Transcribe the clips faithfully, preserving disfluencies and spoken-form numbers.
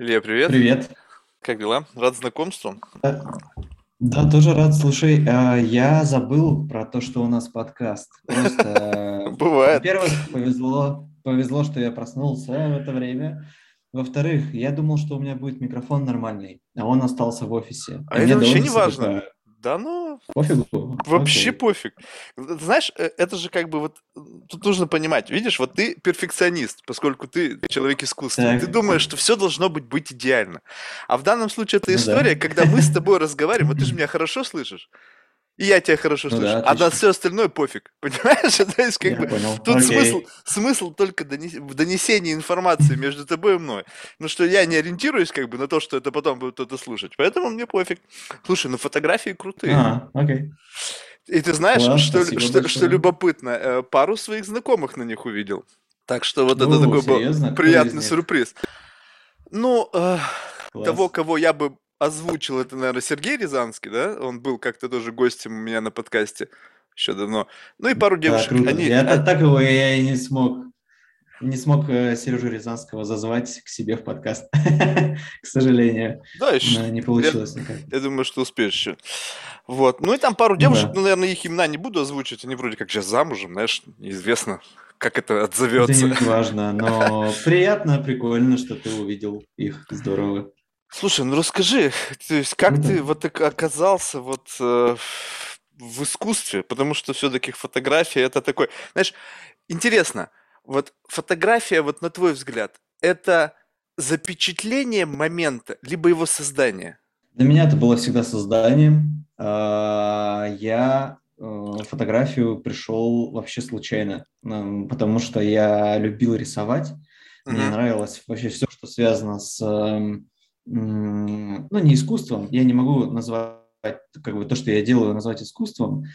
Илья, привет. Привет. Как дела? Рад знакомству. Да, да, тоже рад. Слушай, а, я забыл про то, что у нас подкаст. Просто, э, Бывает. во-первых, повезло, повезло, что я проснулся в это время. Во-вторых, я думал, что у меня будет микрофон нормальный, а он остался в офисе. А И это мне до вообще не офиса важно. только Да ну, пофигу. вообще Окей. пофиг. Д- Знаешь, э, это же как бы вот, э, тут нужно понимать, видишь, вот ты перфекционист, поскольку ты человек искусства. Ты Так, думаешь, что все должно быть быть идеально. А в данном случае это ну да. история, когда мы с тобой разговариваем, вот ты же меня хорошо слышишь. И я тебя хорошо Ну да, слышу. А на отлично. все остальное пофиг. Понимаешь? То есть, как Я бы, понял. тут смысл, Окей. смысл только донес- в донесении информации между тобой и мной. Ну, что я не ориентируюсь, как бы, на то, что это потом будет кто-то слушать. Поэтому мне пофиг. Слушай, ну фотографии крутые. А, окей. И ты знаешь, Класс, что, спасибо что, что большое. любопытно, э, пару своих знакомых на них увидел. Так что вот это О, такой был серьезно? Кто из приятный них? сюрприз. Ну, э, того, Класс. кого я бы озвучил, это, наверное, Сергей Рязанский, да? Он был как-то тоже гостем у меня на подкасте еще давно. Ну и пару Да, девушек. круто. Они, Я а, та- так его я и не смог. Не смог э, Сережу Рязанского зазвать к себе в подкаст, к сожалению. да, еще, Но не я, получилось никак. я думаю, что успеешь еще. Вот. Ну и там пару Ну девушек, ну, да, наверное, их имена не буду озвучивать. Они вроде как сейчас замужем, знаешь, неизвестно, как это это отзовется. не важно, но приятно, прикольно, что ты увидел их. Здорово. Слушай, ну расскажи, то есть как Круто. ты вот так оказался вот э, в искусстве, потому что все-таки фотография это такой, знаешь, интересно, вот фотография, вот на твой взгляд, это запечатление момента, либо его создание? Для меня это было всегда созданием. А, Я э, в фотографию пришел вообще случайно, м, потому что я любил рисовать. Мне Мгм. нравилось вообще все, что связано с, эм, м, ну, не искусством. Я не могу назвать как бы то, что я делаю, назвать искусством,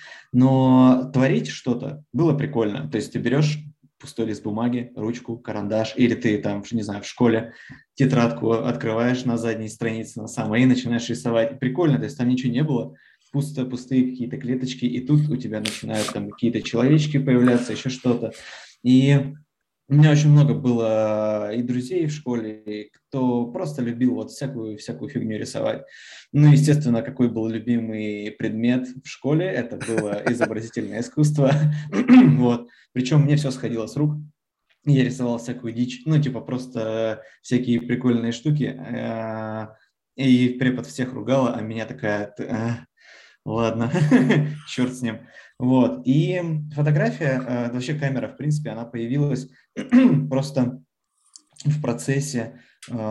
но творить что-то было прикольно. То есть ты берешь пустой лист бумаги, ручку, карандаш, или ты там, не знаю, в школе тетрадку открываешь на задней странице, на самой, и начинаешь рисовать. Прикольно, то есть там ничего не было, пусто, пустые какие-то клеточки, и тут у тебя начинают там какие-то человечки появляться, еще что-то. И у меня очень много было и друзей в школе, и кто просто любил вот всякую, всякую фигню рисовать. Ну, естественно, какой был любимый предмет в школе, это было изобразительное искусство. Вот. Причем мне все сходило с рук. Я рисовал всякую дичь, ну, типа просто всякие прикольные штуки. э, И препод всех ругала, а меня такая, «Ты, а, ладно, черт с ним». Вот. И фотография, э, вообще камера, в принципе, она появилась просто в процессе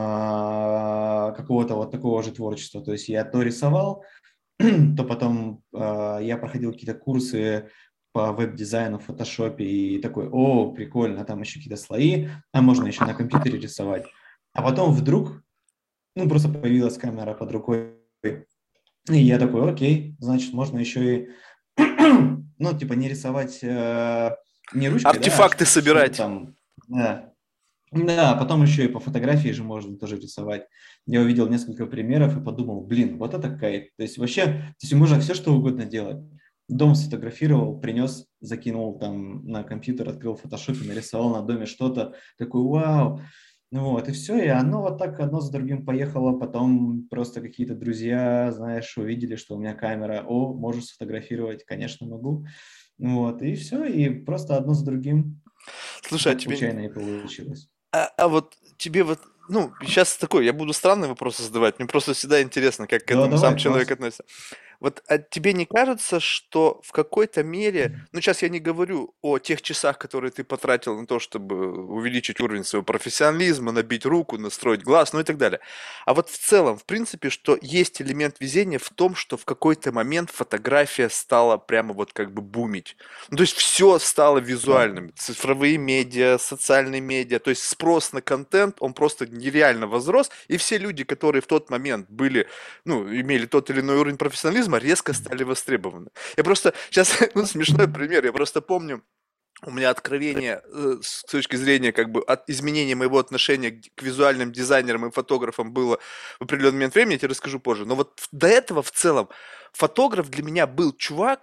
а, какого-то вот такого же творчества. То есть я то рисовал, то потом э, я проходил какие-то курсы по веб-дизайну в фотошопе и такой, о, прикольно, там еще какие-то слои, а можно еще на компьютере рисовать. А потом вдруг, ну, просто появилась камера под рукой, и я такой, окей, значит, можно еще и, ну, типа, не рисовать э, не ручкой, да, а Артефакты ш- что-то собирать. там, да. Да, а потом еще и по фотографии же можно тоже рисовать. Я увидел несколько примеров и подумал, блин, вот это кайф. То есть вообще, то есть можно все что угодно делать. Дом сфотографировал, принес, закинул там на компьютер, открыл в фотошопе, нарисовал на доме что-то, такой, вау. Ну вот, и все, и оно вот так одно за другим поехало, потом просто какие-то друзья, знаешь, увидели, что у меня камера, о, можешь сфотографировать, конечно, могу. Ну вот, и все, и просто одно за другим Слушай, а так тебе, случайно и получилось. а, а вот тебе вот, ну, сейчас такой, я буду странные вопросы задавать, мне просто всегда интересно, как к Да, этому сам давай, человек класс. относится. Вот а тебе не кажется, что в какой-то мере, ну сейчас я не говорю о тех часах, которые ты потратил на то, чтобы увеличить уровень своего профессионализма, набить руку, настроить глаз, ну и так далее. А вот в целом, в принципе, что есть элемент везения в том, что в какой-то момент фотография стала прямо вот как бы бумить. Ну, то есть все стало Да. визуальным. Цифровые медиа, социальные медиа. То есть спрос на контент, он просто нереально возрос. И все люди, которые в тот момент были, ну, имели тот или иной уровень профессионализма, резко стали востребованы. Я просто, сейчас, ну, смешной пример, я просто помню, у меня откровение э, с точки зрения как бы от изменения моего отношения к, к визуальным дизайнерам и фотографам было в определенный момент времени, я тебе расскажу позже. Но вот до этого в целом фотограф для меня был чувак,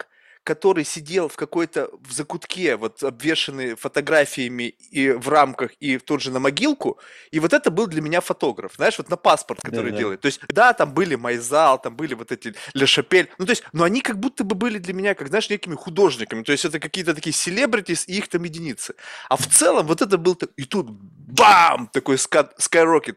который сидел в какой-то в закутке, вот обвешанный фотографиями и в рамках, и в тот же на могилку, и вот это был для меня фотограф, знаешь, вот на паспорт, который Да-да-да. делает. То есть, да, там были Майзал, там были вот эти Ле Шапель, ну, то есть, но они как будто бы были для меня, как, знаешь, некими художниками, то есть, это какие-то такие селебритис, и их там единицы. А в целом, вот это был, так- и тут бам, такой ска- скайрокет,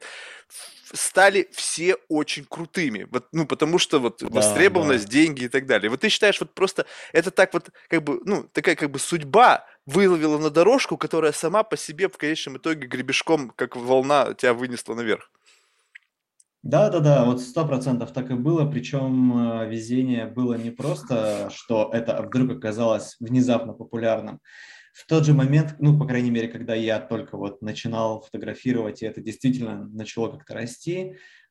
стали все очень крутыми, вот, ну, потому что вот Да, востребованность, да. деньги и так далее. Вот ты считаешь, вот просто это так вот, как бы, ну, такая как бы судьба выловила на дорожку, которая сама по себе в конечном итоге гребешком, как волна, тебя вынесла наверх. Да-да-да, вот сто процентов так и было. Причем э, везение было не просто, что это вдруг оказалось внезапно популярным. В тот же момент, ну, по крайней мере, когда я только вот начинал фотографировать, и это действительно начало как-то расти,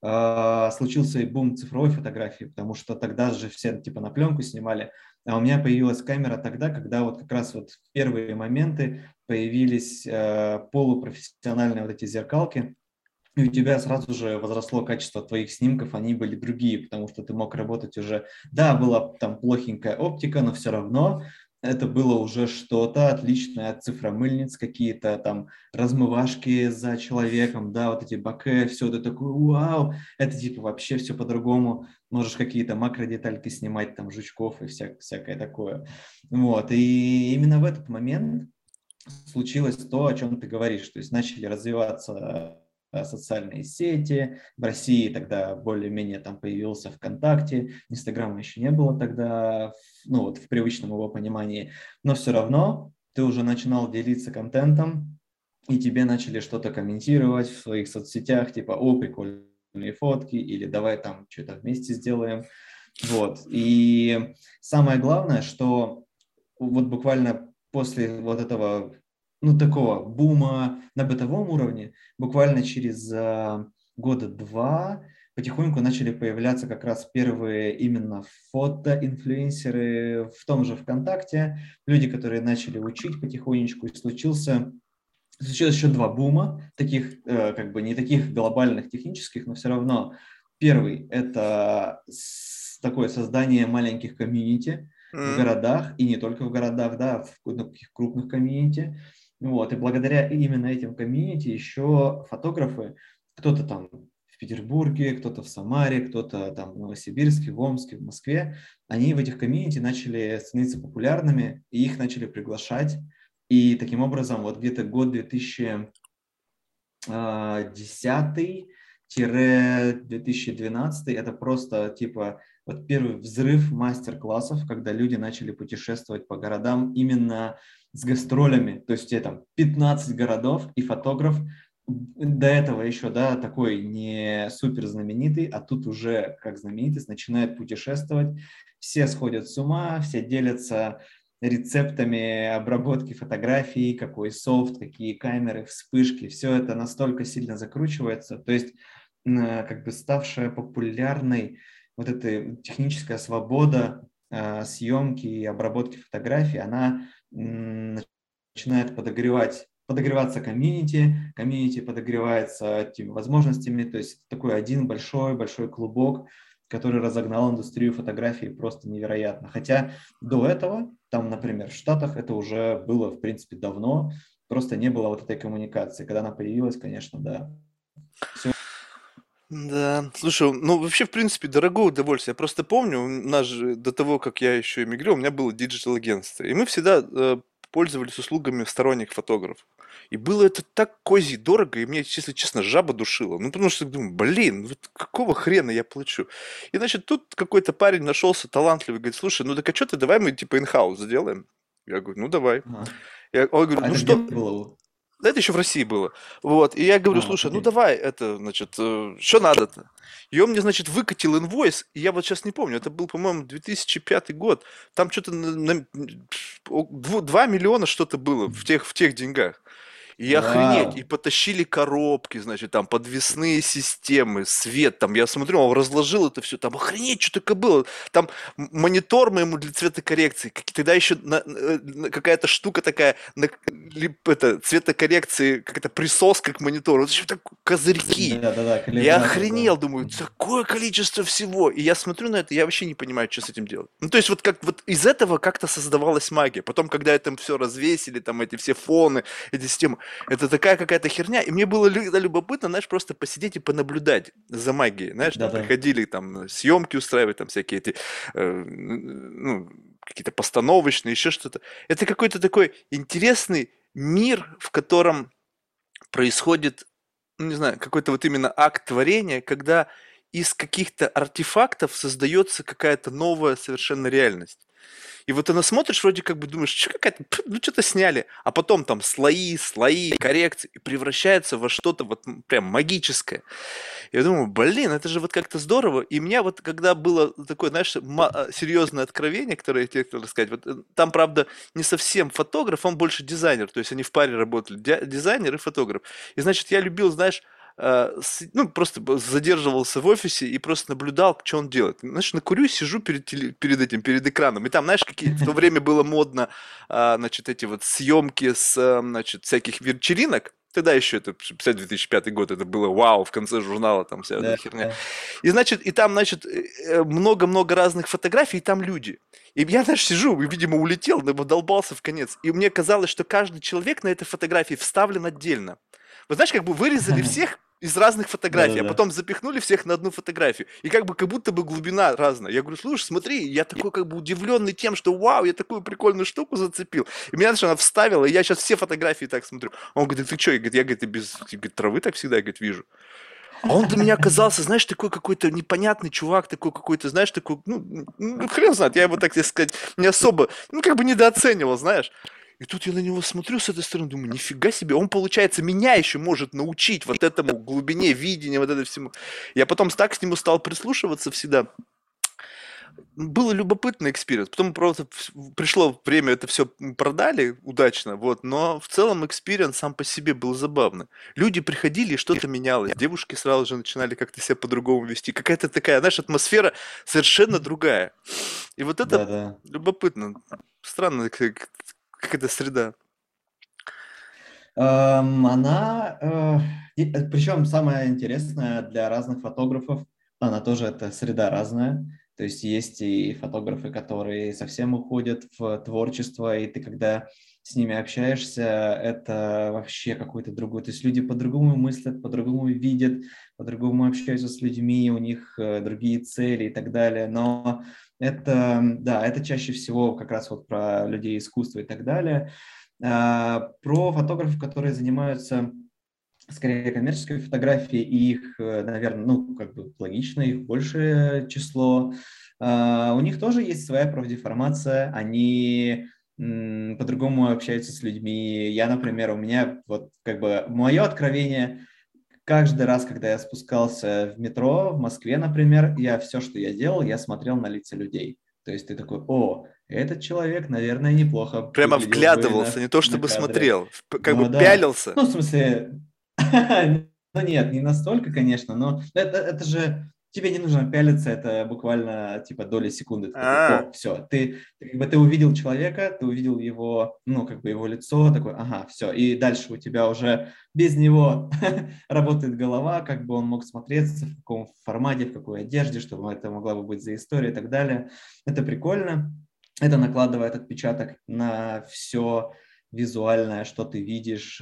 э, случился и бум цифровой фотографии, потому что тогда же все типа на пленку снимали, а у меня появилась камера тогда, когда вот как раз вот в первые моменты появились э, полупрофессиональные вот эти зеркалки, и у тебя сразу же возросло качество твоих снимков, они были другие, потому что ты мог работать уже... Да, была там плохенькая оптика, но все равно это было уже что-то отличное от цифромыльниц, какие-то там размывашки за человеком, да, вот эти боке, все, ты такой, вау, это типа вообще все по-другому, можешь какие-то макродетальки снимать, там, жучков и вся, всякое такое. Вот, и именно в этот момент случилось то, о чем ты говоришь, то есть начали развиваться э, социальные сети. В России тогда более-менее там появился ВКонтакте, Инстаграма еще не было тогда, ну вот в привычном его понимании, но все равно ты уже начинал делиться контентом, и тебе начали что-то комментировать в своих соцсетях, типа, о, прикольные фотки, или давай там что-то вместе сделаем. Вот. И самое главное, что вот буквально после вот этого, ну, такого бума на бытовом уровне, буквально через а, года два потихоньку начали появляться как раз первые именно фотоинфлюенсеры в том же ВКонтакте, люди, которые начали учить потихонечку, и случился случилось еще два бума, таких, э, как бы не таких глобальных технических, но все равно. Первый– это с- такое создание маленьких комьюнити в М. городах, и не только в городах, да, в ну, таких крупных комьюнити. Вот, и благодаря именно этим комьюнити еще фотографы, кто-то там в Петербурге, кто-то в Самаре, кто-то там в Новосибирске, в Омске, в Москве, они в этих комьюнити начали становиться популярными, и их начали приглашать. И таким образом, вот где-то год две тысячи десятый-две тысячи двенадцатый это просто типа вот первый взрыв мастер-классов, когда люди начали путешествовать по городам именно с гастролями. То есть это там пятнадцать городов, и фотограф до этого еще, да, такой не супер знаменитый, а тут уже как знаменитость начинает путешествовать. Все сходят с ума, все делятся рецептами обработки фотографий, какой софт, какие камеры, вспышки, все это настолько сильно закручивается, то есть как бы ставшая популярной вот эта техническая свобода э, съемки и обработки фотографий, она м, начинает подогревать подогреваться комьюнити, комьюнити подогревается этими возможностями, то есть такой один большой-большой клубок, который разогнал индустрию фотографии просто невероятно. Хотя до этого, там, например, в Штатах это уже было, в принципе, давно, просто не было вот этой коммуникации. Когда она появилась, конечно, да. Все. Да, слушай, ну вообще, в принципе, дорогое удовольствие. Я просто помню, у нас же до того, как я еще эмигрировал, у меня было диджитал-агентство. И мы всегда э, пользовались услугами сторонних фотографов. И было это так козий дорого, и мне, если честно, жаба душила. Ну, потому что думаю, блин, ну вот какого хрена я плачу? И, значит, тут какой-то парень нашелся талантливый, говорит, слушай, ну так а что ты, давай мы типа инхаус сделаем. Я говорю, ну давай. Ага. Я, он говорит, А ну это где что, было? да это еще в России было. Вот. И я говорю, А, слушай, ну окей. давай, это, значит, э, что надо-то? И он мне, значит, выкатил инвойс, и я вот сейчас не помню, это был, по-моему, две тысячи пятый год. Там что-то на, на- о, дво- два миллиона что-то было в тех, в тех деньгах. И охренеть, и Вау. потащили коробки, значит, там подвесные системы, свет, там, я смотрю, он разложил это все, там, охренеть, что такое было, там м- монитор моему для цветокоррекции, как- тогда еще на- э, на- какая-то штука такая, на, лип- это, цветокоррекции, какая-то присоска к монитору, вот еще так козырьки, Да-да-да, я калибратор, да. охренел, думаю, такое количество всего. И я смотрю на это, я вообще не понимаю, что с этим делать. Ну, то есть вот как вот из этого как-то создавалась магия. Потом, когда это все развесили, там эти все фоны, эти системы, это такая какая-то херня. И мне было лю- любопытно, знаешь, просто посидеть и понаблюдать за магией. Знаешь, там Да-да. приходили там съемки устраивать, там всякие эти, э, ну, какие-то постановочные, еще что-то. Это какой-то такой интересный мир, в котором происходит, ну, не знаю, какой-то вот именно акт творения, когда из каких-то артефактов создается какая-то новая совершенно реальность. И вот она смотришь, вроде как бы думаешь, что какая-то, пф, ну что-то сняли, а потом там слои, слои, коррекции, и превращается во что-то вот м, прям магическое. Я думаю, блин, это же вот как-то здорово. И у меня вот, когда было такое, знаешь, ма- а, серьезное откровение, которое я тебе хотел рассказать, вот э, там, правда, не совсем фотограф, он больше дизайнер, то есть они в паре работали, ди- дизайнер и фотограф. И, значит, я любил, знаешь, э, с- ну, просто б- задерживался в офисе и просто наблюдал, что он делает. Знаешь, накурю, сижу перед, теле- перед этим, перед экраном, и там, знаешь, какие в то время было модно, а, значит, эти вот съемки с, а, значит, всяких вечеринок. Тогда еще это, представь, две тысячи пятый год, это было вау, в конце журнала там вся эта Да. херня. И, значит, и там, значит, э, э, много-много разных фотографий, и там люди. И я, знаешь, сижу, и, видимо, улетел, но долбался в конец. И мне казалось, что каждый человек на этой фотографии вставлен отдельно. Вот знаешь, как бы вырезали всех из разных фотографий, а Да-да-да. потом запихнули всех на одну фотографию. И как бы как будто бы глубина разная. Я говорю, слушай, смотри, я такой как бы удивленный тем, что вау, я такую прикольную штуку зацепил. И меня, знаешь, она вставила, и я сейчас все фотографии так смотрю. Он говорит, ты что? Я, говорит, я говорит, и без говорит, травы так всегда, говорит, вижу. А он для меня казался, знаешь, такой какой-то непонятный чувак, такой какой-то, знаешь, такой, ну, ну, хрен знает, я его, так сказать, не особо, ну, как бы недооценивал, знаешь. И тут я на него смотрю с этой стороны, думаю, нифига себе, он, получается, меня еще может научить вот этому глубине видения, вот это всему. Я потом так к нему стал прислушиваться всегда, было любопытный экспириенс. Потом просто вс- пришло время, это все продали удачно, вот, но в целом экспириенс сам по себе был забавный. Люди приходили, и что-то менялось. Девушки сразу же начинали как-то себя по-другому вести. Какая-то такая, знаешь, атмосфера совершенно другая. И вот это Да-да. любопытно. Странно, как, как эта среда. Эм, Она, э, и- э, причем самое интересное для разных фотографов, она тоже это среда разная. То есть есть и фотографы, которые совсем уходят в творчество, и ты когда с ними общаешься, это вообще какой-то другой. То есть люди по-другому мыслят, по-другому видят, по-другому общаются с людьми, у них э, другие цели и так далее. Но это, да, это чаще всего как раз вот про людей искусства и так далее. А, Про фотографов, которые занимаются скорее коммерческой фотографией, и их, наверное, ну, как бы логично, их большее число. А, У них тоже есть своя профдеформация, они м, по-другому общаются с людьми. Я, например, у меня вот как бы мое откровение, каждый раз, когда я спускался в метро в Москве, например, я все, что я делал, я смотрел на лица людей. То есть ты такой, о, этот человек, наверное, неплохо Прямо выглядел бы вглядывался, на, не то на чтобы кадре. смотрел, в- как бы Ну да, пялился. ну в смысле, ну нет, не настолько, конечно, но это, это же тебе не нужно пялиться, это буквально типа доли секунды. Ты такой, А, о, все, ты, ты как бы ты увидел человека, ты увидел его, ну как бы его лицо, такой, ага, все, и дальше у тебя уже без него работает голова, как бы он мог смотреться, в каком формате, в какой одежде, что это могла бы быть за история и так далее. Это прикольно, это накладывает отпечаток на все визуальное, что ты видишь,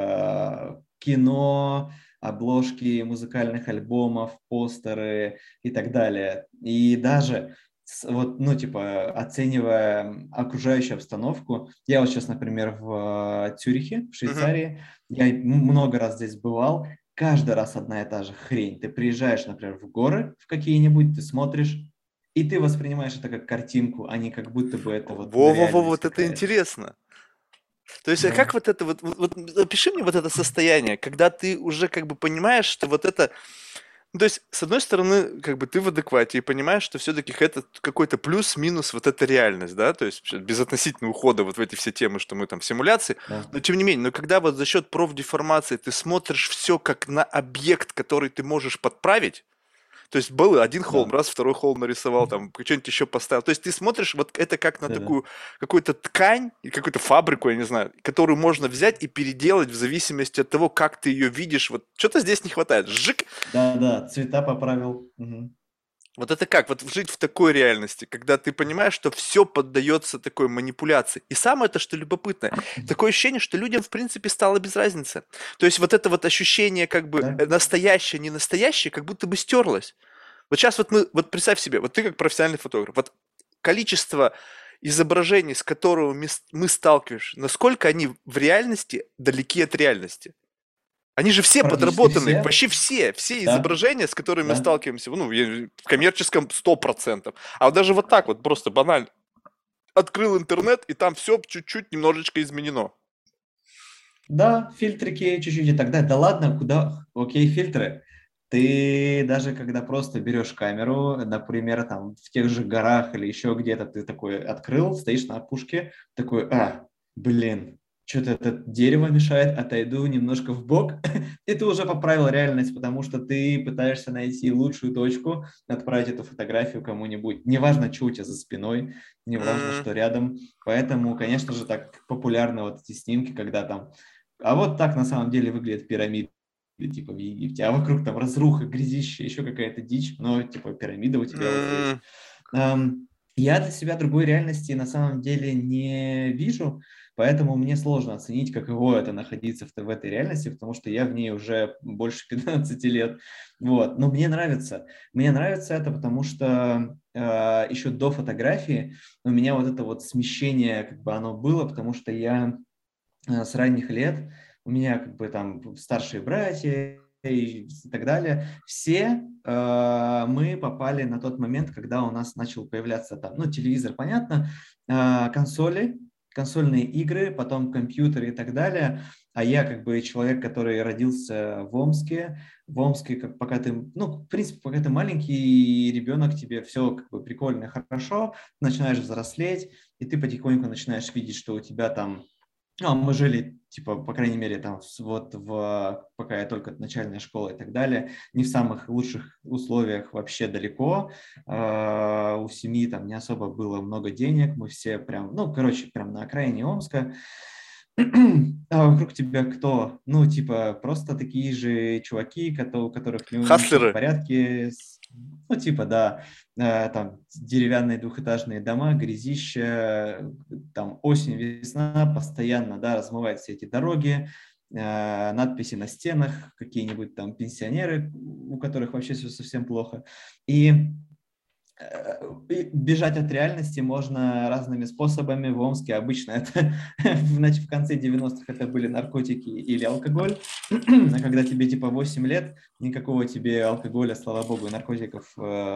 э, кино, обложки музыкальных альбомов, постеры и так далее. И даже с- вот, ну, типа, оценивая окружающую обстановку, я вот сейчас, например, в э, Цюрихе, в мгм. Швейцарии, я м- много раз здесь бывал, каждый раз одна и та же хрень. Ты приезжаешь, например, в горы в какие-нибудь, ты смотришь, и ты воспринимаешь это как картинку, а не как будто бы это вот Во-во-во, реальность вот это какая-то. интересно. То есть, а Да. как вот это вот, вот, вот опиши мне вот это состояние, когда ты уже как бы понимаешь, что вот это, Ну, то есть, с одной стороны, как бы ты в адеквате и понимаешь, что все-таки это какой-то плюс-минус вот эта реальность, да, то есть без относительного ухода вот в эти все темы, что мы там в симуляции, Да, но тем не менее, но когда вот за счет профдеформации ты смотришь все как на объект, который ты можешь подправить, то есть был один холм, да, раз, второй холм нарисовал, там, что-нибудь еще поставил. То есть ты смотришь вот это как на да, да. такую какую-то ткань, и какую-то фабрику, я не знаю, которую можно взять и переделать в зависимости от того, как ты ее видишь. Вот что-то здесь не хватает. Жик! Да, да, цвета поправил. Мгм. Вот это как? Вот жить в такой реальности, когда ты понимаешь, что все поддается такой манипуляции. И самое то, что любопытно, такое ощущение, что людям, в принципе, стало без разницы. То есть вот это вот ощущение как бы Да. э, настоящее, не настоящее, как будто бы стерлось. Вот сейчас вот мы, вот представь себе, вот ты как профессиональный фотограф, вот количество изображений, с которыми мы, с- мы сталкиваемся, насколько они в реальности далеки от реальности. Они же все Практически подработаны, все. вообще все, все Да, изображения, с которыми мы да. сталкиваемся, ну, я- в коммерческом сто процентов. А вот даже вот так вот, просто банально, открыл интернет, и там все чуть-чуть немножечко изменено. Да, фильтрики чуть-чуть и так далее. Да ладно, куда? Окей, фильтры. Ты даже когда просто берешь камеру, например, там в тех же горах или еще где-то ты такой открыл, стоишь на опушке, такой, а, блин, что-то это дерево мешает, отойду немножко в бок, и ты уже поправил реальность, потому что ты пытаешься найти лучшую точку, отправить эту фотографию кому-нибудь. Неважно, что у тебя за спиной, неважно, М, что рядом. Поэтому, конечно же, так популярны вот эти снимки, когда там а вот так на самом деле выглядят пирамиды, типа в Египте, а вокруг там разруха, грязище, еще какая-то дичь, но типа пирамида у тебя вот здесь. м, Эм, Я для себя другой реальности на самом деле не вижу, поэтому мне сложно оценить, каково это находиться в, в этой реальности, потому что я в ней уже больше пятнадцати лет. Вот. Но мне нравится. Мне нравится это, потому что э, еще до фотографии у меня вот это вот смещение, как бы оно было, потому что я э, с ранних лет. У меня как бы там старшие братья и так далее. Все э, мы попали на тот момент, когда у нас начал появляться там, ну, телевизор, понятно, э, консоли, консольные игры, потом компьютеры и так далее. А я как бы человек, который родился в Омске. В Омске, как, пока ты, ну, в принципе, пока ты маленький ребенок, тебе все как бы прикольно, хорошо, начинаешь взрослеть, и ты потихоньку начинаешь видеть, что у тебя там ну, а мы жили, типа, по крайней мере, там, с- вот в, пока я только начальная школа и так далее, не в самых лучших условиях вообще далеко. А, у семьи там не особо было много денег, мы все прям, ну, короче, прям на окраине Омска. А вокруг тебя кто? Ну, типа, просто такие же чуваки, кото- у которых не, не все в Хаслеры. порядке. с- Ну, типа, да, э, там деревянные двухэтажные дома, грязища, там осень, весна, постоянно, да, размывают все эти дороги, э, надписи на стенах, какие-нибудь там пенсионеры, у которых вообще все совсем плохо. И Э, и бежать от реальности можно разными способами. В Омске обычно это в нач- в конце девяностых это были наркотики или алкоголь. А когда тебе типа восемь лет, никакого тебе алкоголя, слава богу, и наркотиков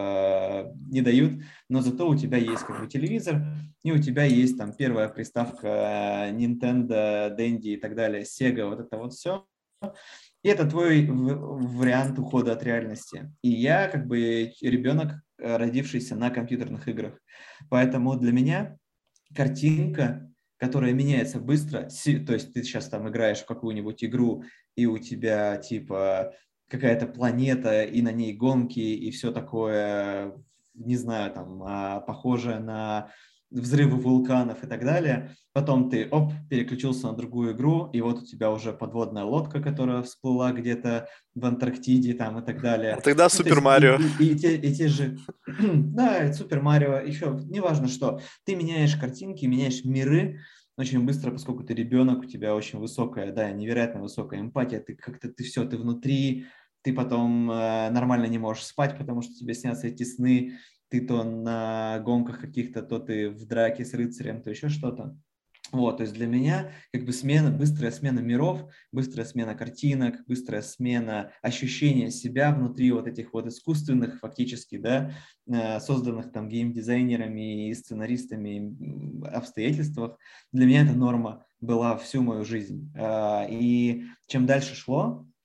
э, не дают. Но зато у тебя есть как бы телевизор, и у тебя есть там первая приставка э, Nintendo, Dendy и так далее, Sega, вот это вот все. И это твой в- вариант ухода от реальности. И я как бы ребенок, э, родившийся на компьютерных играх. Поэтому для меня картинка, которая меняется быстро, си- то есть ты сейчас там играешь в какую-нибудь игру, и у тебя типа какая-то планета, и на ней гонки, и все такое, не знаю, там, а, похожее на взрывы вулканов и так далее. Потом ты, оп, переключился на другую игру, и вот у тебя уже подводная лодка, которая всплыла где-то в Антарктиде там и так А далее. тогда Ну, то Супер есть и, Марио. и, и, те, и те же, да, Супер Марио, еще, неважно что, ты меняешь картинки, меняешь миры очень быстро, поскольку ты ребенок, у тебя очень высокая, да, невероятно высокая эмпатия, ты как-то, ты все, ты внутри, ты потом э, нормально не можешь спать, потому что тебе снятся эти сны, ты то на гонках каких-то, то ты в драке с рыцарем, то еще что-то. Вот, то есть для меня как бы смена, быстрая смена миров, быстрая смена картинок, быстрая смена ощущения себя внутри вот этих вот искусственных фактически, да, э, созданных там геймдизайнерами и сценаристами обстоятельствах, для меня это норма была всю мою жизнь. А, И чем дальше шло,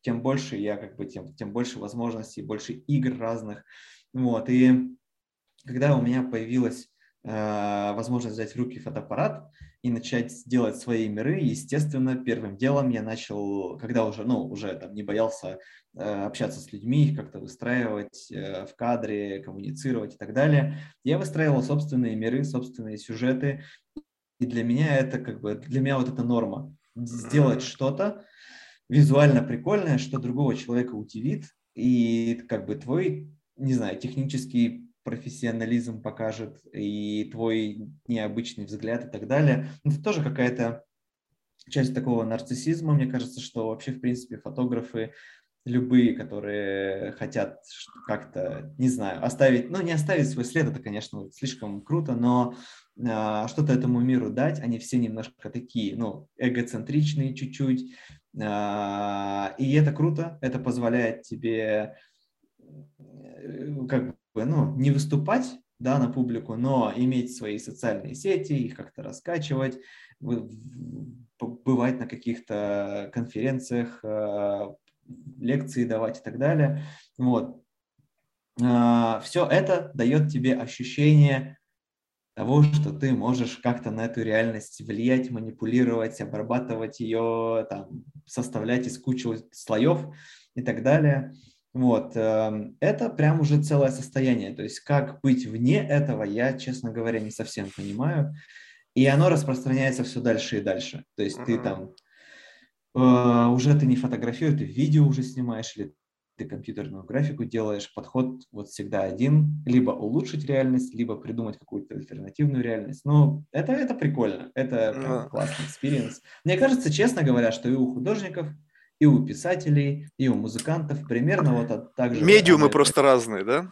тем больше я как бы, тем, тем больше возможностей, больше игр разных. Вот, и когда у меня появилась э, возможность взять в руки фотоаппарат и начать делать свои миры, естественно, первым делом я начал, когда уже, ну, уже там не боялся э, общаться с людьми, их как-то выстраивать э, в кадре, коммуницировать и так далее, я выстраивал собственные миры, собственные сюжеты, и для меня это как бы, для меня вот это норма. Сделать М, что-то визуально прикольное, что другого человека удивит, и как бы твой, не знаю, технический профессионализм покажет, и твой необычный взгляд и так далее. Это тоже какая-то часть такого нарциссизма. Мне кажется, что вообще, в принципе, фотографы любые, которые хотят как-то, не знаю, оставить, ну, не оставить свой след, это, конечно, слишком круто, но а, что-то этому миру дать, они все немножко такие, ну, эгоцентричные чуть-чуть, а, и это круто, это позволяет тебе э, как бы, ну, не выступать, да, на публику, но иметь свои социальные сети, их как-то раскачивать, вы- в- бывать на каких-то конференциях, э, лекции давать и так далее. Вот. Все это дает тебе ощущение того, что ты можешь как-то на эту реальность влиять, манипулировать, обрабатывать ее, там, составлять из кучи слоев и так далее. Вот. эм, Это прям уже целое состояние. То есть как быть вне этого, я, честно говоря, не совсем понимаю. И оно распространяется все дальше и дальше. То есть ты м. там э, уже ты не фотографируешь, ты видео уже снимаешь, или ты компьютерную графику делаешь, подход вот всегда один, либо улучшить реальность, либо придумать какую-то альтернативную реальность. Но это, это прикольно, это прям Ну, классный экспириенс. Мне кажется, честно говоря, что и у художников, и у писателей, и у музыкантов примерно вот от- так же оно медиумы и происходит. просто разные, да?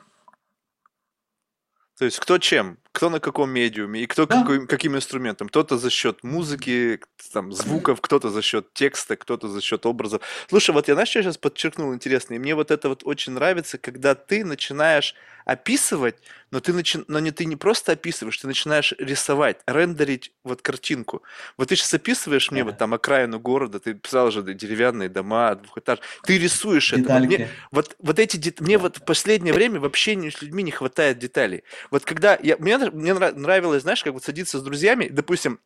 То есть кто чем, кто на каком медиуме и кто Да, какой, каким инструментом. Кто-то за счет музыки, там, звуков, кто-то за счет текста, кто-то за счет образов. Слушай, вот я, знаешь, что сейчас подчеркнул интересно, и мне вот это вот очень нравится, когда ты начинаешь описывать, но ты, начи... но не, ты не просто описываешь, ты начинаешь рисовать, рендерить вот картинку. Вот ты сейчас описываешь мне вот да, там окраину города, ты писал же да, деревянные дома, двухэтажные, ты рисуешь это. Вот мне, детальки, вот, вот эти, дет- мне да, вот в последнее время в общении с людьми не хватает деталей. Вот когда я, мне, мне нра- нравилось, знаешь, как вот садиться с друзьями, допустим,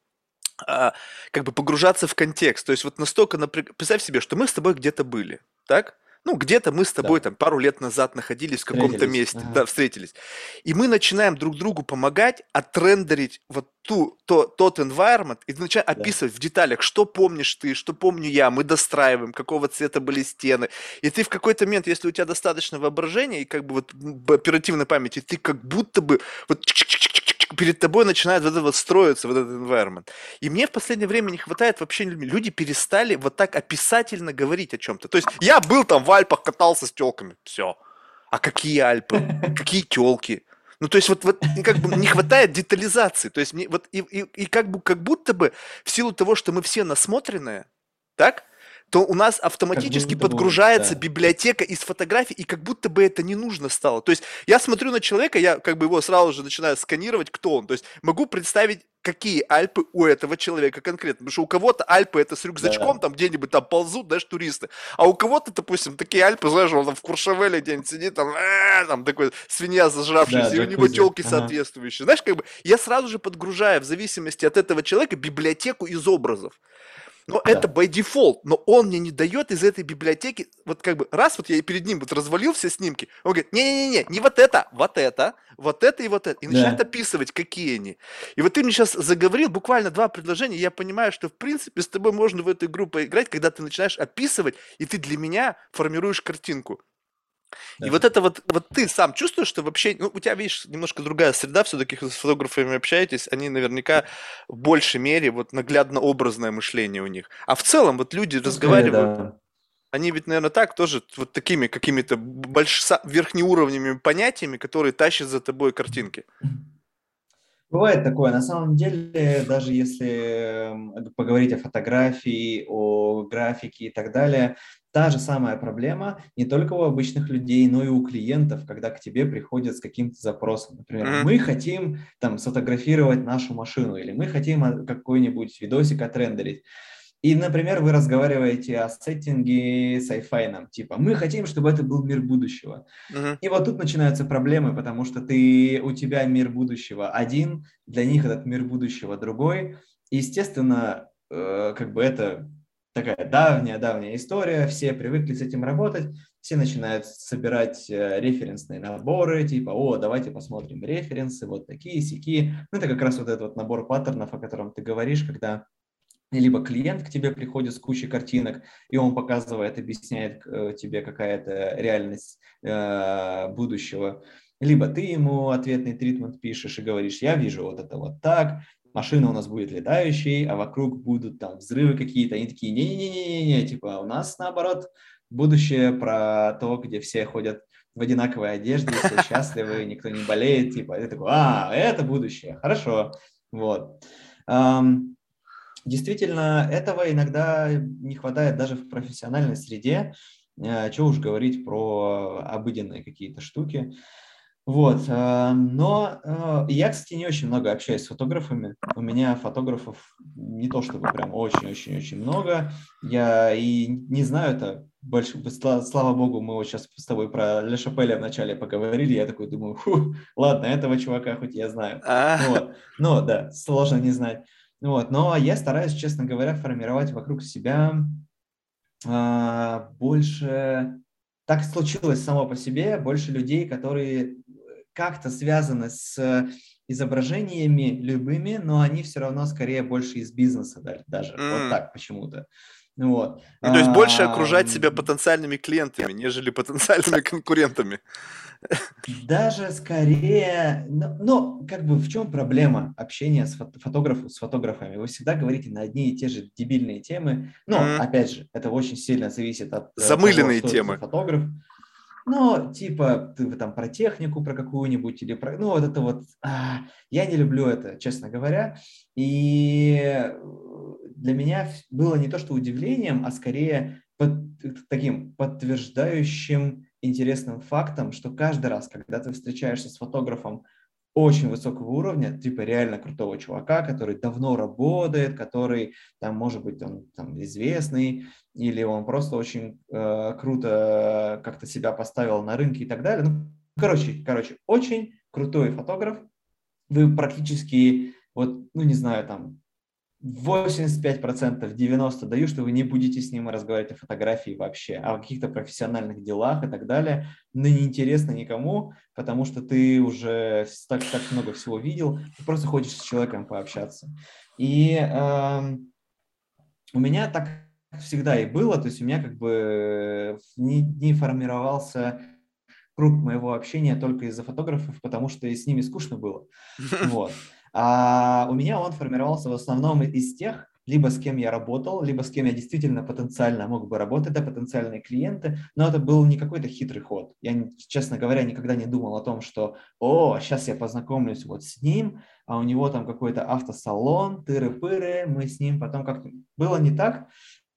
а, как бы погружаться в контекст. То есть вот настолько, напряг- представь себе, что мы с тобой где-то были, так? Ну, где-то мы с тобой да, там пару лет назад находились в каком-то встретились. месте, да, Ага. встретились. И мы начинаем друг другу помогать отрендерить вот ту, то, тот environment и начинаем Да, описывать в деталях, что помнишь ты, что помню я, мы достраиваем, какого цвета были стены. И ты в какой-то момент, если у тебя достаточно воображения и как бы вот м, оперативной памяти, ты как будто бы вот чик-чик-чик-чик-чик, перед тобой начинает вот это вот строиться, вот этот environment. И мне в последнее время не хватает вообще людьми. Люди перестали вот так описательно говорить о чем-то. То есть я был там в Альпах, катался с телками. Все. А какие Альпы? Какие телки? Ну, то есть вот, вот и как бы не хватает детализации. То есть мне вот и, и, и как бы как будто бы в силу того, что мы все насмотренные, так? То у нас как автоматически будто бы, подгружается да, библиотека из фотографий, и как будто бы это не нужно стало. То есть я смотрю на человека, я как бы его сразу же начинаю сканировать, кто он. То есть могу представить, какие Альпы у этого человека конкретно. Потому что у кого-то Альпы это с рюкзачком, да, там где-нибудь там ползут, знаешь, туристы. А у кого-то, допустим, такие Альпы, знаешь, он там в Куршавеле где-нибудь сидит, там, «Э, там такой свинья да, зажравшаяся, и у него джакузи, телки ага, соответствующие. Знаешь, как бы я сразу же подгружаю в зависимости от этого человека библиотеку из образов. Но это да, by default, но он мне не дает из этой библиотеки, вот как бы, раз вот я перед ним вот развалил все снимки, он говорит, не-не-не, не вот это, вот это, вот это и вот это, и начинает да. описывать, какие они. И вот ты мне сейчас заговорил буквально два предложения, и я понимаю, что в принципе с тобой можно в эту игру поиграть, когда ты начинаешь описывать, и ты для меня формируешь картинку. И вот Да. это вот, вот ты сам чувствуешь, что вообще, ну, у тебя, видишь, немножко другая среда, все-таки с фотографами общаетесь, они наверняка в большей мере вот наглядно-образное мышление у них. А в целом вот люди Ну, скорее, разговаривают, да. они ведь, наверное, так тоже вот такими какими-то больш... верхнеуровневыми понятиями, которые тащат за тобой картинки. Бывает такое. На самом деле, даже если м, поговорить о фотографии, о графике и так далее, та же самая проблема не только у обычных людей, но и у клиентов, когда к тебе приходят с каким-то запросом. Например, Мгм. мы хотим там сфотографировать нашу машину или мы хотим а, какой-нибудь видосик отрендерить. И, например, вы разговариваете о сеттинге sci-fi, типа, мы хотим, чтобы это был мир будущего. Мгм. И вот тут начинаются проблемы, потому что ты, у тебя мир будущего один, для них этот мир будущего другой. И, естественно, э, как бы это такая давняя-давняя история, все привыкли с этим работать, все начинают собирать э, референсные наборы, типа, о, давайте посмотрим референсы, вот такие, сякие. Ну, это как раз вот этот вот набор паттернов, о котором ты говоришь, когда либо клиент к тебе приходит с кучей картинок, и он показывает, объясняет э, тебе какая-то реальность э, будущего, либо ты ему ответный тритмент пишешь и говоришь, я вижу вот это вот так, машина у нас будет летающей, а вокруг будут там взрывы какие-то, они такие, не-не-не-не-не, типа у нас наоборот будущее про то, где все ходят в одинаковой одежде, все счастливы, никто не болеет, типа, ты такой, а, это будущее, хорошо, вот. Um, Действительно, этого иногда не хватает даже в профессиональной среде. Э, Чего уж говорить про обыденные какие-то штуки. Вот. э, Но э, я, кстати, не очень много общаюсь с фотографами. У меня фотографов не то чтобы прям очень-очень-очень много. Я и не знаю это больше. сла- Слава богу, мы вот сейчас с тобой про Ле Шапеля вначале поговорили. Я такой думаю, фу, ладно, этого чувака хоть я знаю. А, Вот. Но да, сложно не знать. Вот. Но я стараюсь, честно говоря, формировать вокруг себя а, больше, так случилось само по себе, больше людей, которые как-то связаны с изображениями любыми, но они все равно скорее больше из бизнеса да- даже. Вот м. так почему-то. Вот. Ну, то есть больше А, окружать себя потенциальными клиентами, нежели потенциальными конкурентами. Даже скорее, но, но как бы в чем проблема общения с фото- фотограф, с фотографами? Вы всегда говорите на одни и те же дебильные темы, но, М. опять же, это очень сильно зависит от э, того, Замыленные что это за темы. фотограф. Но, типа, ты там про технику, про какую-нибудь, или про... Ну, вот это вот... а, я не люблю это, честно говоря. И э, для меня ф- было не то, что удивлением, а скорее под- таким подтверждающим интересным фактом, что каждый раз, когда ты встречаешься с фотографом очень высокого уровня, типа реально крутого чувака, который давно работает, который, там, может быть, он там известный, или он просто очень э, круто как-то себя поставил на рынке и так далее. Ну, короче, короче, очень крутой фотограф. Вы практически, вот, ну, не знаю, там, восемьдесят пять процентов, девяносто процентов даю, что вы не будете с ним разговаривать о фотографии вообще, о каких-то профессиональных делах и так далее. Но неинтересно никому, потому что ты уже так, так много всего видел, ты просто хочешь с человеком пообщаться. И эм, у меня так всегда и было, то есть у меня как бы не, не формировался круг моего общения только из-за фотографов, потому что и с ними скучно было. Вот. А у меня он формировался в основном из тех, либо с кем я работал, либо с кем я действительно потенциально мог бы работать, это потенциальные клиенты, но это был не какой-то хитрый ход. Я, честно говоря, никогда не думал о том, что, о, сейчас я познакомлюсь вот с ним, а у него там какой-то автосалон, тыры-пыры, мы с ним потом как-то... Было не так.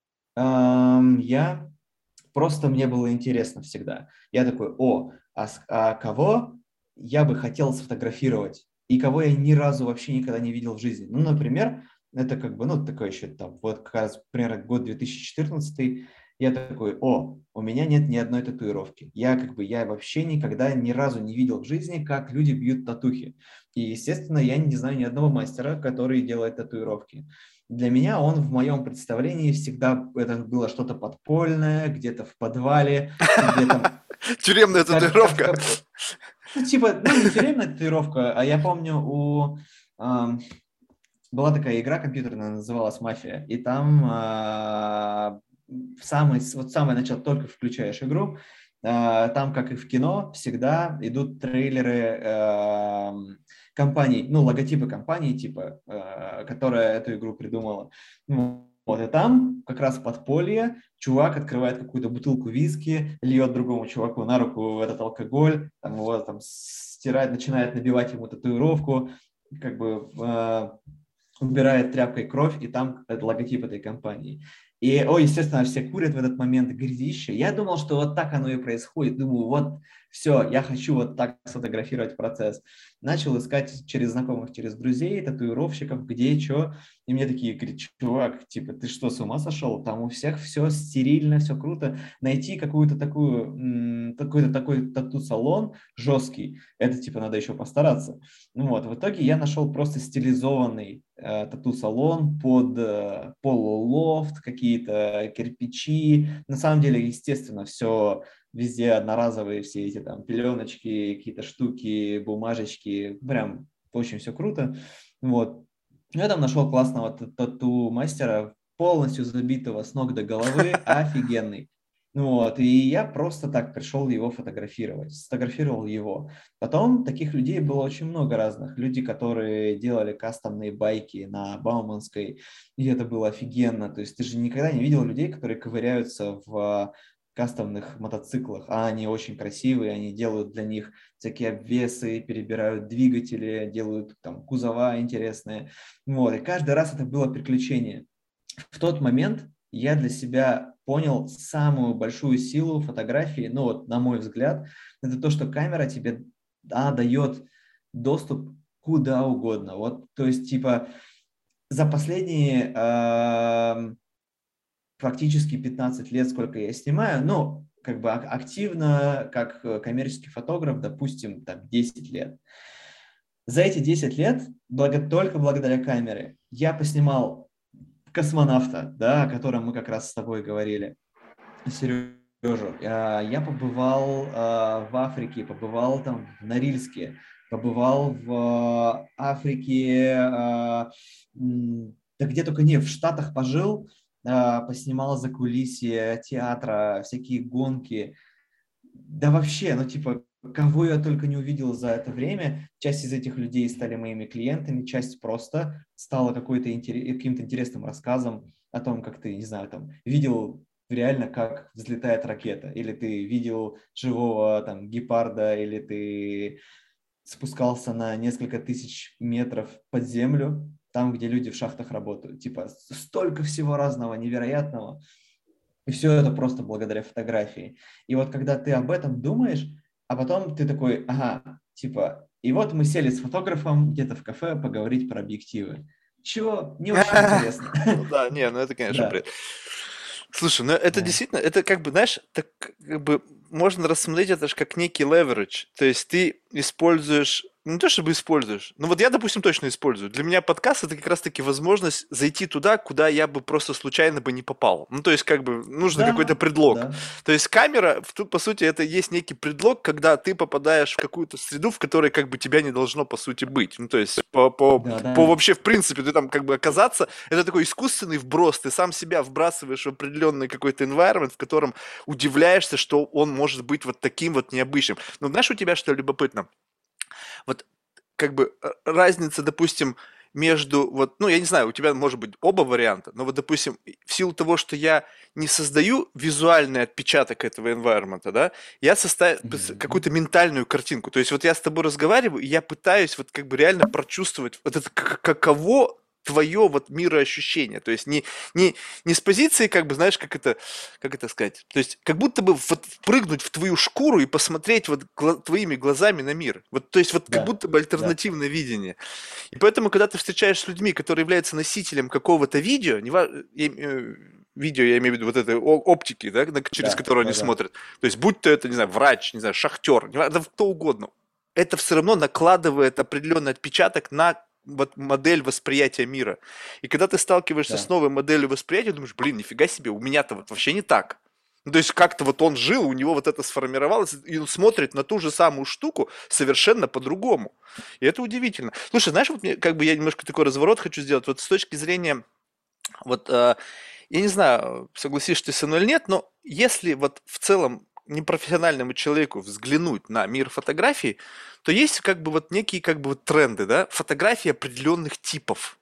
Эм, Я просто мне было интересно всегда. Я такой, о, а, с- а кого я бы хотел сфотографировать и кого я ни разу вообще никогда не видел в жизни. Ну, например, это как бы, ну, такой еще там, вот как раз примерно год две тысячи четырнадцатый, я такой, о, у меня нет ни одной татуировки. Я как бы, я вообще никогда ни разу не видел в жизни, как люди бьют татухи. И, естественно, я не знаю ни одного мастера, который делает татуировки. Для меня он в моем представлении всегда это было что-то подпольное, где-то в подвале, где там, Тюремная как, как, татуировка. как, ну, типа, ну, не тюремная татуировка, а я помню, у, ам, была такая игра компьютерная, называлась «Мафия», и там а, в самый, вот самое начало, только включаешь игру, а, там, как и в кино, всегда идут трейлеры ам, компаний, ну, логотипы компании, типа, а, которая эту игру придумала. Ну, вот, и там как раз в подполье чувак открывает какую-то бутылку виски, льет другому чуваку на руку этот алкоголь, там его там стирает, начинает набивать ему татуировку, как бы а, убирает тряпкой кровь, и там это логотип этой компании. И, о, естественно, все курят в этот момент грязище. Я думал, что вот так оно и происходит. Думаю, вот все, я хочу вот так сфотографировать процесс. Начал искать через знакомых, через друзей, татуировщиков, где, что. И мне такие говорят, чувак, типа, ты что, с ума сошел? Там у всех все стерильно, все круто. Найти какую-то такую, м, какой-то такой тату-салон жесткий, это, типа, надо еще постараться. Ну вот, в итоге я нашел просто стилизованный э, тату-салон под э, полулофт, какие-то кирпичи. На самом деле, естественно, все везде одноразовые, все эти там пеленочки, какие-то штуки, бумажечки. Прям очень все круто. Вот. Я там нашел классного тату-мастера, полностью забитого с ног до головы, офигенный. Ну вот, и я просто так пришел его фотографировать, сфотографировал его. Потом таких людей было очень много разных. Люди, которые делали кастомные байки на Бауманской, и это было офигенно. То есть ты же никогда не видел людей, которые ковыряются в кастомных мотоциклах, а они очень красивые, они делают для них всякие обвесы, перебирают двигатели, делают там кузова интересные. Вот, и каждый раз это было приключение. В тот момент я для себя понял самую большую силу фотографии, ну вот на мой взгляд, это то, что камера тебе она дает доступ куда угодно. Вот, то есть, типа, за последние э, практически пятнадцать лет, сколько я снимаю, ну, как бы активно, как коммерческий фотограф, допустим, там десять лет. За эти десять лет, благо, только благодаря камере, я поснимал космонавта, да, о котором мы как раз с тобой говорили, Сережу. Я побывал в Африке, побывал там в Норильске, побывал в Африке, да где только не, в Штатах пожил, поснимал закулисье театра, всякие гонки. Да вообще, ну типа, кого я только не увидел за это время. Часть из этих людей стали моими клиентами, часть просто стала какой-то интерес, каким-то интересным рассказом о том, как ты, не знаю, там, видел реально, как взлетает ракета, или ты видел живого там гепарда, или ты спускался на несколько тысяч метров под землю, там, где люди в шахтах работают. Типа, столько всего разного, невероятного. И все это просто благодаря фотографии. И вот когда ты об этом думаешь, а потом ты такой, ага, типа, и вот мы сели с фотографом где-то в кафе поговорить про объективы. Чего? Не очень интересно. Ну да, не, ну это, конечно, Да. бред. Слушай, ну это Да. действительно, это как бы, знаешь, так как бы можно рассмотреть это же как некий leverage. То есть ты используешь, ну, не то чтобы используешь, ну вот я, допустим, точно использую. Для меня подкаст это как раз-таки возможность зайти туда, куда я бы просто случайно бы не попал. Ну то есть как бы нужно какой-то Да, предлог. да, То есть камера, в- тут по сути это есть некий предлог, когда ты попадаешь в какую-то среду, в которой как бы тебя не должно по сути быть. Ну то есть по, по, да, по да, вообще в принципе ты там как бы оказаться, это такой искусственный вброс, ты сам себя вбрасываешь в определенный какой-то environment, в котором удивляешься, что он может быть вот таким вот необычным. Ну знаешь, у тебя что любопытно? Вот как бы э, разница, допустим, между вот, ну, я не знаю, у тебя может быть оба варианта, но вот, допустим, в силу того, что я не создаю визуальный отпечаток этого environment, да, я составил мгм, какую-то ментальную картинку. То есть вот я с тобой разговариваю, и я пытаюсь вот как бы реально прочувствовать вот это к- каково твое вот мироощущение. То есть не, не, не с позиции, как бы, знаешь, как это, как это сказать, то есть как будто бы вот впрыгнуть в твою шкуру и посмотреть вот гла- твоими глазами на мир. Вот, то есть вот как да, будто бы да, альтернативное видение. И поэтому, когда ты встречаешься с людьми, которые являются носителем какого-то видео, не ва- я им- э, видео, я имею в виду вот этой о- оптики, да, на- через да, которую они да, да, смотрят, то есть будь то это, не знаю, врач, не знаю, шахтер, не ва- да кто угодно, это все равно накладывает определенный отпечаток на вот модель восприятия мира. И когда ты сталкиваешься с да, новой моделью восприятия, думаешь, блин, нифига себе, у меня-то вот вообще не так. Ну, то есть как-то вот он жил, у него вот это сформировалось, и он смотрит на ту же самую штуку совершенно по-другому. И это удивительно. Слушай, знаешь, вот мне, как бы я немножко такой разворот хочу сделать. Вот с точки зрения, вот, э, я не знаю, согласишься ты со мной или нет, но если вот в целом непрофессиональному человеку взглянуть на мир фотографий, то есть как бы вот некие как бы вот тренды, да, фотографии определенных типов.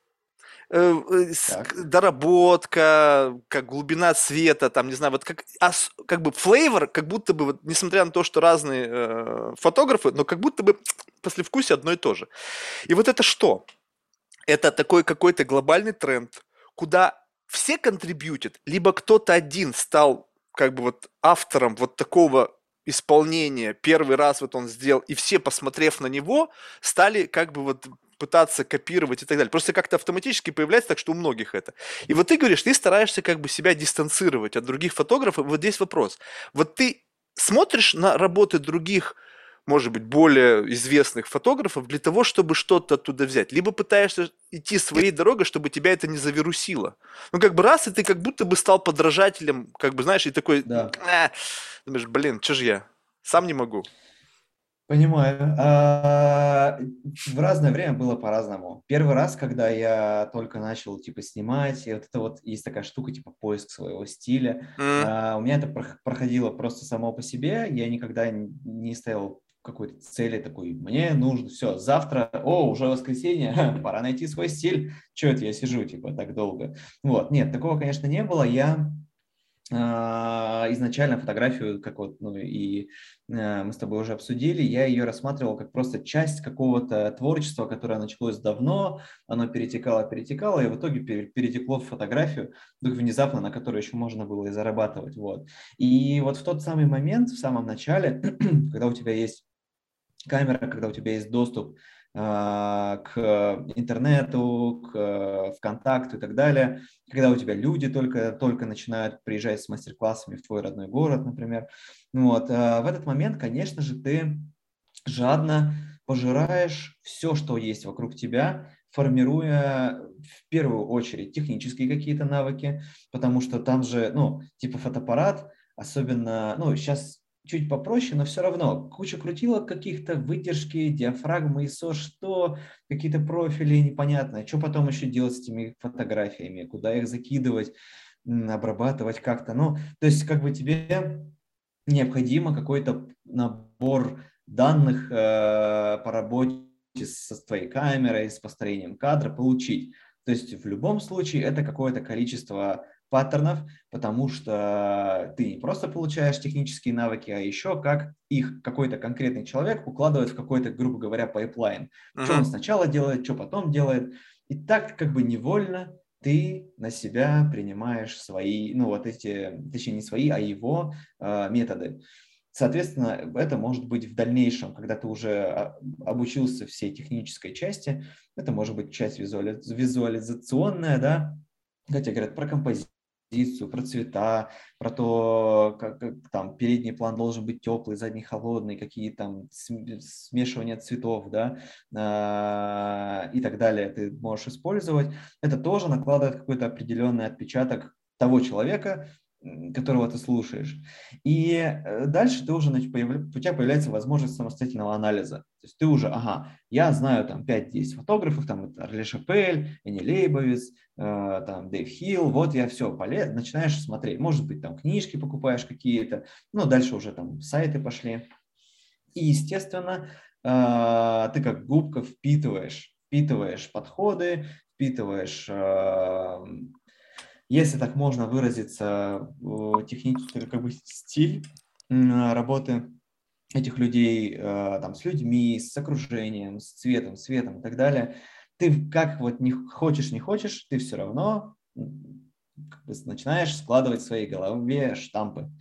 Э, э, с- так, к- доработка, как глубина цвета, там, не знаю, вот как, ос- как бы флейвор, как будто бы, вот, несмотря на то, что разные э, фотографы, но как будто бы послевкусие одно и то же. И вот это что? Это такой какой-то глобальный тренд, куда все контрибьютят, либо кто-то один стал как бы вот автором вот такого исполнения, первый раз вот он сделал, и все, посмотрев на него, стали как бы вот пытаться копировать и так далее. Просто как-то автоматически появляется, так что у многих это. И вот ты говоришь, ты стараешься как бы себя дистанцировать от других фотографов. Вот здесь вопрос. Вот ты смотришь на работы других, может быть, более известных фотографов для того, чтобы что-то оттуда взять. Либо пытаешься идти своей дорогой, чтобы тебя это не завирусило. Ну, как бы раз, и ты как будто бы стал подражателем, как бы, знаешь, и такой, Да. «А». Думаешь, блин, что же я? Сам не могу. Понимаю. А, в разное время было по-разному. Первый раз, когда я только начал типа снимать, и вот это вот есть такая штука типа поиск своего стиля. М, А, у меня это прох- проходило просто само по себе. Я никогда н- не ставил какой-то цели такой, мне нужно все, завтра, о, уже воскресенье, пора найти свой стиль. Чего это я сижу типа так долго? Вот, нет, такого, конечно, не было. Я а, изначально фотографию, как вот, ну и э, мы с тобой уже обсудили, я ее рассматривал как просто часть какого-то творчества, которое началось давно, оно перетекало, перетекало, и в итоге пере- перетекло в фотографию, вдруг внезапно, на которой еще можно было и зарабатывать, вот. И вот в тот самый момент, в самом начале, когда у тебя есть камера, когда у тебя есть доступ а, к интернету, к э, ВКонтакту и так далее, когда у тебя люди только, только начинают приезжать с мастер-классами в твой родной город, например. Вот. а, В этот момент, конечно же, ты жадно пожираешь все, что есть вокруг тебя, формируя в первую очередь технические какие-то навыки, потому что там же, ну, типа фотоаппарат, особенно, ну, сейчас чуть попроще, но все равно куча крутилок каких-то, выдержки, диафрагмы, ай эс о, что, какие-то профили непонятные, что потом еще делать с этими фотографиями, куда их закидывать, м, обрабатывать как-то, ну, то есть как бы тебе необходимо какой-то набор данных э, по работе со твоей камерой, с построением кадра получить. То есть в любом случае это какое-то количество паттернов, потому что ты не просто получаешь технические навыки, а еще как их какой-то конкретный человек укладывает в какой-то, грубо говоря, пайплайн. Что мгм. он сначала делает, что потом делает. И так как бы невольно ты на себя принимаешь свои, ну вот эти, точнее не свои, а его э, методы. Соответственно, это может быть в дальнейшем, когда ты уже а, обучился всей технической части, это может быть часть визуали- визуализационная, да, хотя говорят про композицию, про цвета, про то, как, как там передний план должен быть теплый, задний холодный, какие там см- смешивания цветов, да, а, и так далее ты можешь использовать. Это тоже накладывает какой-то определенный отпечаток того человека, м, которого ты слушаешь. И э, дальше ты уже, значит, появля- у тебя появляется возможность самостоятельного анализа. То есть ты уже, ага, я знаю там пять-десять фотографов, там это Арле Шапель, Энни Лейбовиц, э, там Дэйв Хилл, вот я все, полез, начинаешь смотреть. Может быть, там книжки покупаешь какие-то, ну, дальше уже там сайты пошли. И, естественно, э, ты как губка впитываешь, впитываешь подходы, впитываешь э, если так можно выразиться, технический как бы стиль м, работы этих людей, э, там, с людьми, с окружением, с цветом, светом и так далее. Ты как вот не хочешь, не хочешь, ты все равно м, как бы начинаешь складывать в своей голове штампы.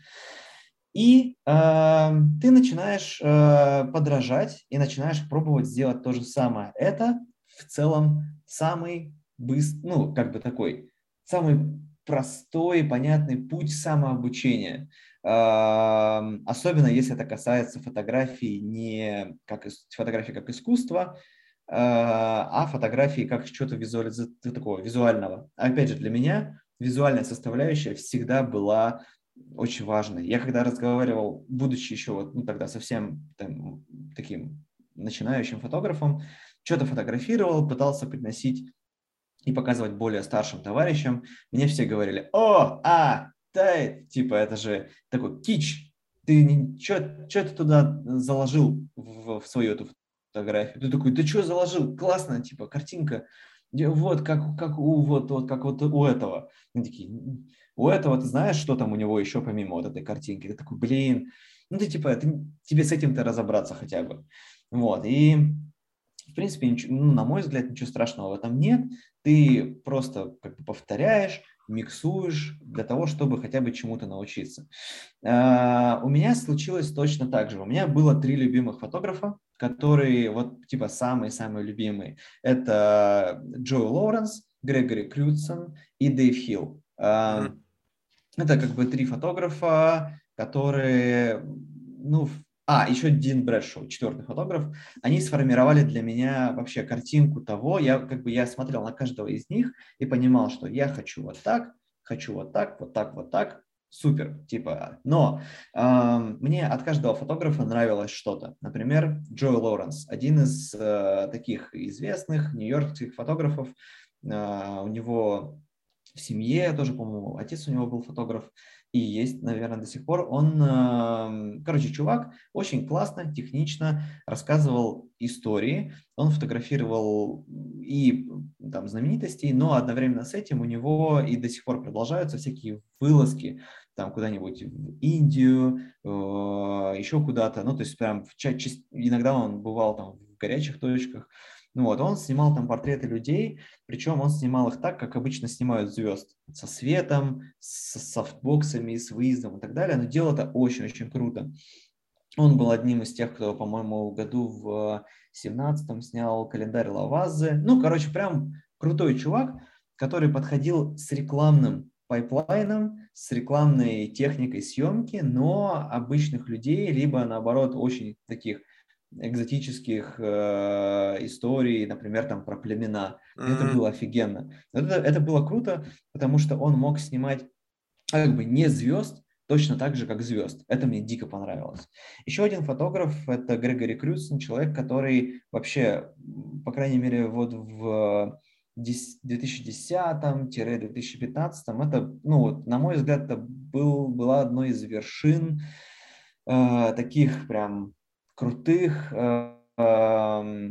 И э, ты начинаешь э, подражать и начинаешь пробовать сделать то же самое. Это в целом самый быстрый, ну, как бы такой, самый простой, понятный путь самообучения. Э, особенно если это касается фотографий не как ис- фотографии как искусства, э, а фотографии как чего-то визуализа- такого визуального. Опять же, для меня визуальная составляющая всегда была очень важный. Я когда разговаривал, будучи еще вот, ну, тогда совсем там, таким начинающим фотографом, что-то фотографировал, пытался приносить и показывать более старшим товарищам, мне все говорили: о, а, да, типа, это же такой кич, ты что ты туда заложил в, в свою эту фотографию? Ты такой: да что заложил? Классно, типа, картинка, вот как, как у вот, вот как вот у этого. Они такие: у этого ты знаешь, что там у него еще помимо вот этой картинки? Ты такой: блин, ну ты типа, ты, тебе с этим-то разобраться хотя бы. Вот, и в принципе, ничего, ну, на мой взгляд, ничего страшного в этом нет. Ты просто как бы повторяешь, миксуешь для того, чтобы хотя бы чему-то научиться. Uh, у меня случилось точно так же. У меня было три любимых фотографа, которые вот типа самые-самые любимые. Это Джо Лоуренс, Грегори Крюдсон и Дэйв Хилл. Uh, это как бы три фотографа, которые, ну, а, еще Дин Брэдшоу, четвертый фотограф, они сформировали для меня вообще картинку того, я как бы я смотрел на каждого из них и понимал, что я хочу вот так, хочу вот так, вот так, вот так, супер, типа, но э, мне от каждого фотографа нравилось что-то. Например, Джо Лоуренс, один из э, таких известных нью-йоркских фотографов, э, у него в семье тоже, по-моему, отец у него был фотограф, и есть, наверное, до сих пор. Он, короче, чувак очень классно, технично рассказывал истории. Он фотографировал и там знаменитостей, но одновременно с этим у него и до сих пор продолжаются всякие вылазки там куда-нибудь в Индию, еще куда-то. Ну, то есть прям в ча- иногда он бывал там в горячих точках. Ну вот, он снимал там портреты людей, причем он снимал их так, как обычно снимают звезд, со светом, с софтбоксами, с выездом и так далее, но делал это очень-очень круто. Он был одним из тех, кто, по-моему, году в семнадцатом снял календарь Лавазы. Ну, короче, прям крутой чувак, который подходил с рекламным пайплайном, с рекламной техникой съемки, но обычных людей, либо, наоборот, очень таких экзотических э, историй, например, там про племена. Mm-hmm. Это было офигенно. Это, это было круто, потому что он мог снимать как бы не звезд, точно так же, как звезд. Это мне дико понравилось. Еще один фотограф – это Грегори Крюдсон, человек, который вообще, по крайней мере, вот в две тысячи десятом - две тысячи пятнадцатом, это, ну, вот, на мой взгляд, это был, была одной из вершин э, таких прям крутых, э, э,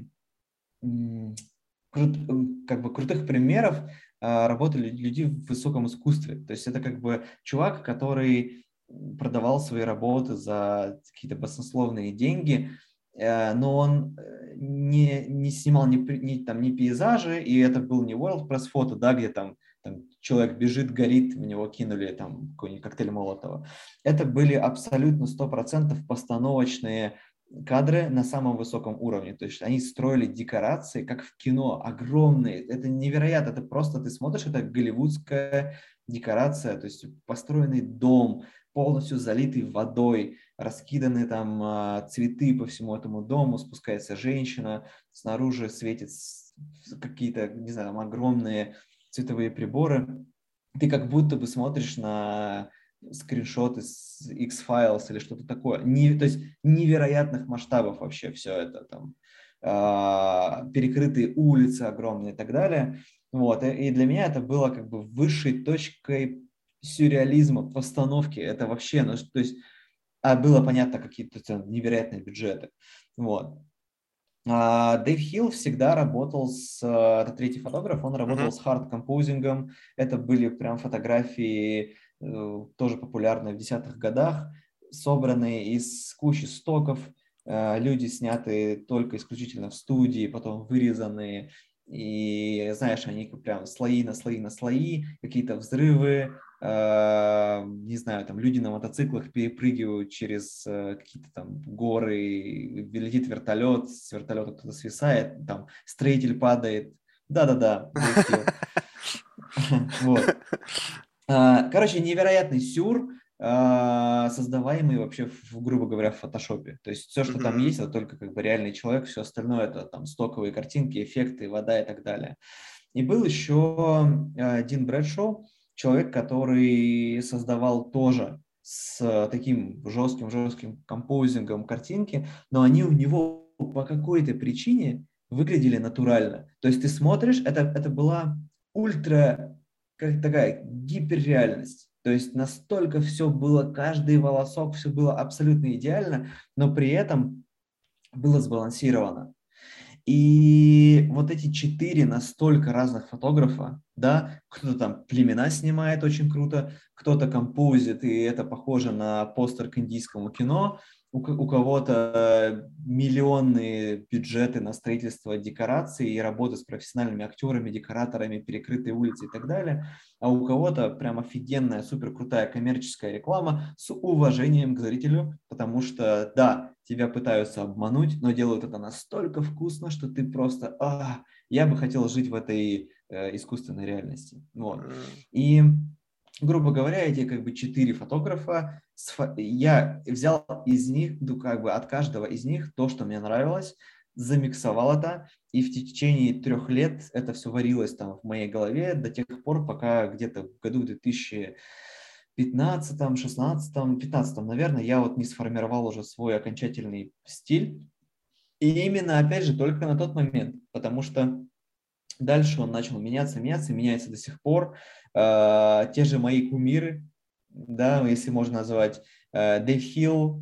крут, как бы крутых примеров э, работы людей в высоком искусстве. То есть это как бы чувак, который продавал свои работы за какие-то баснословные деньги, э, но он не, не снимал ни, ни, там, ни пейзажи, и это был не World Press фото, да, где там, там человек бежит, горит, в него кинули там какой-нибудь коктейль Молотова. Это были абсолютно сто процентов постановочные кадры на самом высоком уровне. То есть они строили декорации, как в кино, огромные. Это невероятно. Это просто, ты смотришь, это голливудская декорация, то есть построенный дом, полностью залитый водой, раскиданы там цветы по всему этому дому, спускается женщина, снаружи светят какие-то, не знаю, там огромные цветовые приборы. Ты как будто бы смотришь на скриншоты с X-Files или что-то такое. Не, то есть невероятных масштабов вообще все это. Там, э, перекрытые улицы огромные и так далее. Вот. И, и для меня это было как бы высшей точкой сюрреализма, постановки. Это вообще, ну, то есть, а было понятно какие-то невероятные бюджеты. Вот. А Дэйв Хилл всегда работал с, это третий фотограф, он работал uh-huh. с хард-композингом. Это были прям фотографии, тоже популярные в десятых годах, собранные из кучи стоков, люди, снятые только исключительно в студии, потом вырезанные. И, знаешь, они прям слои на слои на слои, какие-то взрывы, э, не знаю, там люди на мотоциклах перепрыгивают через э, какие-то там горы, летит вертолет, с вертолета кто-то свисает, там строитель падает. Да-да-да, вот. Короче, невероятный сюр, создаваемый вообще, в, грубо говоря, в фотошопе. То есть все, что mm-hmm. там есть, это только как бы реальный человек, все остальное это там стоковые картинки, эффекты, вода и так далее. И был еще Дин Брэдшоу, человек, который создавал тоже с таким жестким-жестким композингом картинки, но они у него по какой-то причине выглядели натурально. То есть ты смотришь, это, это была ультра, как такая гиперреальность. То есть настолько все было, каждый волосок, все было абсолютно идеально, но при этом было сбалансировано. И вот эти четыре настолько разных фотографа, да, кто-то там племена снимает очень круто, кто-то композит, и это похоже на постер к индийскому кино, у, у кого-то миллионные бюджеты на строительство декораций и работы с профессиональными актерами, декораторами, перекрытые улицы и так далее, а у кого-то прям офигенная, супер крутая коммерческая реклама с уважением к зрителю, потому что, да, тебя пытаются обмануть, но делают это настолько вкусно, что ты просто, а, я бы хотел жить в этой э, искусственной реальности. Вот. И, грубо говоря, эти как бы четыре фотографа, я взял из них, ну, как бы от каждого из них то, что мне нравилось, замиксовал это, и в течение трех лет это все варилось там в моей голове до тех пор, пока где-то в году две тысячи пятнадцатом, шестнадцатом, пятнадцатом, наверное, я вот не сформировал уже свой окончательный стиль. И именно, опять же, только на тот момент, потому что дальше он начал меняться, меняться, меняется до сих пор. Э, те же мои кумиры, да, если можно назвать, э, Дэйв Хилл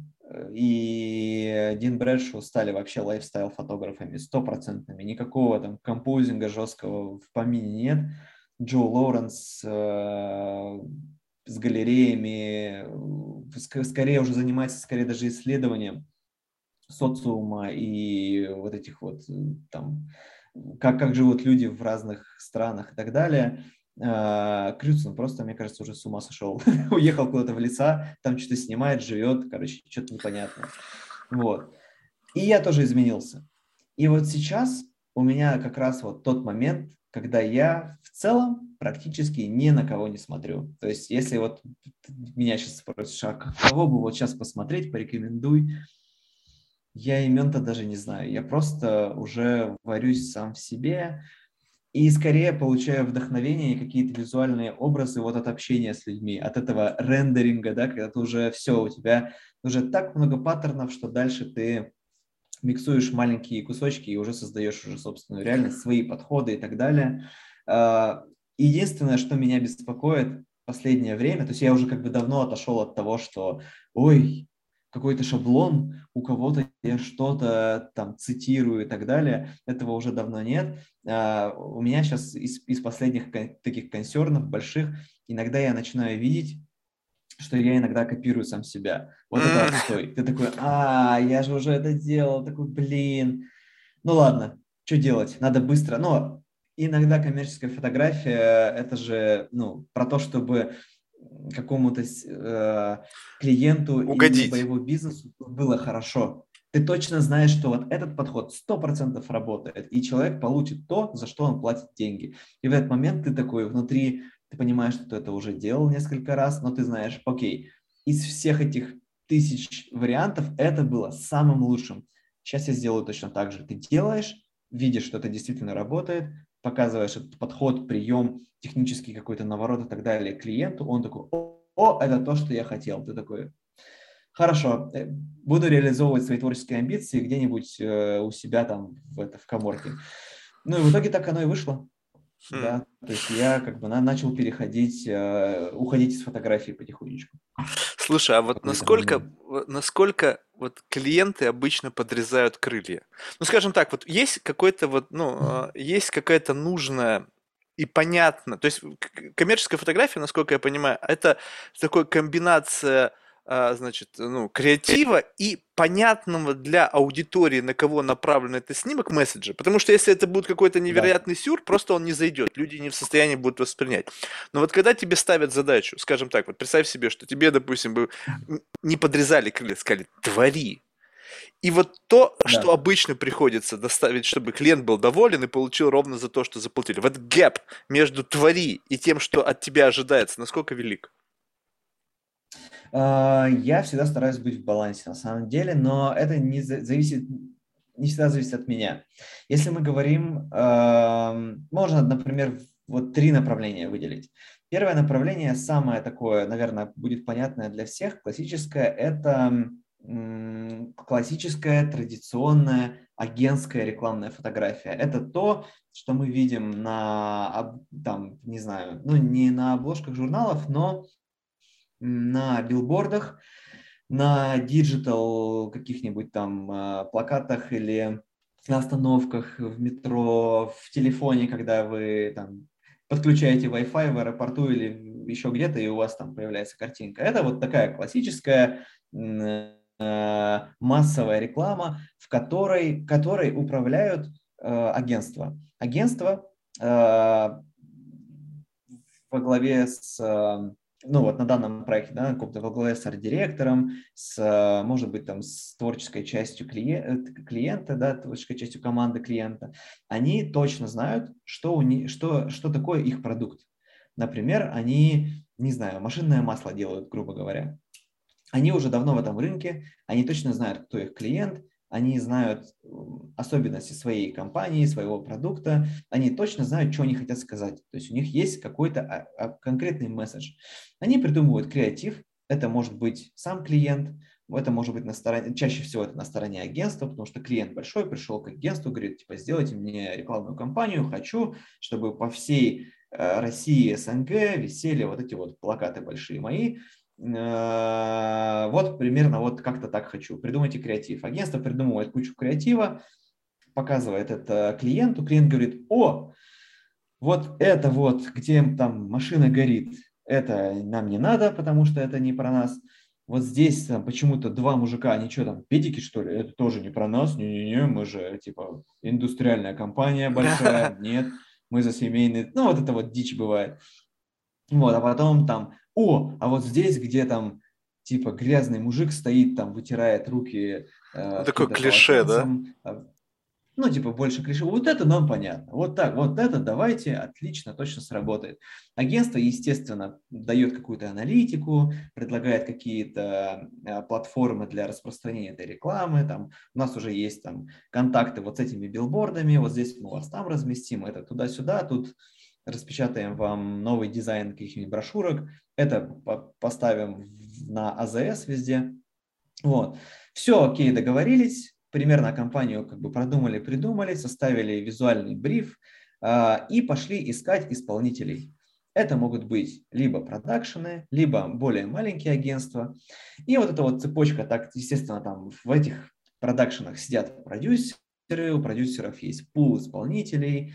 и Дин Брэдшоу стали вообще лайфстайл-фотографами стопроцентными. Никакого там композинга жесткого в помине нет. Джо Лоуренс э, с галереями скорее уже занимается, скорее даже исследованием социума и вот этих вот там, как, как живут люди в разных странах и так далее. Крюцен просто, мне кажется, уже с ума сошел. Уехал куда-то в леса, там что-то снимает, живет, короче, что-то непонятное. Вот. И я тоже изменился. И вот сейчас у меня как раз вот тот момент, когда я в целом практически ни на кого не смотрю. То есть если вот меня сейчас спросишь, а кого бы вот сейчас посмотреть, порекомендуй, я имен-то даже не знаю. Я просто уже варюсь сам в себе и скорее получаю вдохновение и какие-то визуальные образы вот от общения с людьми, от этого рендеринга, да, когда ты уже все, у тебя уже так много паттернов, что дальше ты миксуешь маленькие кусочки и уже создаешь уже собственную реальность, свои подходы и так далее. Единственное, что меня беспокоит в последнее время, то есть я уже как бы давно отошел от того, что ой, какой-то шаблон, у кого-то я что-то там цитирую и так далее, этого уже давно нет. У меня сейчас из, из последних таких консернов больших иногда я начинаю видеть, что я иногда копирую сам себя. Вот это отстой. Ты такой, а, я же уже это делал, такой, блин. Ну ладно, что делать? Надо быстро. Но иногда коммерческая фотография, это же, ну, про то, чтобы какому-то э, клиенту или либо Угодить. его бизнесу было хорошо. Ты точно знаешь, что вот этот подход сто процентов работает, и человек получит то, за что он платит деньги. И в этот момент ты такой внутри, ты понимаешь, что ты это уже делал несколько раз, но ты знаешь, окей, из всех этих тысяч вариантов это было самым лучшим. Сейчас я сделаю точно так же. Ты делаешь, видишь, что это действительно работает, показываешь этот подход, прием, технический какой-то наворот и так далее клиенту, он такой, о, о, это то, что я хотел. Ты такой, хорошо, буду реализовывать свои творческие амбиции где-нибудь э, у себя там в, это, в каморке. Ну и в итоге так оно и вышло. Хм. Да, то есть я как бы на, начал переходить, э, уходить из фотографии потихонечку. Слушай, а вот насколько, момент. насколько вот клиенты обычно подрезают крылья? Ну, скажем так, вот есть какой-то вот, ну, есть какая-то нужная и понятно. То есть коммерческая фотография, насколько я понимаю, это такая комбинация, значит, ну, креатива и понятного для аудитории, на кого направлен этот снимок, месседжа. Потому что если это будет какой-то невероятный да. сюр, просто он не зайдет, люди не в состоянии будут воспринять. Но вот когда тебе ставят задачу, скажем так, вот представь себе, что тебе, допустим, бы не подрезали крылья, сказали, твори. И вот то, да. что обычно приходится доставить, чтобы клиент был доволен и получил ровно за то, что заплатили. Вот гэп между твори и тем, что от тебя ожидается, насколько велик? Я всегда стараюсь быть в балансе, на самом деле, но это не зависит, не всегда зависит от меня. Если мы говорим, можно, например, вот три направления выделить. Первое направление, самое такое, наверное, будет понятное для всех, классическое, это классическая, традиционная, агентская рекламная фотография. Это то, что мы видим на, там, не знаю, ну, не на обложках журналов, но на билбордах, на диджитал каких-нибудь там э, плакатах или на остановках, в метро, в телефоне, когда вы там подключаете Wi-Fi в аэропорту или еще где-то, и у вас там появляется картинка. Это вот такая классическая э, э, массовая реклама, в которой, которой управляют э, агентства. Агентства э, во главе с, э, ну вот на данном проекте, да, каком-то во главе с арт-директором, с, э, может быть, там, с творческой частью клиента, клиента, да, творческой частью команды клиента, они точно знают, что, у них, что, что такое их продукт. Например, они, не знаю, машинное масло делают, грубо говоря. Они уже давно в этом рынке, они точно знают, кто их клиент, они знают особенности своей компании, своего продукта, они точно знают, что они хотят сказать. То есть у них есть какой-то конкретный месседж. Они придумывают креатив, это может быть сам клиент, это может быть на стороне, чаще всего это на стороне агентства, потому что клиент большой пришел к агентству, говорит, типа, сделайте мне рекламную кампанию, хочу, чтобы по всей России, СНГ висели вот эти вот плакаты большие мои. Вот примерно вот как-то так хочу. Придумайте креатив. Агентство придумывает кучу креатива, показывает это клиенту. Клиент говорит, о, вот это вот, где там машина горит, это нам не надо, потому что это не про нас. Вот здесь там, почему-то два мужика, они что там, педики что ли? Это тоже не про нас, не-не-не, мы же типа индустриальная компания большая, нет, мы за семейный, ну вот это вот дичь бывает. Вот, а потом там, о, а вот здесь, где там типа грязный мужик стоит, там вытирает руки Ну, э, такое каким-то клише, да? полотенцем, ну, типа, больше клише. Вот это нам понятно. Вот так, вот это давайте, отлично, точно сработает. Агентство, естественно, дает какую-то аналитику, предлагает какие-то э, платформы для распространения этой рекламы. Там у нас уже есть там контакты вот с этими билбордами, вот здесь мы вас там разместим, это туда-сюда, тут распечатаем вам новый дизайн каких-нибудь брошюрок, это поставим на АЗС везде. Вот. Все, окей, договорились, примерно компанию как бы продумали, придумали, составили визуальный бриф э, и пошли искать исполнителей. Это могут быть либо продакшены, либо более маленькие агентства. И вот эта вот цепочка, так, естественно, там в этих продакшенах сидят продюсеры, у продюсеров есть пул исполнителей,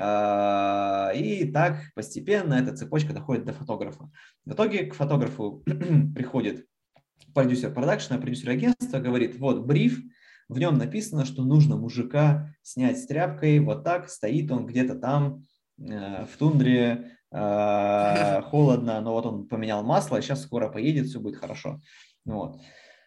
э, и так постепенно эта цепочка доходит до фотографа. В итоге к фотографу приходит продюсер продакшена, продюсер агентства, говорит, вот бриф, в нем написано, что нужно мужика снять с тряпкой, вот так, стоит он где-то там э, в тундре, э, холодно, но вот он поменял масло, сейчас скоро поедет, все будет хорошо. Вот.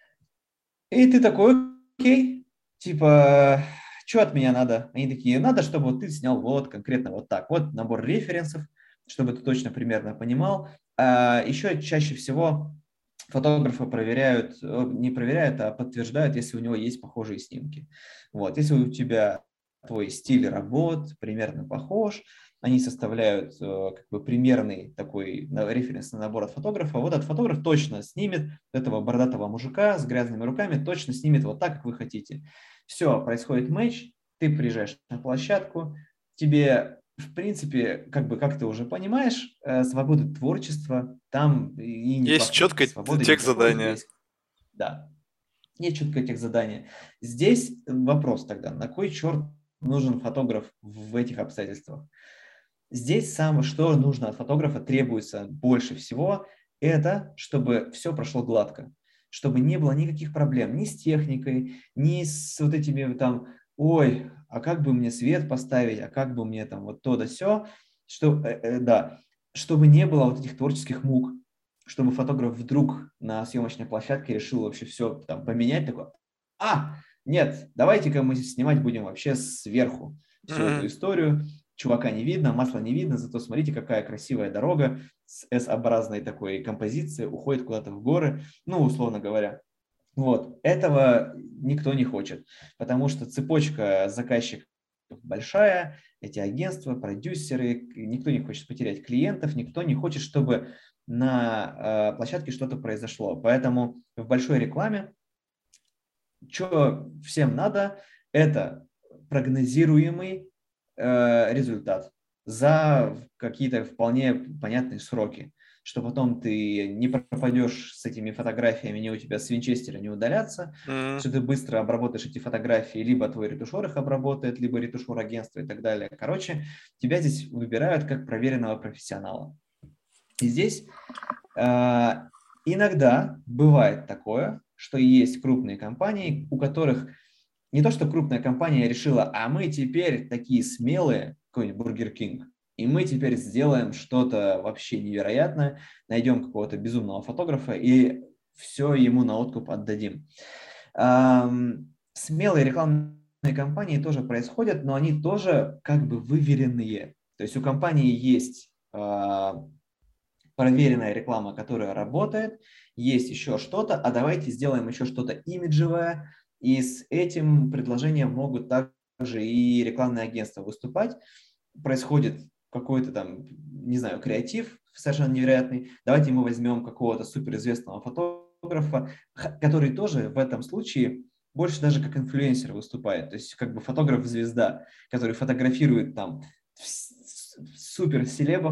И ты такой, окей, типа, что от меня надо? Они такие, надо, чтобы вот ты снял вот конкретно вот так, вот набор референсов, чтобы ты точно примерно понимал. А еще чаще всего фотографы проверяют, не проверяют, а подтверждают, если у него есть похожие снимки. Вот. Если у тебя твой стиль работ примерно похож, они составляют э, как бы примерный такой референсный набор от фотографа. Вот этот фотограф точно снимет этого бородатого мужика с грязными руками, точно снимет вот так, как вы хотите. Все, происходит матч, ты приезжаешь на площадку, тебе в принципе, как бы, как ты уже понимаешь, э, свобода творчества там и Есть неплохой. четкий Свободы текст неплохой у тебя задания. есть. Да, есть четкое тех задание. Здесь вопрос тогда, на кой черт нужен фотограф в этих обстоятельствах? Здесь самое, что нужно от фотографа, требуется больше всего, это чтобы все прошло гладко, чтобы не было никаких проблем ни с техникой, ни с вот этими там, ой, а как бы мне свет поставить, а как бы мне там вот то да сё, что, э, э, да, чтобы не было вот этих творческих мук, чтобы фотограф вдруг на съемочной площадке решил вообще все там поменять, такой, а, нет, давайте-ка мы снимать будем вообще сверху всю эту Мгм. историю, чувака не видно, масла не видно, зато смотрите, какая красивая дорога с S-образной такой композицией уходит куда-то в горы, ну, условно говоря. Вот, этого никто не хочет, потому что цепочка заказчиков большая, эти агентства, продюсеры, никто не хочет потерять клиентов, никто не хочет, чтобы на э, площадке что-то произошло. Поэтому в большой рекламе что всем надо, это прогнозируемый э, результат за какие-то вполне понятные сроки, что потом ты не пропадешь с этими фотографиями, они у тебя с винчестера не удалятся, Мгм. что ты быстро обработаешь эти фотографии, либо твой ретушер их обработает, либо ретушер агентства и так далее. Короче, тебя здесь выбирают как проверенного профессионала. И здесь э, иногда бывает такое, что есть крупные компании, у которых не то, что крупная компания решила, а мы теперь такие смелые, какой-нибудь Burger King, и мы теперь сделаем что-то вообще невероятное, найдем какого-то безумного фотографа и все ему на откуп отдадим. Ам, Смелые рекламные кампании тоже происходят, но они тоже как бы выверенные. То есть у компании есть а, проверенная реклама, которая работает, есть еще что-то, а давайте сделаем еще что-то имиджевое, и с этим предложением могут также и рекламные агентства выступать. Происходит какой-то там, не знаю, креатив совершенно невероятный. Давайте мы возьмем какого-то суперизвестного фотографа, который тоже в этом случае больше даже как инфлюенсер выступает. То есть как бы фотограф-звезда, который фотографирует там суперселебов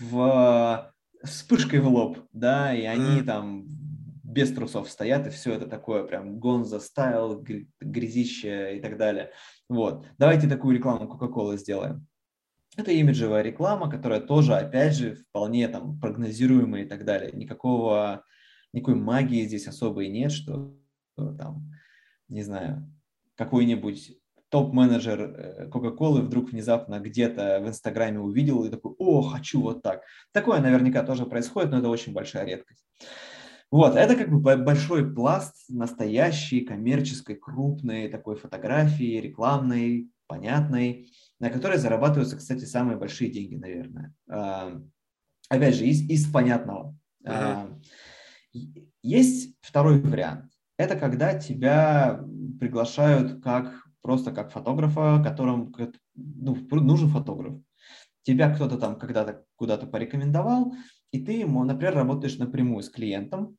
в вспышкой в лоб, да, и они Мгм. там без трусов стоят, и все это такое прям гонза стайл, грязище и так далее. Вот. Давайте такую рекламу Кока-Колы сделаем. Это имиджевая реклама, которая тоже, опять же, вполне там прогнозируемая и так далее. Никакого, никакой магии здесь особой нет, что там, не знаю, какой-нибудь топ-менеджер э, Кока-Колы вдруг внезапно где-то в Инстаграме увидел и такой: о, хочу вот так. Такое наверняка тоже происходит, но это очень большая редкость. Вот, это как бы большой пласт настоящей, коммерческой, крупной такой фотографии, рекламной, понятной, на которой зарабатываются, кстати, самые большие деньги, наверное. А, Опять же, из, из понятного. Мгм. А, Есть второй вариант. Это когда тебя приглашают как просто как фотографа, которым ну, нужен фотограф. Тебя кто-то там когда-то куда-то порекомендовал, и ты, например, работаешь напрямую с клиентом,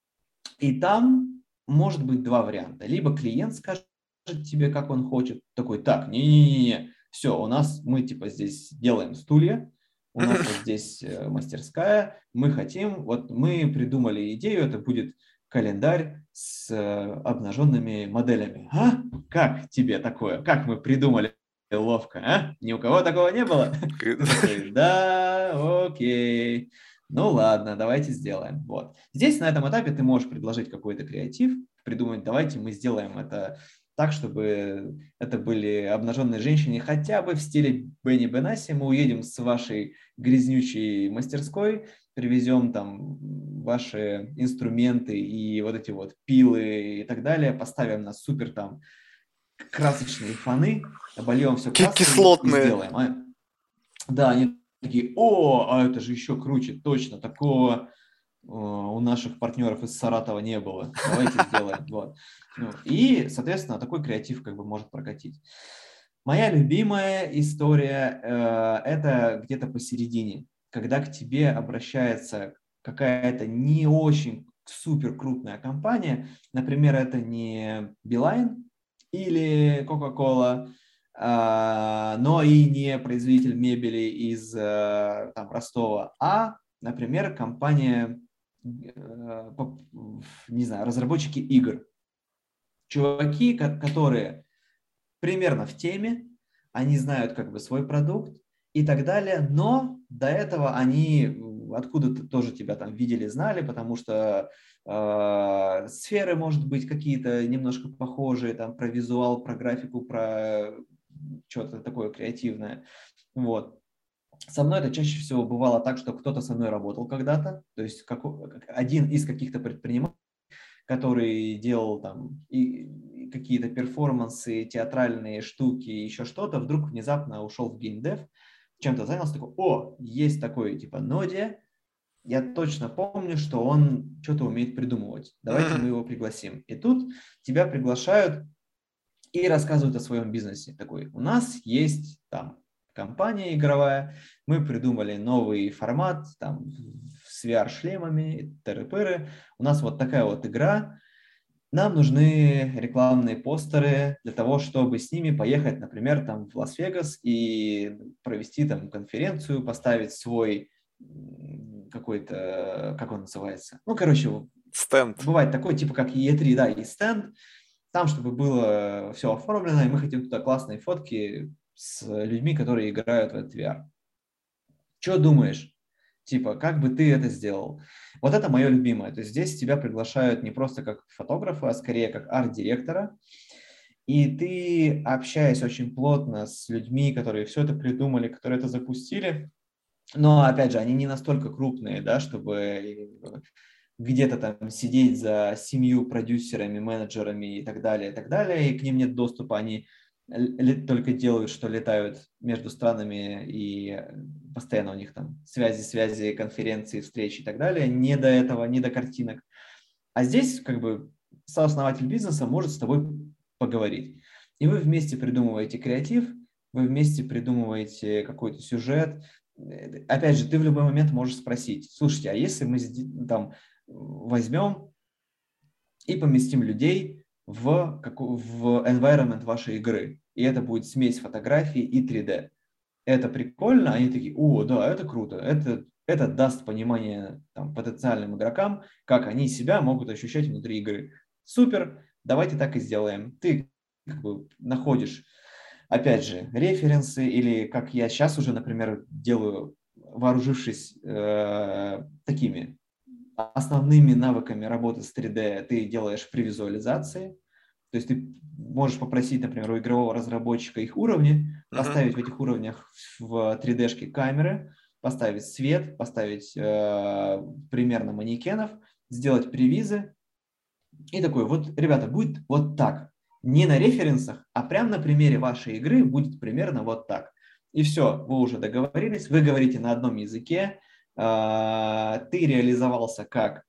и там может быть два варианта. Либо клиент скажет тебе, как он хочет, такой: так, не-не-не, все, у нас, мы типа здесь делаем стулья, у нас вот здесь э, мастерская, мы хотим, вот мы придумали идею, это будет календарь с э, обнаженными моделями. А? Как тебе такое? Как мы придумали? Ловко, а? Ни у кого такого не было? Ты такой: да, окей. Ну ладно, давайте сделаем. Вот. Здесь на этом этапе ты можешь предложить какой-то креатив, придумать: давайте мы сделаем это так, чтобы это были обнаженные женщины, хотя бы в стиле Бенни Бенасси. Мы уедем с вашей грязнючей мастерской, привезем там ваши инструменты и вот эти вот пилы и так далее, поставим на супер там красочные фоны, обольем все Ки- краской и Кислотные. сделаем. А, да, они такие: о, а это же еще круче, точно, такого э, у наших партнеров из Саратова не было. Давайте сделаем. Вот. Ну, и, соответственно, такой креатив как бы может прокатить. Моя любимая история э, это где-то посередине, когда к тебе обращается какая-то не очень супер крупная компания, например, это не Билайн или Coca-Cola, а, но и не производитель мебели из э, там, Ростова, а, например, компания, э, не знаю, разработчики игр. Чуваки, которые примерно в теме, они знают как бы свой продукт и так далее, но до этого они откуда-то тоже тебя там видели, знали, потому что э, сферы, может быть, какие-то немножко похожие, там, про визуал, про графику, про что-то такое креативное. Вот. Со мной это чаще всего бывало так, что кто-то со мной работал когда-то, то есть как, один из каких-то предпринимателей, который делал там и, и какие-то перформансы, театральные штуки, еще что-то, вдруг внезапно ушел в геймдев, чем-то занялся, такой: о, есть такой типа Ноди, я точно помню, что он что-то умеет придумывать, давайте мы Мгм. его пригласим. И тут тебя приглашают и рассказывают о своем бизнесе. Такой: у нас есть там компания игровая, мы придумали новый формат там с ви ар-шлемами, тыры-пыры, у нас вот такая вот игра, нам нужны рекламные постеры для того, чтобы с ними поехать, например, там в Лас-Вегас и провести там конференцию, поставить свой какой-то, как он называется? Ну, короче, Стенд. бывает такой, типа как и и три, да, и стенд, там, чтобы было все оформлено, и мы хотим туда классные фотки с людьми, которые играют в этот ви ар. Что думаешь? Типа, как бы ты это сделал? Вот это мое любимое. То есть здесь тебя приглашают не просто как фотографа, а скорее как арт-директора. И ты, общаясь очень плотно с людьми, которые все это придумали, которые это запустили, но, опять же, они не настолько крупные, да, чтобы где-то там сидеть за семью продюсерами, менеджерами и так далее, и так далее, и к ним нет доступа, они только делают, что летают между странами, и постоянно у них там связи, связи, конференции, встречи и так далее, не до этого, не до картинок. А здесь как бы сооснователь бизнеса может с тобой поговорить. И вы вместе придумываете креатив, вы вместе придумываете какой-то сюжет. Опять же, ты в любой момент можешь спросить: слушайте, а если мы там возьмем и поместим людей в, в environment вашей игры, и это будет смесь фотографий и три дэ. Это прикольно? Они такие: о, да, это круто, это, это даст понимание там, потенциальным игрокам, как они себя могут ощущать внутри игры. Супер, давайте так и сделаем. Ты как бы находишь, опять же, референсы, или как я сейчас уже, например, делаю, вооружившись э, такими основными навыками работы с три дэ, ты делаешь при визуализации. То есть ты можешь попросить, например, у игрового разработчика их уровни, поставить в этих уровнях в три дэ-шке камеры, поставить свет, поставить э, примерно манекенов, сделать превизы. И такой: вот, ребята, будет вот так. Не на референсах, а прямо на примере вашей игры будет примерно вот так. И все, вы уже договорились, вы говорите на одном языке, э, ты реализовался как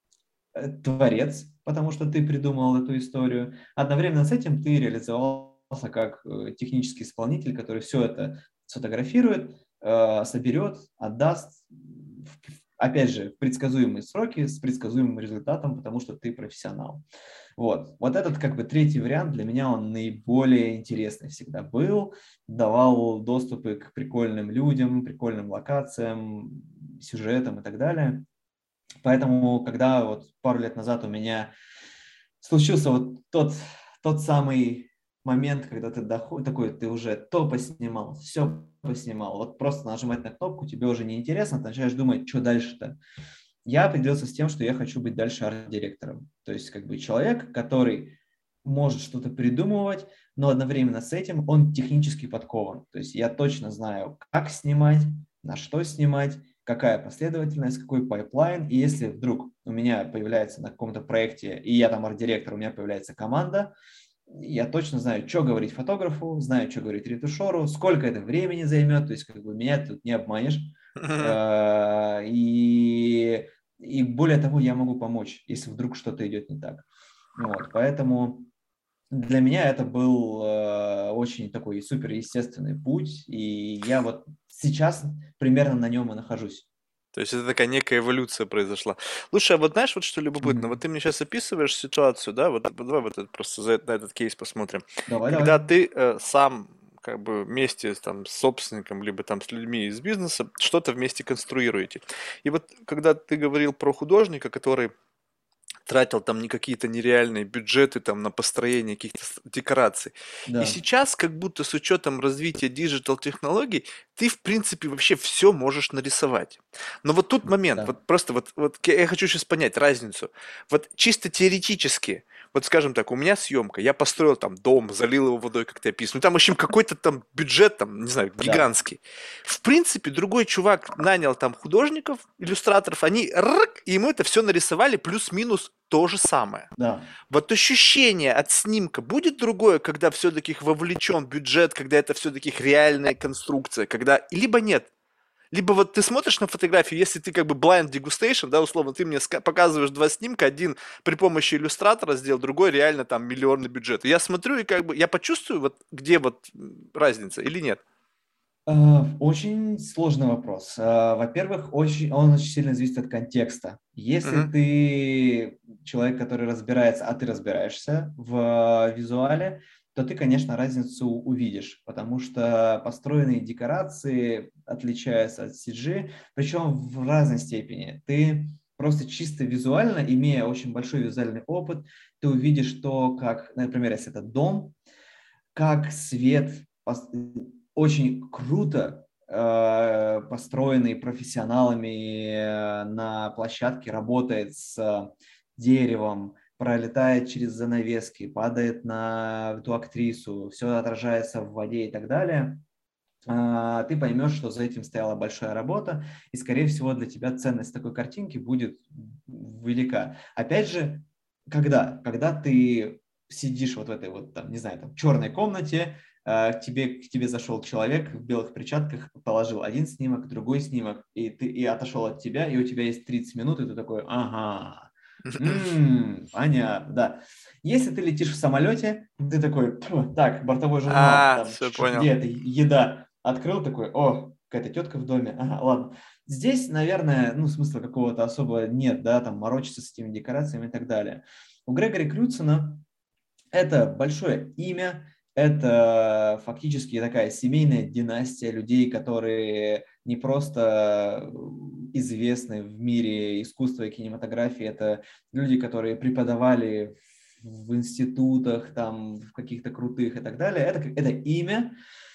творец, потому что ты придумал эту историю. Одновременно с этим ты реализовался как технический исполнитель, который все это сфотографирует, соберет, отдаст, опять же, в предсказуемые сроки, с предсказуемым результатом, потому что ты профессионал. Вот. Вот этот как бы третий вариант для меня, он наиболее интересный всегда был, давал доступы к прикольным людям, прикольным локациям, сюжетам и так далее. Поэтому, когда вот пару лет назад у меня случился вот тот, тот самый момент, когда ты доход, такой, ты уже то поснимал, все поснимал, вот просто нажимать на кнопку, тебе уже неинтересно, ты начинаешь думать, что дальше-то. Я определился с тем, что я хочу быть дальше арт-директором. То есть как бы человек, который может что-то придумывать, но одновременно с этим он технически подкован. То есть я точно знаю, как снимать, на что снимать, какая последовательность, какой пайплайн. И если вдруг у меня появляется на каком-то проекте, и я там арт-директор, у меня появляется команда, я точно знаю, что говорить фотографу, знаю, что говорить ретушеру, сколько это времени займет, то есть как бы меня тут не обманешь. И, и более того, я могу помочь, если вдруг что-то идет не так. Вот, поэтому для меня это был э, очень такой супер естественный путь, и я вот сейчас примерно на нем и нахожусь. То есть это такая некая эволюция произошла. Слушай, а вот знаешь, вот что любопытно? Вот Мгм. ты мне сейчас описываешь ситуацию, да, вот вот давай вот этот просто за, на этот кейс посмотрим. Давай, Когда давай. ты э, сам как бы вместе с, там, с собственником, либо там с людьми из бизнеса что-то вместе конструируете. И вот когда ты говорил про художника, который тратил там не какие-то нереальные бюджеты там на построение каких-то с- декораций. И Да, сейчас, как будто с учетом развития диджитал-технологий, ты, в принципе, вообще все можешь нарисовать. Но вот тут момент, да, вот просто вот, вот я я хочу сейчас понять разницу. Вот чисто теоретически, вот скажем так, у меня съемка, я построил там дом, залил его водой, как ты описывал, ну там, в общем, какой-то там бюджет, там, не знаю, да, гигантский. В принципе, другой чувак нанял там художников, иллюстраторов, они рк, и ему это все нарисовали плюс-минус то же самое. да. Вот ощущение от снимка будет другое, когда все-таки вовлечен бюджет, когда это все-таки реальная конструкция, когда либо нет. Либо вот ты смотришь на фотографию, если ты как бы blind degustation, да, условно, ты мне ска- показываешь два снимка, один при помощи иллюстратора сделал, другой реально там миллионный бюджет. И я смотрю и как бы, я почувствую, вот где вот м, разница или нет. Э, Очень сложный вопрос. Э, Во-первых, очень, он очень сильно зависит от контекста. Если Мгм. ты человек, который разбирается, а ты разбираешься в визуале, то ты, конечно, разницу увидишь, потому что построенные декорации отличаются от си джи, причем в разной степени. Ты просто чисто визуально, имея очень большой визуальный опыт, ты увидишь то, как, например, если это дом, как свет пос- очень круто э, построенный профессионалами э, на площадке, работает с деревом, пролетает через занавески, падает на эту актрису, все отражается в воде и так далее, а, ты поймешь, что за этим стояла большая работа, и, скорее всего, для тебя ценность такой картинки будет велика. Опять же, когда? Когда ты сидишь вот в этой вот, там, не знаю, там, черной комнате, а, к тебе, к тебе зашел человек в белых перчатках, положил один снимок, другой снимок, и, ты, и отошел от тебя, и у тебя есть тридцать минут, и ты такой, ага, м, понятно, да. Если ты летишь в самолете, ты такой, так, бортовой журнал, А, там, все где понял. это, еда, открыл такой, о, какая-то тетка в доме, ага, ладно. Здесь, наверное, ну, смысла какого-то особо нет, да, там, морочиться с этими декорациями и так далее. У Грегори Крюцена это большое имя, это фактически такая семейная династия людей, которые не просто известны в мире искусства и кинематографии, это люди, которые преподавали в институтах, там, в каких-то крутых и так далее. Это, это имя,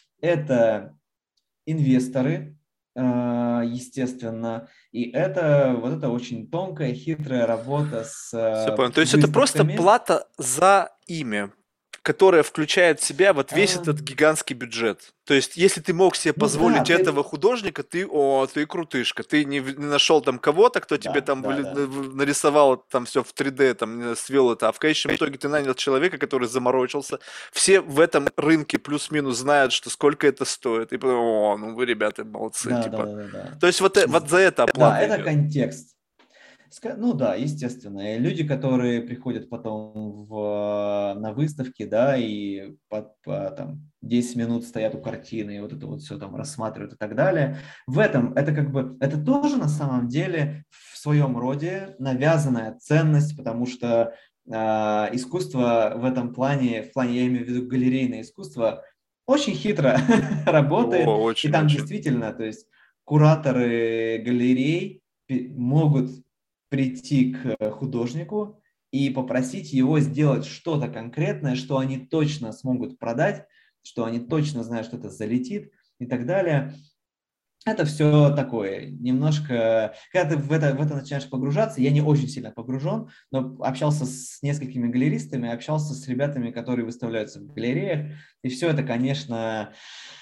это инвесторы, э, естественно, и это вот это очень тонкая, хитрая работа с Все э, понял. То есть это просто выставками. плата за имя, которая включает в себя вот весь А, этот гигантский бюджет. То есть, если ты мог себе Ну да, позволить этого ты... художника, ты, о, ты крутышка. Ты не, в- не нашел там кого-то, кто тебе Да, там да, выли- да. в- нарисовал это там все в три дэ, там э, свел это, а в конечном итоге ты нанял человека, который заморочился. Все в этом рынке плюс-минус знают, что сколько это стоит. И потом, о, ну вы, ребята, молодцы, Да, да, типа. да, да, да. То есть вот, э- З- вот за это Да, оплата это идет. контекст. Ска- Ну да, естественно. И люди, которые приходят потом в, на выставки, да, и по, по, там, десять минут стоят у картины, и вот это вот все там рассматривают и так далее. В этом, это как бы, это тоже на самом деле в своем роде навязанная ценность, потому что а, искусство в этом плане, в плане, я имею в виду галерейное искусство, очень хитро работает, О, и там очень-очень. действительно, то есть кураторы галерей пи- могут прийти к э, художнику и попросить его сделать что-то конкретное, что они точно смогут продать, что они точно знают, что это залетит и так далее. Это все такое, немножко, когда ты в это, в это начинаешь погружаться, я не очень сильно погружен, но общался с несколькими галеристами, общался с ребятами, которые выставляются в галереях, и все это, конечно,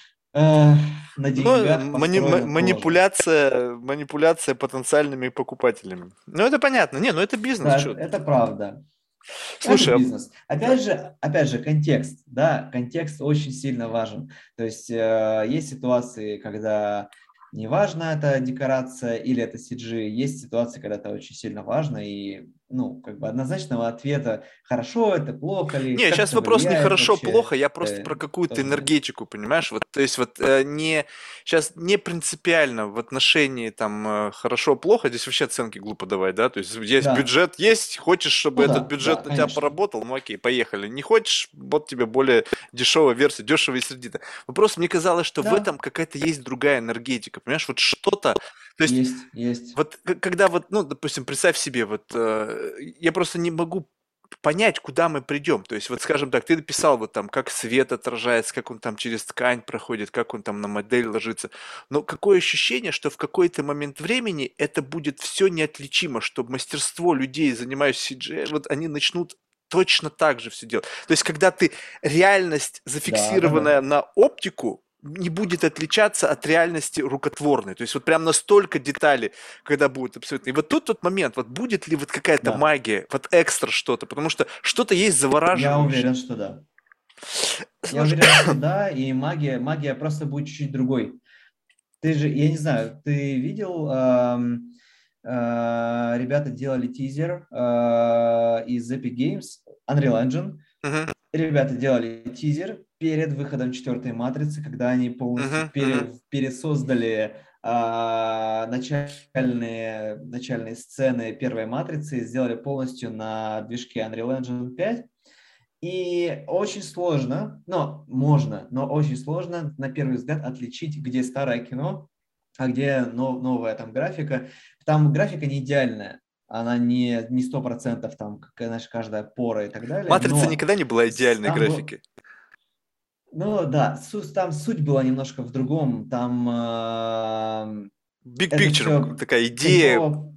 э, на Ну, деньгах мани- ма- построено тоже. манипуляция, манипуляция потенциальными покупателями. Ну, это понятно. Не, ну это бизнес, Да, что. это правда. Это Слушай, а- бизнес. да. Опять же, опять же, контекст, да, контекст очень сильно важен. То есть э, есть ситуации, когда не важно, это декорация или это си джи, есть ситуации, когда это очень сильно важно, и, ну, как бы однозначного ответа, хорошо это, плохо ли, Не, как сейчас это вопрос не влияет хорошо-плохо, вообще, я просто э, про какую-то тоже нет. энергетику, понимаешь? Вот, то есть вот э, не сейчас не принципиально в отношении там э, хорошо-плохо, здесь вообще оценки глупо давать, да? То есть есть Да, бюджет, есть, хочешь, чтобы ну этот да, бюджет да, на тебя конечно. поработал, ну окей, поехали. Не хочешь, вот тебе более дешевая версия, дешево и сердито. Вопрос, мне казалось, что в Да, этом какая-то есть другая энергетика, понимаешь? Вот что-то, то есть есть, есть. вот к- когда вот, ну, допустим, представь себе, вот э, я просто не могу понять, куда мы придем. То есть, вот, скажем так, ты написал вот там, как свет отражается, как он там через ткань проходит, как он там на модель ложится. Но какое ощущение, что в какой-то момент времени это будет все неотличимо, что мастерство людей, занимающихся си джи ай, вот они начнут точно так же все делать. То есть, когда ты реальность, Да, да, да. зафиксированная на оптику, не будет отличаться от реальности рукотворной. То есть вот прям настолько детали, когда будут абсолютно. И вот тут тот момент, вот будет ли вот какая-то Да, магия, вот экстра что-то, потому что что-то есть я завораживающее. уверен, что да. Я Слушай, уверен, что да, и магия, магия просто будет чуть-чуть другой. Ты же, я не знаю, ты видел, ам, а, ребята делали тизер а, из Epic Games, Unreal Engine. мгм, Ребята делали тизер перед выходом четвертой матрицы, когда они полностью мгм, мгм. пере, пересоздали а, начальные, начальные сцены первой матрицы и сделали полностью на движке Unreal Engine пять. И очень сложно, но можно, но очень сложно на первый взгляд отличить, где старое кино, а где нов- новая там графика. Там графика не идеальная, она не, не сто процентов там, как, знаешь, каждая пора и так далее, Матрица но никогда не была идеальной сам был... графики. Ну да, суть, там суть была немножко в другом. Там э, Big это picture, все такая идея. кайфово.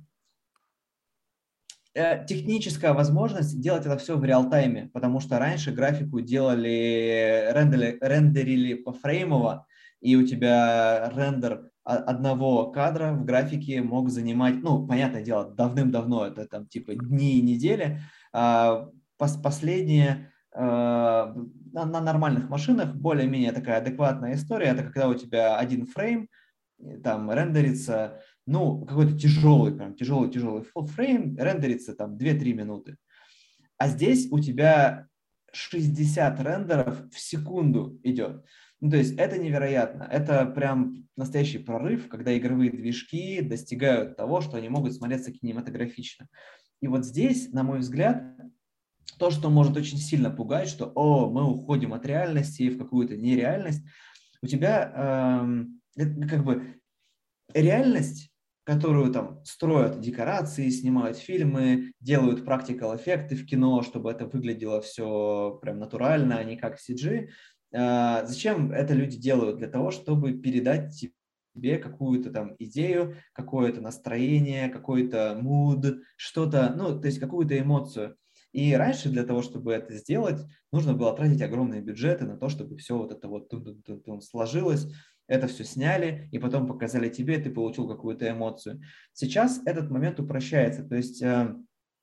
Э, техническая возможность делать это все в реал-тайме, потому что раньше графику делали, рендерили, рендерили пофреймово, и у тебя рендер о- одного кадра в графике мог занимать, ну, понятное дело, давным-давно, это там типа дни и недели. А, пос- последнее а, на, на нормальных машинах более-менее такая адекватная история, это когда у тебя один фрейм, э, там рендерится, ну, какой-то тяжелый, прям тяжелый-тяжелый фрейм, рендерится там две-три минуты. А здесь у тебя шестьдесят рендеров в секунду идет. Ну, то есть это невероятно. Это прям настоящий прорыв, когда игровые движки достигают того, что они могут смотреться кинематографично. И вот здесь, на мой взгляд, то, что может очень сильно пугать, что, о, мы уходим от реальности в какую-то нереальность, у тебя эм, это как бы реальность, которую там строят декорации, снимают фильмы, делают practical эффекты в кино, чтобы это выглядело все прям натурально, а не как си джи. А, Зачем это люди делают? Для того, чтобы передать тебе какую-то там идею, какое-то настроение, какой-то mood, что-то, ну, то есть какую-то эмоцию. И раньше для того, чтобы это сделать, нужно было тратить огромные бюджеты на то, чтобы все вот это вот тун-тун-тун-тун сложилось, это все сняли и потом показали тебе, ты получил какую-то эмоцию. Сейчас этот момент упрощается, то есть э,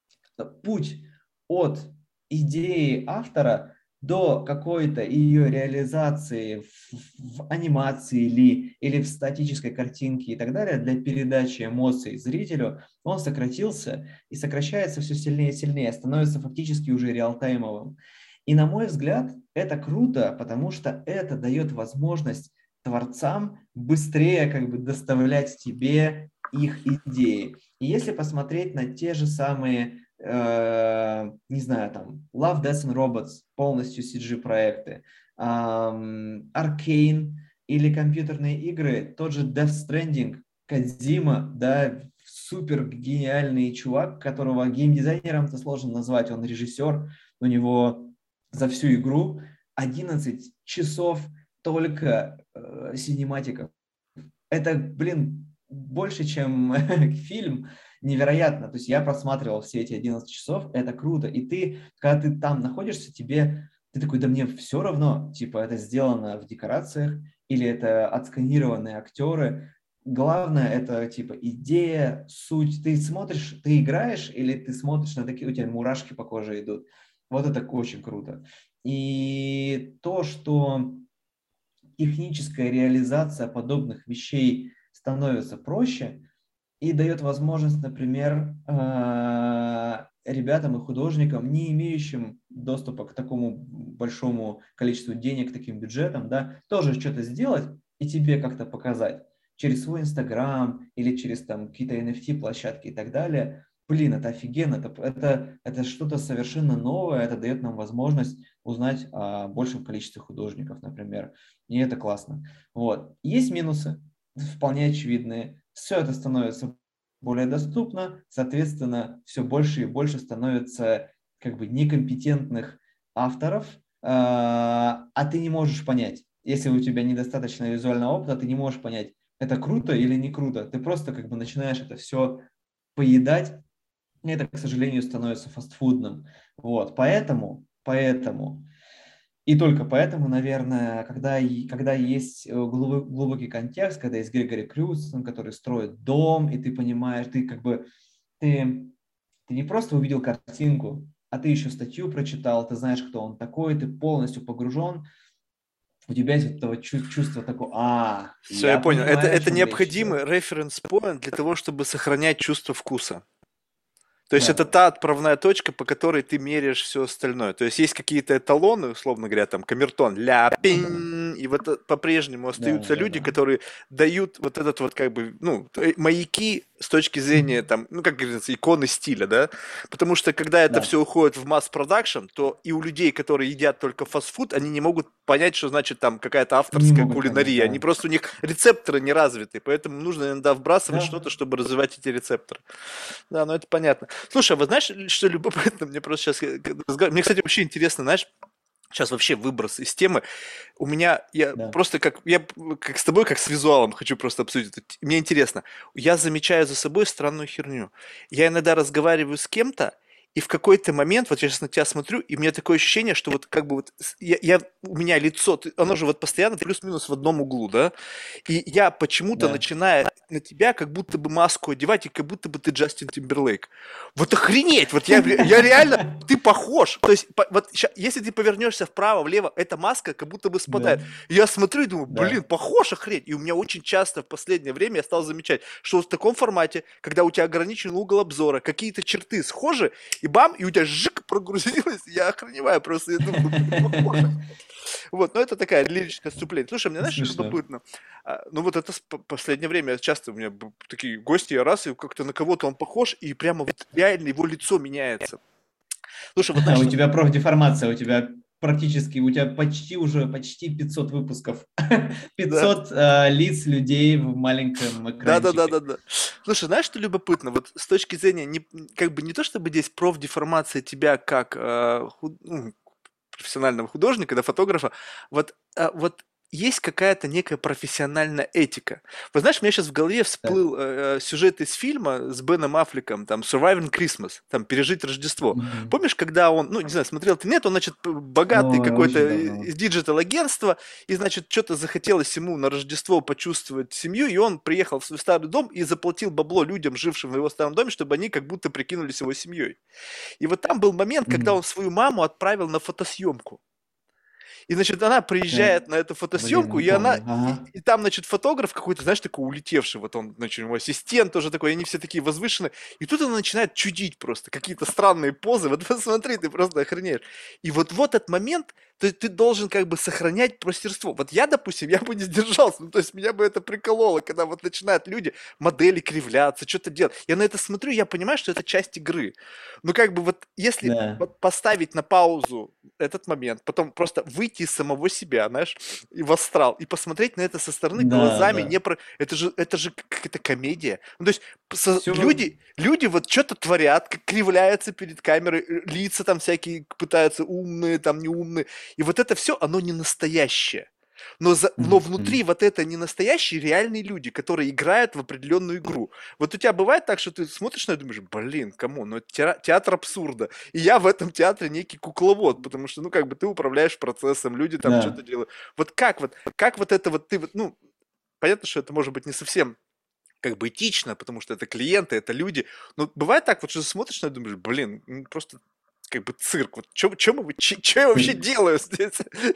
путь от идеи автора до какой-то ее реализации в, в анимации ли, или в статической картинке и так далее для передачи эмоций зрителю, он сократился и сокращается все сильнее и сильнее, становится фактически уже реалтаймовым. И на мой взгляд, это круто, потому что это дает возможность творцам быстрее как бы доставлять тебе их идеи. И если посмотреть на те же самые, э, не знаю, там, Love, Death and Robots, полностью си джи-проекты, эм, Arcane или компьютерные игры, тот же Death Stranding, Кодзима, да, супер гениальный чувак, которого геймдизайнером-то сложно назвать, он режиссер, у него за всю игру одиннадцать часов только э, синематиков. Это, блин, больше, чем фильм, невероятно. То есть я просматривал все эти одиннадцать часов, это круто. И ты, когда ты там находишься, тебе, ты такой, да мне все равно, типа это сделано в декорациях или это отсканированные актеры. Главное, это типа идея, суть. Ты смотришь, ты играешь или ты смотришь на такие, у тебя мурашки по коже идут. Вот это очень круто. И то, что техническая реализация подобных вещей становится проще и дает возможность, например, э, ребятам и художникам, не имеющим доступа к такому большому количеству денег, к таким бюджетам, да, тоже что-то сделать и тебе как-то показать через свой Инстаграм или через там какие-то эн эф ти-площадки и так далее. Блин, это офигенно, это, это, это что-то совершенно новое, это дает нам возможность узнать о большем количестве художников, например, и это классно. Вот. Есть минусы, вполне очевидные. Все это становится более доступно, соответственно, все больше и больше становится как бы некомпетентных авторов, а а ты не можешь понять, если у тебя недостаточно визуального опыта, ты не можешь понять, это круто или не круто. Ты просто как бы начинаешь это все поедать, и это, к сожалению, становится фастфудным. Вот, поэтому, поэтому и только поэтому, наверное, когда, и- когда есть э, глубо- глубокий контекст, когда есть Грегори Крюсон, который строит дом, и ты понимаешь, ты как бы, ты, ты не просто увидел картинку, а ты еще статью прочитал, ты знаешь, кто он такой, ты полностью погружен, у тебя есть вот этого чу- чувства такого, а, Все, я я понял. Это, понимаю, о это чем речь идет. необходимый референс-поинт для того, чтобы сохранять чувство вкуса. То есть это Да, та отправная точка, по которой ты меряешь все остальное. То есть есть какие-то эталоны, условно говоря, там камертон, ля, ну да, пинь, и вот это по-прежнему да, остаются да, люди, да. которые дают вот этот вот как бы, ну, э, маяки с точки зрения там, ну, как говорится, иконы стиля, да? Потому что когда это Да, все уходит в масс-продакшн, то и у людей, которые едят только фастфуд, они не могут понять, что значит там какая-то не авторская могут понять, кулинария. Они да. просто, у них рецепторы не развиты, поэтому нужно иногда вбрасывать Да, что-то, чтобы развивать эти рецепторы. Да, ну это понятно. Слушай, а вы знаешь, что любопытно? Мне просто сейчас... Мне, кстати, вообще интересно, знаешь, сейчас вообще выброс из темы. У меня, я Да. просто как, я как с тобой, как с визуалом хочу просто обсудить. это. Мне интересно, я замечаю за собой странную херню. Я иногда разговариваю с кем-то, и в какой-то момент, вот я сейчас на тебя смотрю, и у меня такое ощущение, что вот как бы вот с- я, я- у меня лицо, ты- оно же вот постоянно плюс-минус в одном углу, да, и я почему-то Да. начинаю на тебя как будто бы маску одевать, и как будто бы ты Джастин Тимберлейк. Вот охренеть, вот я, я реально ты похож. То есть, по- вот ща- если ты повернешься вправо, влево, эта маска как будто бы спадает. Да. И я смотрю и думаю, блин, Да. похож охренеть. И у меня очень часто в последнее время я стал замечать, что вот в таком формате, когда у тебя ограничен угол обзора, какие-то черты схожи, и бам, и у тебя жик прогрузилось, я охреневаю просто, я думаю, ну блин, похоже. Вот, но это такая лирическое отступление. Слушай, мне знаешь, что Смешно. любопытно? А, Ну вот это с- по- последнее время часто у меня б- такие гости, я раз, и как-то на кого-то он похож, и прямо вот реально его лицо меняется. Слушай, вот знаешь, У что тебя профдеформация, у тебя практически, у тебя почти уже, почти пятьсот выпусков. да, пятьсот э, лиц людей в маленьком да, да, да, экранчике. да, да. Слушай, знаешь, что любопытно? Вот с точки зрения, не, как бы не то, чтобы здесь профдеформация тебя как э, ху- ну, профессионального художника, да, фотографа, вот, а, вот есть какая-то некая профессиональная этика. Вот знаешь, у меня сейчас в голове Да. всплыл э, э, сюжет из фильма с Беном Аффлеком, там, Surviving Christmas, там, «Пережить Рождество». Мгм. Помнишь, когда он, ну, не знаю, смотрел ты, нет, он, значит, п- богатый Ой, какой-то очень э, давно. из диджитал-агентства, и, значит, что-то захотелось ему на Рождество почувствовать семью, и он приехал в свой старый дом и заплатил бабло людям, жившим в его старом доме, чтобы они как будто прикинулись его семьей. И вот там был момент, когда Мгм. он свою маму отправил на фотосъемку. И, значит, она Так. приезжает на эту Блин, фотосъемку, не и она, помню. и, Ага. и там, значит, фотограф какой-то, знаешь, такой улетевший, вот он, значит, его ассистент тоже такой, и они все такие возвышенные, и тут она начинает чудить просто, какие-то странные позы, вот посмотри, ты просто охренеешь. И вот в этот момент ты, ты должен как бы сохранять мастерство. Вот я, допустим, я бы не сдержался, ну, то есть меня бы это прикололо, когда вот начинают люди, модели кривляться, что-то делать. Я на это смотрю, я понимаю, что это часть игры. Ну, как бы вот если Да. вот поставить на паузу этот момент, потом просто выйти из самого себя, знаешь, и в астрал, и посмотреть на это со стороны Да, глазами, да. не про... Это же, это же какая-то комедия. Ну, то есть со- Все. люди, люди вот что-то творят, как кривляются перед камерой, э, лица там всякие пытаются умные, там неумные, и вот это все, оно не настоящее. Но, за, но внутри вот это не настоящие реальные люди, которые играют в определенную игру. Вот у тебя бывает так, что ты смотришь на это и думаешь, блин, кому? Ну, это теа- театр абсурда. И я в этом театре некий кукловод, потому что, ну, как бы ты управляешь процессом, люди там Да. что-то делают. Вот как вот, как вот это вот ты вот, ну, понятно, что это может быть не совсем как бы этично, потому что это клиенты, это люди. Но бывает так, вот что ты смотришь на это и думаешь, блин, ну, просто как бы цирк. Вот что я вообще Цирк. делаю здесь?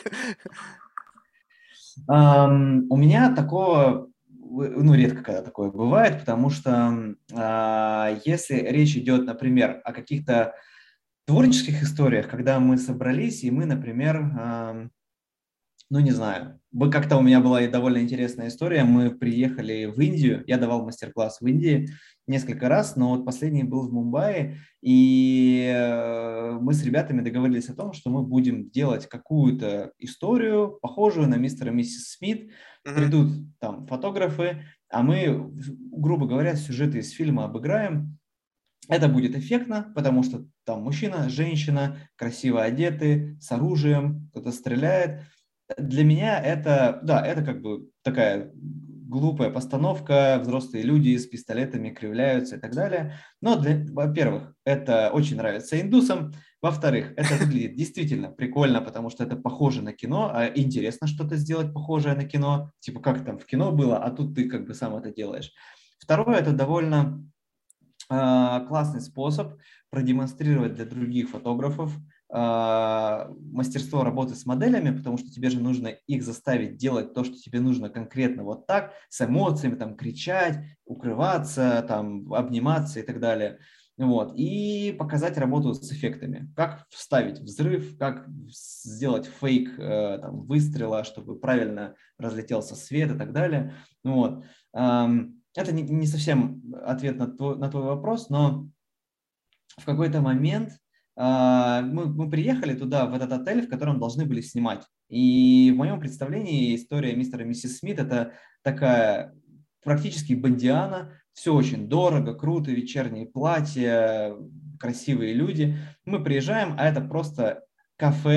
Ам, у меня такого, ну, редко когда такое бывает, потому что а, если речь идет, например, о каких-то творческих историях, когда мы собрались, и мы, например, ам, ну, не знаю, бы как-то у меня была и довольно интересная история. Мы приехали в Индию, я давал мастер-класс в Индии несколько раз, но вот последний был в Мумбаи, и э, мы с ребятами договорились о том, что мы будем делать какую-то историю, похожую на мистера и миссис Смит. Мгм. Придут там фотографы, а мы, грубо говоря, сюжеты из фильма обыграем. Это будет эффектно, потому что там мужчина, женщина, красиво одеты, с оружием, кто-то стреляет. Для меня это, да, это как бы такая глупая постановка, взрослые люди с пистолетами кривляются и так далее. Но, для, во-первых, это очень нравится индусам. Во-вторых, это выглядит действительно прикольно, потому что это похоже на кино, а интересно что-то сделать похожее на кино, типа как там в кино было, а тут ты как бы сам это делаешь. Второе, это довольно а, классный способ продемонстрировать для других фотографов а, мастерство работы с моделями, потому что тебе же нужно их заставить делать то, что тебе нужно конкретно вот так, с эмоциями, там, кричать, укрываться, там, обниматься и так далее. Вот. И показать работу с эффектами. Как вставить взрыв, как сделать фейк э, там, выстрела, чтобы правильно разлетелся свет и так далее. Вот. Ам, Это не, не совсем ответ на твой, на твой вопрос, но в какой-то момент а, мы, мы приехали туда, в этот отель, в котором должны были снимать. И в моем представлении история мистера и миссис Смит – это такая практически бондиана, все очень дорого, круто, вечерние платья, красивые люди. Мы приезжаем, а это просто кафе,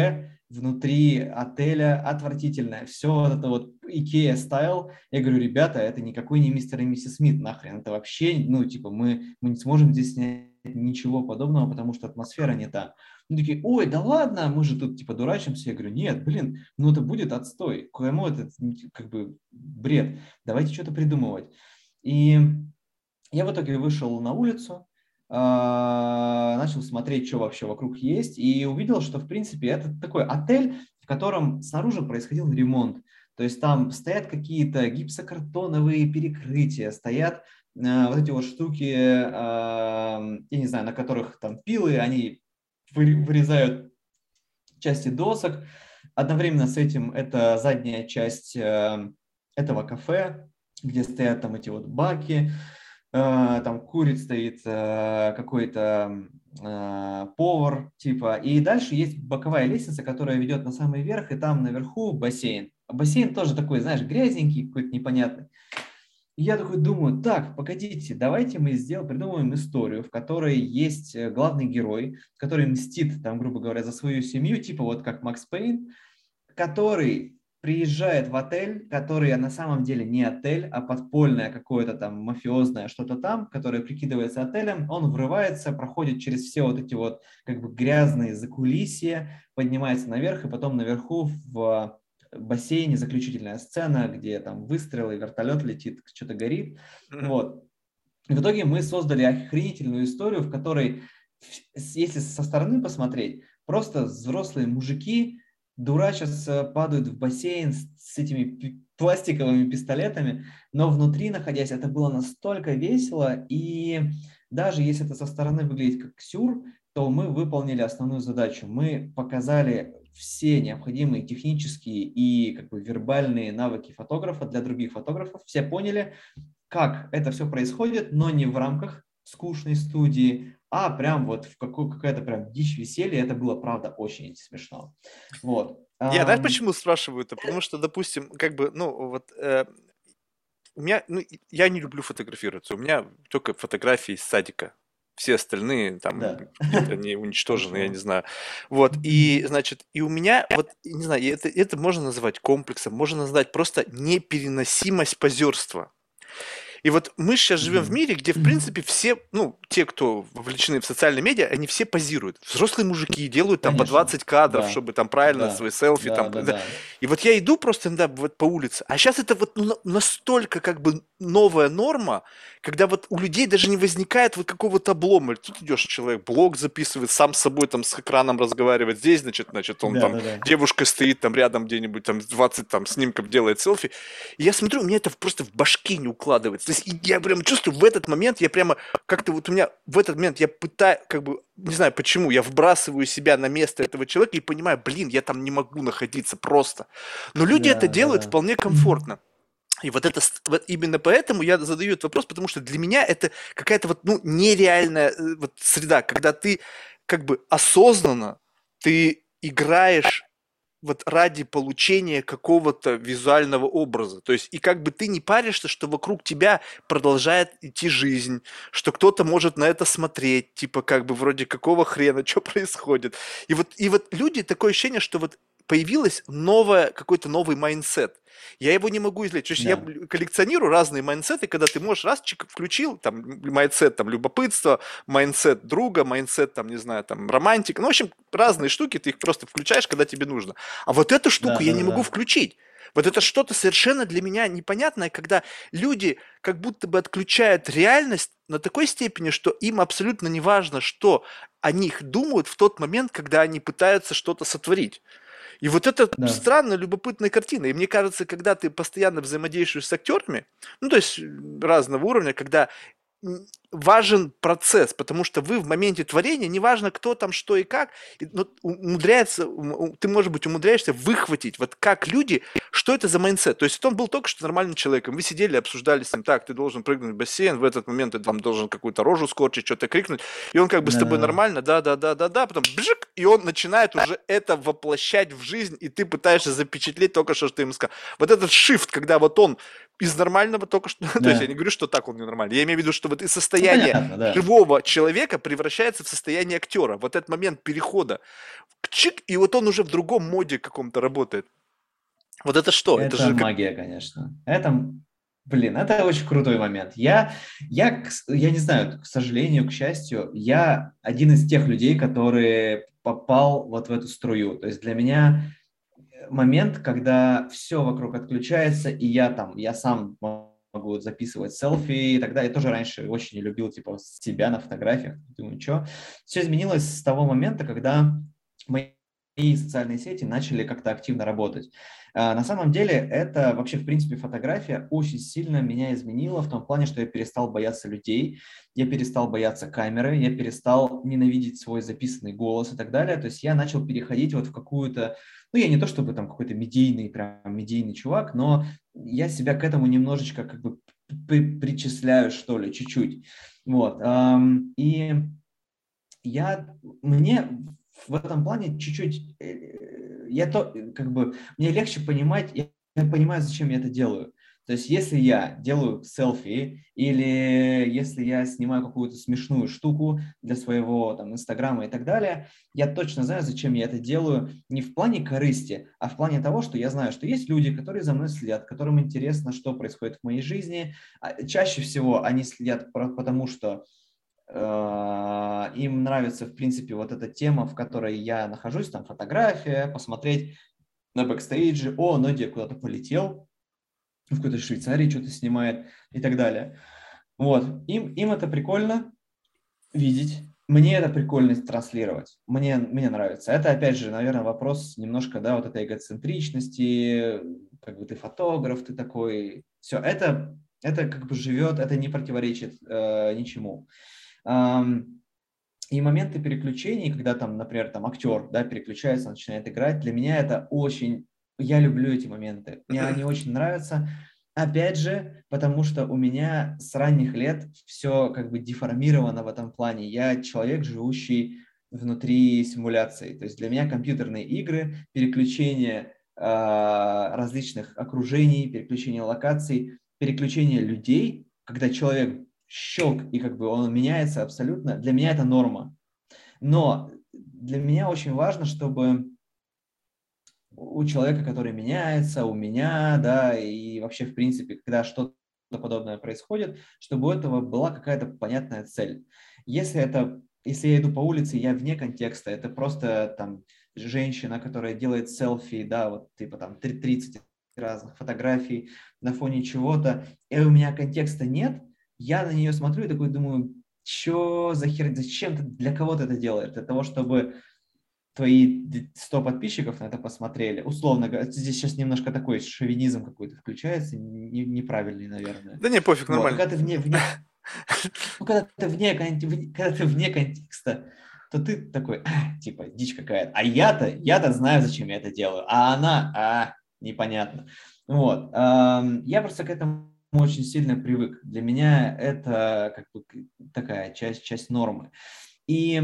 внутри отеля отвратительное. Все вот это вот Икея стайл. Я говорю, ребята, это никакой не мистер и миссис Смит, нахрен. Это вообще, ну, типа, мы, мы не сможем здесь снять ничего подобного, потому что атмосфера не та. Они такие, ой, да ладно, мы же тут, типа, дурачимся. Я говорю, нет, блин, ну это будет отстой. Кому это, как бы, бред? Давайте что-то придумывать. И я в итоге вышел на улицу, а, начал смотреть, что вообще вокруг есть, и увидел, что, в принципе, это такой отель, в котором снаружи происходил ремонт. То есть там стоят какие-то гипсокартоновые перекрытия, стоят а, вот эти вот штуки, а, я не знаю, на которых там пилы, они вы- вырезают части досок. Одновременно с этим это задняя часть э, этого кафе, где стоят там эти вот баки, э, там курит, стоит э, какой-то э, повар, типа. И дальше есть боковая лестница, которая ведет на самый верх, и там наверху бассейн. А бассейн тоже такой, знаешь, грязненький, какой-то непонятный. И я такой думаю, так, погодите, давайте мы сделаем, придумаем историю, в которой есть э, главный герой, который мстит, там, грубо говоря, за свою семью, типа вот как Макс Пейн, который приезжает в отель, который на самом деле не отель, а подпольное какое-то там мафиозное что-то там, которое прикидывается отелем. Он врывается, проходит через все вот эти вот как бы грязные закулисья, поднимается наверх, и потом наверху в бассейне заключительная сцена, где там выстрелы, вертолет летит, что-то горит. Мгм. Вот. И в итоге мы создали охренительную историю, в которой, если со стороны посмотреть, просто взрослые мужики дурачатся, падают в бассейн с, с этими пи- пластиковыми пистолетами, но внутри находясь, это было настолько весело, и даже если это со стороны выглядит как сюр, то мы выполнили основную задачу. Мы показали все необходимые технические и как бы вербальные навыки фотографа для других фотографов. Все поняли, как это все происходит, но не в рамках скучной студии, а прям вот в какую, какая-то прям дичь веселья. Это было, правда, очень смешно. Вот. Я, знаешь, Ам, почему спрашиваю это? Потому что, допустим, как бы, ну, вот э, у меня, ну, и- я не люблю фотографироваться. У меня только фотографии из садика. Все остальные там да, где-то они уничтожены, я не хорошо. знаю. Вот, и, Мгм. значит, и у меня, вот, не знаю, и это, это можно назвать комплексом, можно назвать просто непереносимость позерства. И вот мы сейчас живем в Мгм. мире, где, в принципе, все, ну, те, кто вовлечены в социальные медиа, они все позируют. Взрослые мужики делают там по Конечно. двадцать кадров, Да, чтобы там правильно свои да, селфи да, там. да, да. И вот я иду просто иногда вот по улице, а сейчас это вот ну, настолько как бы новая норма, когда вот у людей даже не возникает вот какого-то облома. Тут идешь, человек блог записывает, сам с собой там с экраном разговаривает. Здесь, значит, значит, он Да, там, да, да. девушка стоит там рядом где-нибудь, там двадцать там снимков делает селфи. И я смотрю, у меня это просто в башке не укладывается. То есть и я прям чувствую, в этот момент я прямо как-то вот у меня в этот момент я пытаюсь, как бы, не знаю почему, я вбрасываю себя на место этого человека и понимаю, блин, я там не могу находиться просто. Но люди это Да, да, делают да. вполне комфортно. И вот это ст- вот именно поэтому я задаю этот вопрос, потому что для меня это какая-то вот ну нереальная э, вот среда, когда ты как бы осознанно ты играешь вот ради получения какого-то визуального образа. То есть и как бы ты не паришься, что вокруг тебя продолжает идти жизнь, что кто-то может на это смотреть, типа как бы вроде какого хрена, что происходит. И вот, и вот люди, такое ощущение, что вот появилось новое, какой-то новый майндсет. Я его не могу излечить. То есть я Да, коллекционирую разные майндсеты, когда ты можешь раз чик включил, там, майндсет, там, любопытство, майндсет друга, майндсет, там, не знаю, там, романтика. Ну, в общем, разные штуки, ты их просто включаешь, когда тебе нужно. А вот эту штуку да, я да, не да, могу да. включить. Вот это что-то совершенно для меня непонятное, когда люди как будто бы отключают реальность на такой степени, что им абсолютно не важно, что о них думают в тот момент, когда они пытаются что-то сотворить. И вот это Да. странная, любопытная картина. И мне кажется, когда ты постоянно взаимодействуешь с актерами, ну, то есть разного уровня, когда важен процесс, потому что вы в моменте творения, неважно кто там, что и как, но умудряется, ты, может быть, умудряешься выхватить, вот как люди, что это за майндсет. То есть он был только что нормальным человеком, вы сидели, обсуждали с ним, так, ты должен прыгнуть в бассейн, в этот момент ты там должен какую-то рожу скорчить, что-то крикнуть, и он как бы с Да, да, тобой да. нормально, да-да-да-да-да, потом бжик, и он начинает уже это воплощать в жизнь, и ты пытаешься запечатлеть только что, что ты ему сказал. Вот этот shift, когда вот он из нормального только что, то есть я не Да. говорю, что так он ненормальный, я имею в виду, что вот из состояния Ну, состояние понятно, да. живого человека превращается в состояние актера. Вот этот момент перехода. Чик, и вот он уже в другом моде каком-то работает. Вот это что? Это Это же как... магия, конечно. Это, блин, это очень крутой момент. Я, я, к с- я не знаю, к сожалению, к счастью, я один из тех людей, который попал вот в эту струю. То есть для меня момент, когда все вокруг отключается, и я там, я сам могу записывать селфи и так далее. Я тоже раньше очень не любил, типа, себя на фотографиях. Думаю, что? Все изменилось с того момента, когда мои социальные сети начали как-то активно работать. А, На самом деле, это вообще, в принципе, фотография очень сильно меня изменила в том плане, что я перестал бояться людей, я перестал бояться камеры, я перестал ненавидеть свой записанный голос и так далее. То есть я начал переходить вот в какую-то, ну, я не то чтобы там какой-то медийный, прям медийный чувак, но я себя к этому немножечко как бы при- причисляю, что ли, чуть-чуть. Вот. ам, И я, мне в этом плане чуть-чуть, э, я то, как бы, мне легче понимать, я понимаю, зачем я это делаю. То есть, если я делаю селфи или если я снимаю какую-то смешную штуку для своего там Инстаграма и так далее, я точно знаю, зачем я это делаю. Не в плане корысти, а в плане того, что я знаю, что есть люди, которые за мной следят, которым интересно, что происходит в моей жизни. А чаще всего они следят про- потому, что э, им нравится, в принципе, вот эта тема, в которой я нахожусь, там фотография, посмотреть на бэкстейдже, о, Надя куда-то полетел, в какой-то Швейцарии что-то снимает и так далее. Вот, им, им это прикольно видеть, мне это прикольно транслировать, мне, мне нравится. Это, опять же, наверное, вопрос немножко, да, вот этой эгоцентричности, как бы ты фотограф, ты такой, все, это, это как бы живет, это не противоречит э, ничему. Ам, И моменты переключений, когда там, например, там актер, да, переключается, начинает играть, для меня это очень, я люблю эти моменты, мне они очень нравятся. Опять же, потому что у меня с ранних лет все как бы деформировано в этом плане. Я человек, живущий внутри симуляции. То есть для меня компьютерные игры, переключение а, различных окружений, переключение локаций, переключение людей, когда человек щелк, и как бы он меняется абсолютно. Для меня это норма. Но для меня очень важно, чтобы у человека, который меняется, у меня, да, и вообще, в принципе, когда что-то подобное происходит, чтобы у этого была какая-то понятная цель. Если это, если я иду по улице, я вне контекста, это просто там женщина, которая делает селфи, да, вот типа там тридцать разных фотографий на фоне чего-то, и у меня контекста нет, я на нее смотрю и такой думаю, что за хер, зачем ты, для кого ты это делаешь? Для того, чтобы твои сто подписчиков на это посмотрели. Условно говоря, здесь сейчас немножко такой шовинизм какой-то включается, не- неправильный, наверное. Да не, пофиг, Вот. Но нормально. когда ты вне, вне, ну, когда ты вне, кон- вне- когда ты вне контекста, то ты такой, «А, типа, дичь какая-то. А я-то, я-то знаю, зачем я это делаю. А она, а, непонятно. Вот. Ам, Я просто к этому очень сильно привык. Для меня это как бы такая часть, часть нормы. И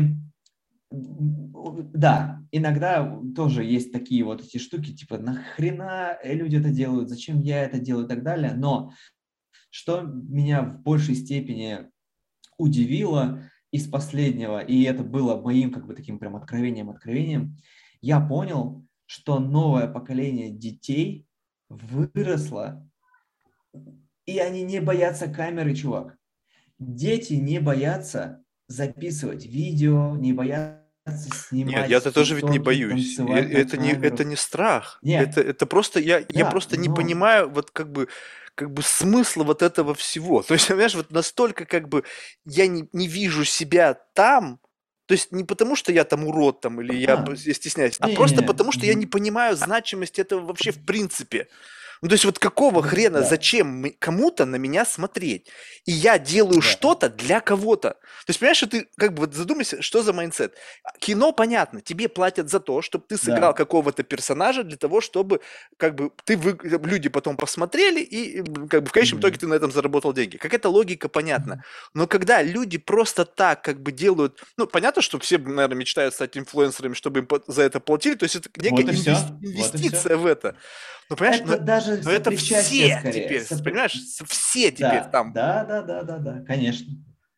да, иногда тоже есть такие вот эти штуки, типа, нахрена люди это делают, зачем я это делаю и так далее. Но что меня в большей степени удивило из последнего, и это было моим как бы таким прям откровением, откровением, я понял, что новое поколение детей выросло, и они не боятся камеры, чувак. Дети не боятся записывать видео, не боятся Нет, снимать я-то тоже ведь не тиктоки, боюсь. И танцевать на это не, это камеру. не страх. Это, Нет, это просто я, я да, просто не но понимаю вот как бы, как бы смысла вот этого всего. То есть, понимаешь, вот настолько как бы я не, не вижу себя там, то есть не потому, что я там урод там или я б- да, я стесняюсь, а просто не-не-не, потому, что я не мгм. понимаю значимость этого вообще в принципе. Ну, то есть вот какого Вот, хрена, да, зачем мы- кому-то на меня смотреть? И я делаю да, что-то для кого-то. То есть, понимаешь, что ты как бы вот задумайся, что за майндсет. Кино, понятно, тебе платят за то, чтобы ты сыграл да, какого-то персонажа для того, чтобы как бы ты вы, люди потом посмотрели и м, как бы в конечном итоге мгм. ты на этом заработал деньги. Какая-то логика понятна. Но когда люди просто так как бы делают, ну, понятно, что все, наверное, мечтают стать инфлюенсерами, чтобы им по- за это платили, то есть это некая Вот и инвес- все, вот и все. инвестиция в это. Ну, понимаешь, но Это даже но это сопричастие все скорее. теперь, Сопри- понимаешь, с- все теперь Да, там. да, да, да, да, да, конечно.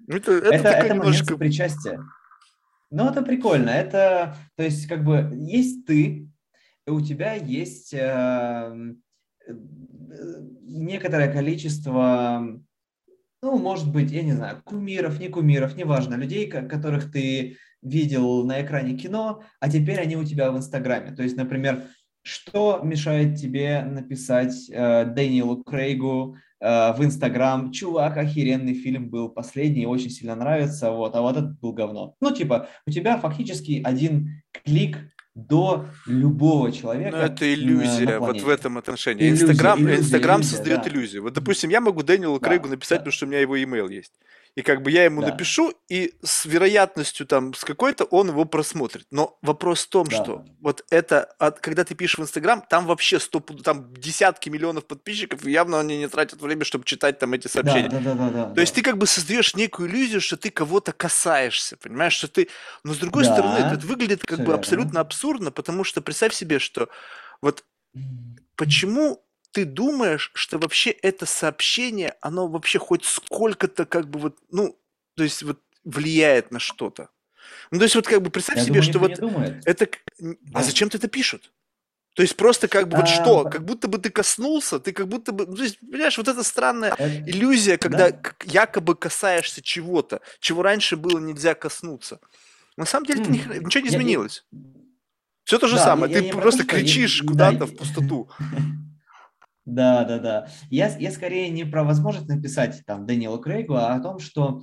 Ну, Это, это Это, такой это момент немножечко... сопричастия. Но это прикольно. Это, то есть, как бы, есть ты, и у тебя есть э, э, некоторое количество, ну, может быть, я не знаю, кумиров, не кумиров, неважно, людей, ко- которых ты видел на экране кино, а теперь они у тебя в Инстаграме. То есть, например, что мешает тебе написать э, Дэниелу Крейгу э, в Инстаграм: чувак, охеренный фильм был последний, очень сильно нравится, вот, а вот этот был говно. Ну, типа, у тебя фактически один клик до любого Ну, человека это на, на иллюзия вот в планете. этом отношении. Иллюзия, Инстаграм, иллюзия, Инстаграм иллюзия, создает да. иллюзию. Вот, допустим, я могу Дэниелу Крейгу Да, написать, потому да, что у меня его имейл есть. И как бы я ему да, напишу, и с вероятностью там с какой-то он его просмотрит. Но вопрос в том, что да. вот это, от- когда ты пишешь в Инстаграм, там вообще сто, пу- там десятки миллионов подписчиков, и явно они не тратят время, чтобы читать там эти Да, сообщения. да, да, да, да, То есть ты да. как бы создаешь некую иллюзию, что ты кого-то касаешься, понимаешь, что ты... Но с другой стороны, это Да, выглядит как все бы верно. абсолютно абсурдно, потому что представь себе, что вот почему ты думаешь, что вообще это сообщение, оно вообще хоть сколько-то как бы вот, ну, то есть вот влияет на что-то? Ну, то есть вот как бы представь Я себе, думаю, что никто не вот думает. это... к- н- А Да. зачем ты это пишут? То есть просто как бы вот А, что? Как п- будто бы ты коснулся, ты как будто бы... Ну, то есть, понимаешь, вот эта странная э, иллюзия, когда да? к- якобы касаешься чего-то, чего раньше было нельзя коснуться. На самом деле ни хрена- М, ничего не я- я- изменилось. Все то же да, я, самое. Ты я не про то, просто что... я- кричишь и- да, куда-то в и- пустоту. да, да, да. Я, я скорее не про возможность написать там Дэниелу Крейгу, а о том, что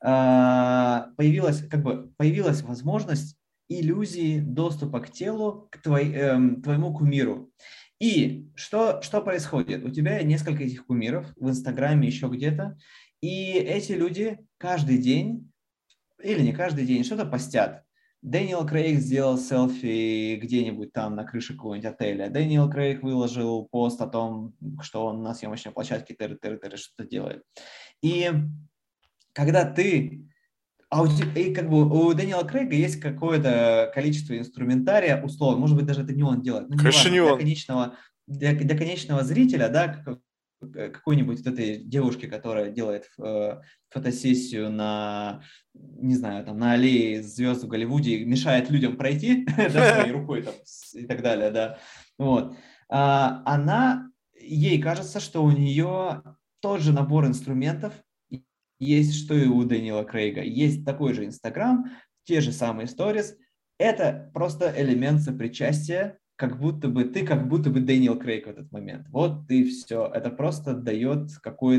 а, появилась, как бы, появилась возможность иллюзии доступа к телу, к твой- эм, твоему кумиру. И что, что происходит? У тебя несколько этих кумиров в Инстаграме, еще где-то, и эти люди каждый день, или не каждый день, что-то постят. Дэниел Крейг сделал селфи где-нибудь там на крыше какого-нибудь отеля. Дэниел Крейг выложил пост о том, что он на съемочной площадке тыры-тыры-тыры что-то делает. И когда ты... А у, те- и как бы у Дэниела Крейга есть какое-то количество инструментария, условно, может быть, даже это не он делает, но Конечно, неважно, не для он. конечного, для, для конечного зрителя, да, как- э, какой-нибудь вот этой девушки, которая делает э, фотосессию на, не знаю, там, на аллее звезд в Голливуде и мешает людям пройти, да, своей рукой там с- и так далее, да, вот. А, она, ей кажется, что у нее тот же набор инструментов есть, что и у Дэниела Крейга. Есть такой же Инстаграм, те же самые сторис. Это просто элемент сопричастия, как будто бы ты, как будто бы Дэниел Крейг в этот момент. Вот и все. Это просто дает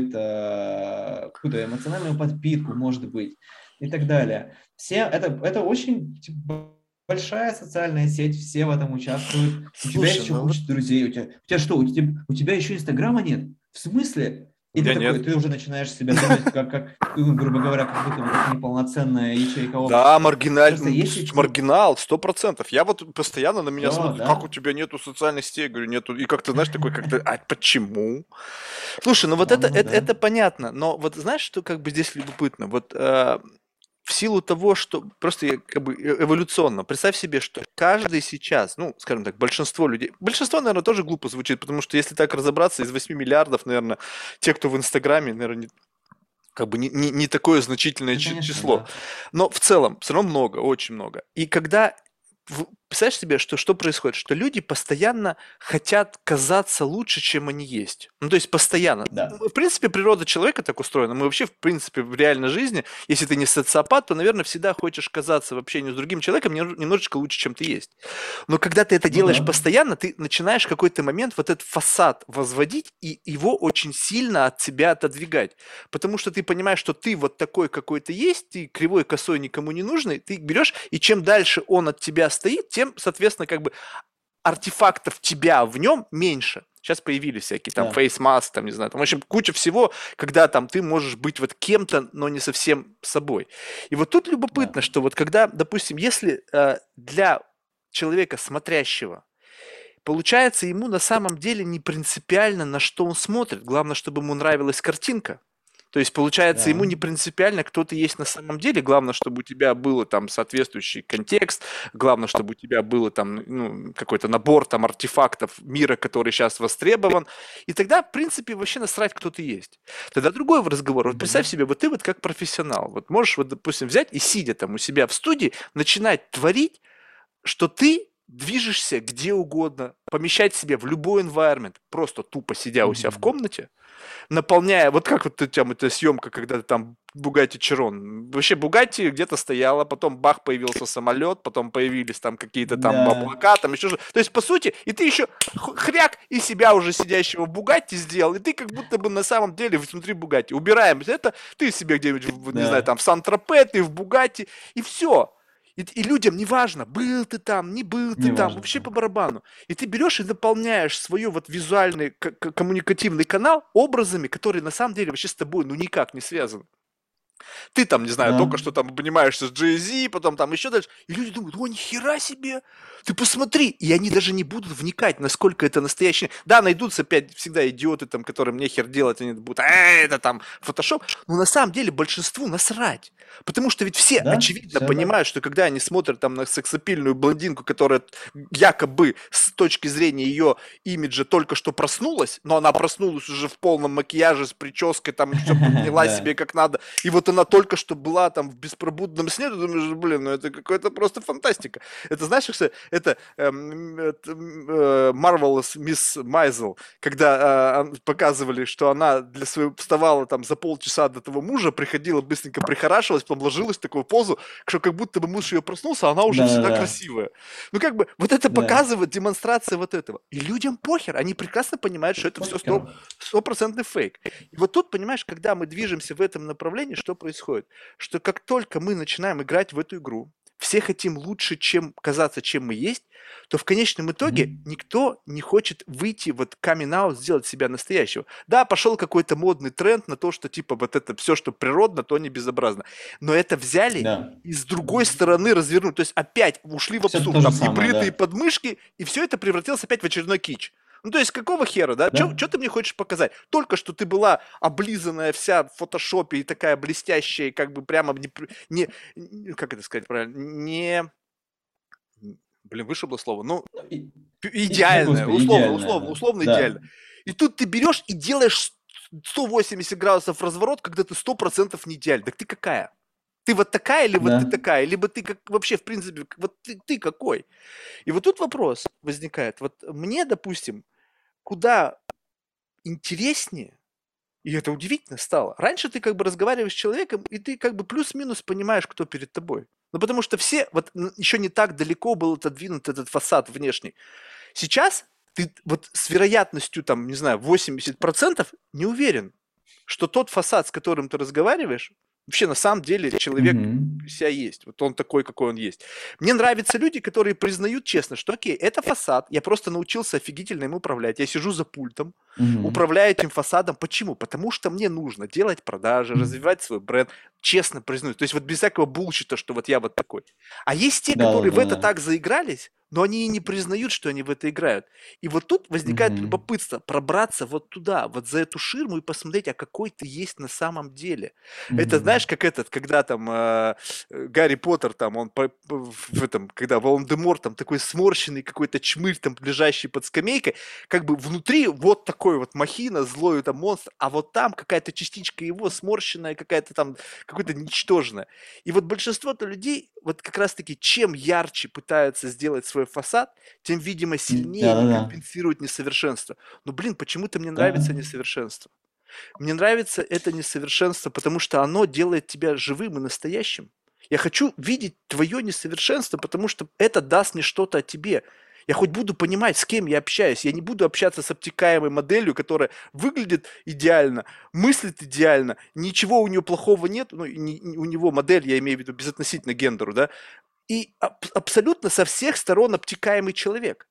какую-то какую-то эмоциональную подпитку, может быть, и так далее. Все, это, это очень типа, большая социальная сеть, все в этом участвуют. У тебя есть Слушай, еще ну вот куча друзей. У тебя, у тебя что, у тебя, у тебя еще Инстаграма нет? В смысле? у И ты меня такой, нет. ты уже начинаешь себя думать, как, как ну, грубо говоря, как будто бы как неполноценная ячейка Да, общества. маргиналь, Просто м, если... с- маргинал, сто процентов. Я вот постоянно на меня Все, смотрят, как у да, тебя нету социальных сетей? Я говорю, нету. И как ты знаешь, такой, как-то, а почему? Слушай, ну вот да, это, ну это, да. это понятно, но вот знаешь, что как бы здесь любопытно? Вот э, в силу того, что просто я как бы э- эволюционно, представь себе, что каждый сейчас, ну, скажем так, большинство людей, большинство, наверное, тоже глупо звучит, потому что если так разобраться, из восьми миллиардов, наверное, те, кто в Инстаграме, наверное, как бы не, не, не такое значительное Ну, чи- конечно, число. да. Но в целом все равно много, очень много. И когда в- представляешь себе, что, что происходит? Что люди постоянно хотят казаться лучше, чем они есть. Ну, то есть постоянно. Да. Ну, в принципе, природа человека так устроена. Мы вообще, в принципе, в реальной жизни, если ты не социопат, то, наверное, всегда хочешь казаться в общении с другим человеком нем- немножечко лучше, чем ты есть. Но когда ты это Ну делаешь да. постоянно, ты начинаешь в какой-то момент вот этот фасад возводить и его очень сильно от себя отодвигать. Потому что ты понимаешь, что ты вот такой, какой ты есть, ты кривой, косой, никому не нужный, ты берешь, и чем дальше он от тебя стоит, тем, соответственно, как бы артефактов тебя в нем меньше. Сейчас появились всякие там Да. face mask, там, не знаю, там, в общем, куча всего, когда там ты можешь быть вот кем-то, но не совсем собой. И вот тут Да. любопытно, что вот когда, допустим, если э, для человека смотрящего получается, ему на самом деле не принципиально, на что он смотрит. Главное, чтобы ему нравилась картинка. То есть, получается, ему Да. не принципиально, кто ты есть на самом деле. Главное, чтобы у тебя был там соответствующий контекст. Главное, чтобы у тебя был там ну, какой-то набор там артефактов мира, который сейчас востребован. И тогда, в принципе, вообще насрать, кто ты есть. Тогда другой разговор. Вот представь Мгм. себе, вот ты вот как профессионал. Вот можешь, вот, допустим, взять и сидя там у себя в студии, начинать творить, что ты движешься где угодно, помещать себя в любой environment, просто тупо сидя у себя в Мгм. комнате, наполняя, вот как вот ты- там эта съемка, когда ты там Бугатти Чирон. Вообще Бугатти где-то стояла, потом бах, появился самолет, потом появились там какие-то там Да. облака, там еще что. То есть, по сути, и ты еще х- хряк и себя уже сидящего в Бугатти сделал, и ты как будто бы на самом деле внутри Бугатти. Убираем это, ты себе где-нибудь, в- не знаю, Да. там в Сан-Тропе, ты в Бугатти, и все. И, и людям не важно, был ты там, не был ты там, Неважно, вообще да. по барабану. И ты берешь и наполняешь свой вот визуальный к- к- коммуникативный канал образами, которые на самом деле вообще с тобой ну никак не связаны. Ты там, не знаю, только Да. что там обнимаешься с Jay-Z, потом там еще дальше. И люди думают, о, нихера себе, ты посмотри. И они даже не будут вникать, насколько это настоящее. Да, найдутся опять всегда идиоты, там, которым нехер делать, они будут, а, это там фотошоп. Но на самом деле большинству насрать. Потому что ведь все Да, очевидно все так. понимают, что когда они смотрят там на сексапильную блондинку, которая якобы с точки зрения ее имиджа только что проснулась, но она проснулась уже в полном макияже, с прической, там все подняла Да. себе как надо, и вот она только что была там в беспробудном сне, ты думаешь, блин, ну это какая-то просто фантастика. Это знаешь, что это эм, это, э, Marvelous Мисс Майзел, когда э, показывали, что она для своего вставала там за полчаса до того мужа, приходила, быстренько прихорашивалась, потом ложилась в такую позу, что как будто бы муж ее проснулся, а она уже всегда Да-да-да. красивая. Ну, как бы, вот это Да. показывает демонстрация вот этого. И людям похер, они прекрасно понимают, что это все Покер. стопроцентный фейк. И вот тут, понимаешь, когда мы движемся в этом направлении, что происходит? Что как только мы начинаем играть в эту игру, все хотим лучше, чем казаться, чем мы есть, то в конечном итоге Мгм. никто не хочет выйти, вот камин аут, сделать себя настоящего. Да, пошел какой-то модный тренд на то, что типа вот это все, что природно, то не безобразно. Но это взяли Да. и с другой стороны развернуть. То есть опять ушли в Все абсурд. то же Там самое, небритые да. подмышки, и все это превратилось опять в очередной кич. Ну, то есть, какого хера, да? Что Да. ты мне хочешь показать? Только что ты была облизанная вся в фотошопе и такая блестящая, и как бы прямо не, не, не- как это сказать правильно, не, блин, вышибло слово, ну, Ну, и- и- да, идеальная, господи, условно, идеальная условно, она. условно Да. идеально. И тут ты берешь и делаешь сто восемьдесят градусов разворот, когда ты сто процентов не идеальна. Так ты какая? Ты вот такая или вот ты Да. такая? Либо ты как вообще, в принципе, вот ты, ты какой? И вот тут вопрос возникает. Вот мне, допустим, куда интереснее, и это удивительно стало. Раньше ты как бы разговариваешь с человеком, и ты как бы плюс-минус понимаешь, кто перед тобой. Ну, потому что все, вот еще не так далеко был отодвинут этот фасад внешний. Сейчас ты вот с вероятностью, там, не знаю, восемьдесят процентов не уверен, что тот фасад, с которым ты разговариваешь, вообще на самом деле человек Мгм. себя есть. Вот он такой, какой он есть. Мне нравятся люди, которые признают честно, что окей, это фасад, я просто научился офигительно им управлять. Я сижу за пультом, Мгм. управляю этим фасадом. Почему? Потому что мне нужно делать продажи, развивать свой бренд, честно признаюсь. То есть вот без всякого булщита, что вот я вот такой. А есть те, которые в это Да-да-да-да. так заигрались, но они и не признают, что они в это играют. И вот тут возникает Мгм. любопытство пробраться вот туда, вот за эту ширму и посмотреть, а какой ты есть на самом деле. Это знаешь, Мгм. как этот, когда там э, э, Гарри Поттер, там, он по- по- в этом, когда Волан-де-Мор, там такой сморщенный какой-то чмырь, там, лежащий под скамейкой, как бы внутри вот такой вот махина, злой это монстр, а вот там какая-то частичка его сморщенная, какая-то там, какое-то ничтожное. И вот большинство-то людей, вот как раз-таки, чем ярче пытаются сделать свой фасад, тем, видимо, сильнее они Да-да-да. компенсируют несовершенство. Но, блин, почему-то мне Да. нравится несовершенство. Мне нравится это несовершенство, потому что оно делает тебя живым и настоящим. Я хочу видеть твое несовершенство, потому что это даст мне что-то о тебе. Я хоть буду понимать, с кем я общаюсь. Я не буду общаться с обтекаемой моделью, которая выглядит идеально, мыслит идеально, ничего у нее плохого нет. Ну, не- не- у него модель, я имею в виду, безотносительно гендеру, да, и аб- абсолютно со всех сторон обтекаемый человек.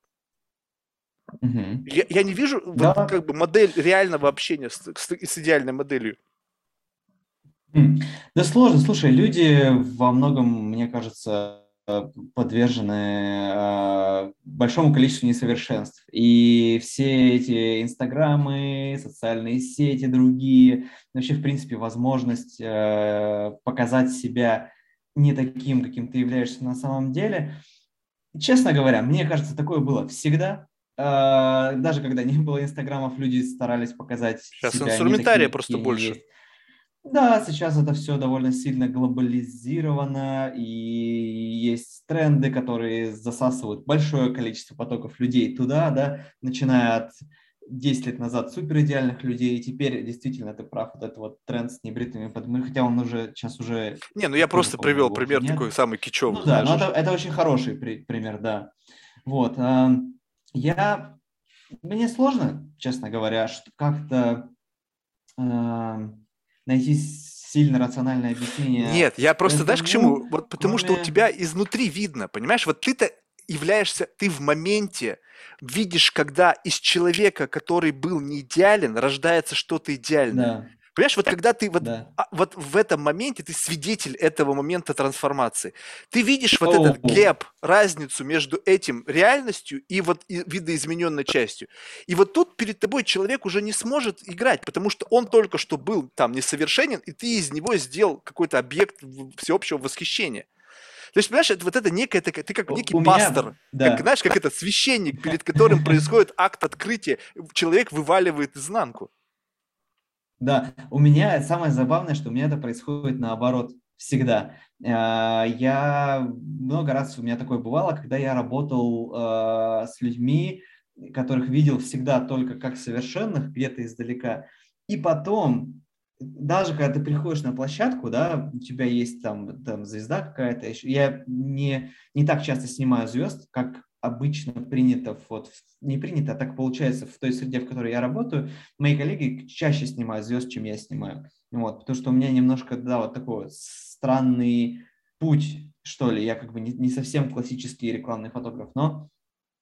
Мгм. Я, я не вижу вот Да. как бы модель реального общения с, с- с идеальной моделью. М. Да сложно. Слушай, люди во многом, мне кажется, подвержены э, большому количеству несовершенств. И все эти инстаграмы, социальные сети другие, вообще, в принципе, возможность э, показать себя не таким, каким ты являешься на самом деле. Честно говоря, мне кажется, такое было всегда. Э, даже когда не было инстаграмов, люди старались показать Сейчас себя не инструментария такими, просто какие они больше. есть. Да, сейчас это все довольно сильно глобализировано, и есть тренды, которые засасывают большое количество потоков людей туда, да, начиная от десять лет назад суперидеальных людей, и теперь действительно ты прав, вот этот вот тренд с небритыми подмышками, хотя он уже сейчас уже Не, ну я тоже, просто по-моему, привел его уже пример нет. такой самый Ну кичевый, да, знаешь но это, же. это очень хороший при- пример, да. Вот. а, Я... Мне сложно, честно говоря, что как-то а, найти сильно рациональное объяснение Нет, я просто, знаешь, к чему? этому, Вот потому что у кроме... тебя изнутри видно, понимаешь? Вот ты-то являешься, ты в моменте видишь, когда из человека, который был не идеален, рождается что-то идеальное. Да, Понимаешь, вот когда ты вот, да. а, вот в этом моменте, ты свидетель этого момента трансформации. Ты видишь вот этот Оу, гэп, разницу между этим реальностью и вот и видоизмененной частью. И вот тут перед тобой человек уже не сможет играть, потому что он только что был там несовершенен, и ты из него сделал какой-то объект в- всеобщего восхищения. То есть, понимаешь, это вот это некая такая, ты как у некий у меня, пастор, как, да. знаешь, как этот священник, перед которым происходит акт открытия, человек вываливает изнанку. Да, у меня самое забавное, что у меня это происходит наоборот всегда. А, Я много раз у меня такое бывало, когда я работал а, с людьми, которых видел всегда только как совершенных, где-то издалека. И потом, даже когда ты приходишь на площадку, да, у тебя есть там, там звезда какая-то. еще- Я не, не так часто снимаю звезд, как обычно принято, вот, не принято, а так получается в той среде, в которой я работаю. Мои коллеги чаще снимают звезд, чем я снимаю. Вот, потому что у меня немножко, да, вот такой вот странный путь, что ли. Я как бы не, не совсем классический рекламный фотограф, но